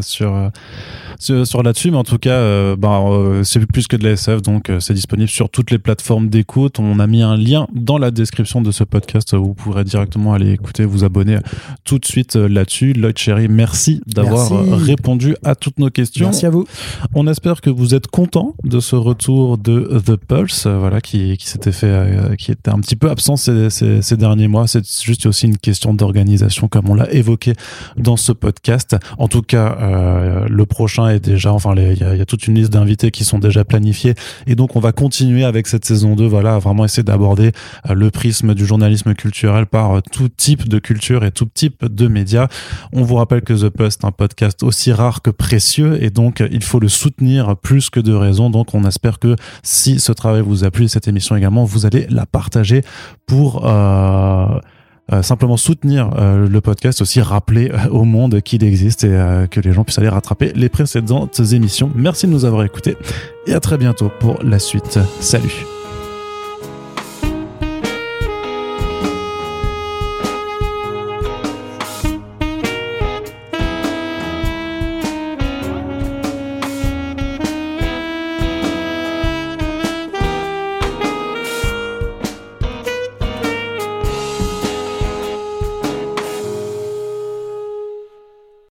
sur là-dessus, mais en tout cas, c'est plus que de la SF, donc c'est disponible sur toutes les plateformes d'écoute. On a mis un lien dans la description de ce podcast où vous pourrez directement aller écouter, vous abonner tout de suite là-dessus. Lloyd Cherry, merci d'avoir répondu à toutes nos questions. Merci à vous. On espère que vous êtes contents de ce retour de The Pulse, qui s'était fait, qui était un petit peu absent ces derniers mois. C'est juste aussi une question d'organisation comme on l'a évoqué dans ce podcast. En tout cas, le prochain est déjà, il y a toute une liste d'invités qui sont déjà planifiés, et donc on va continuer avec cette saison 2, à vraiment essayer d'aborder le prisme du journalisme culturel par tout type de culture et tout type de médias. On vous rappelle que The Pulse est un podcast aussi rare que précieux, et donc il faut le soutenir plus que de raison. Donc on espère que si ce travail vous a plu, cette émission également, vous allez la partager pour simplement soutenir le podcast, aussi rappeler au monde qu'il existe, et que les gens puissent aller rattraper les précédentes émissions. Merci de nous avoir écoutés et à très bientôt pour la suite. Salut.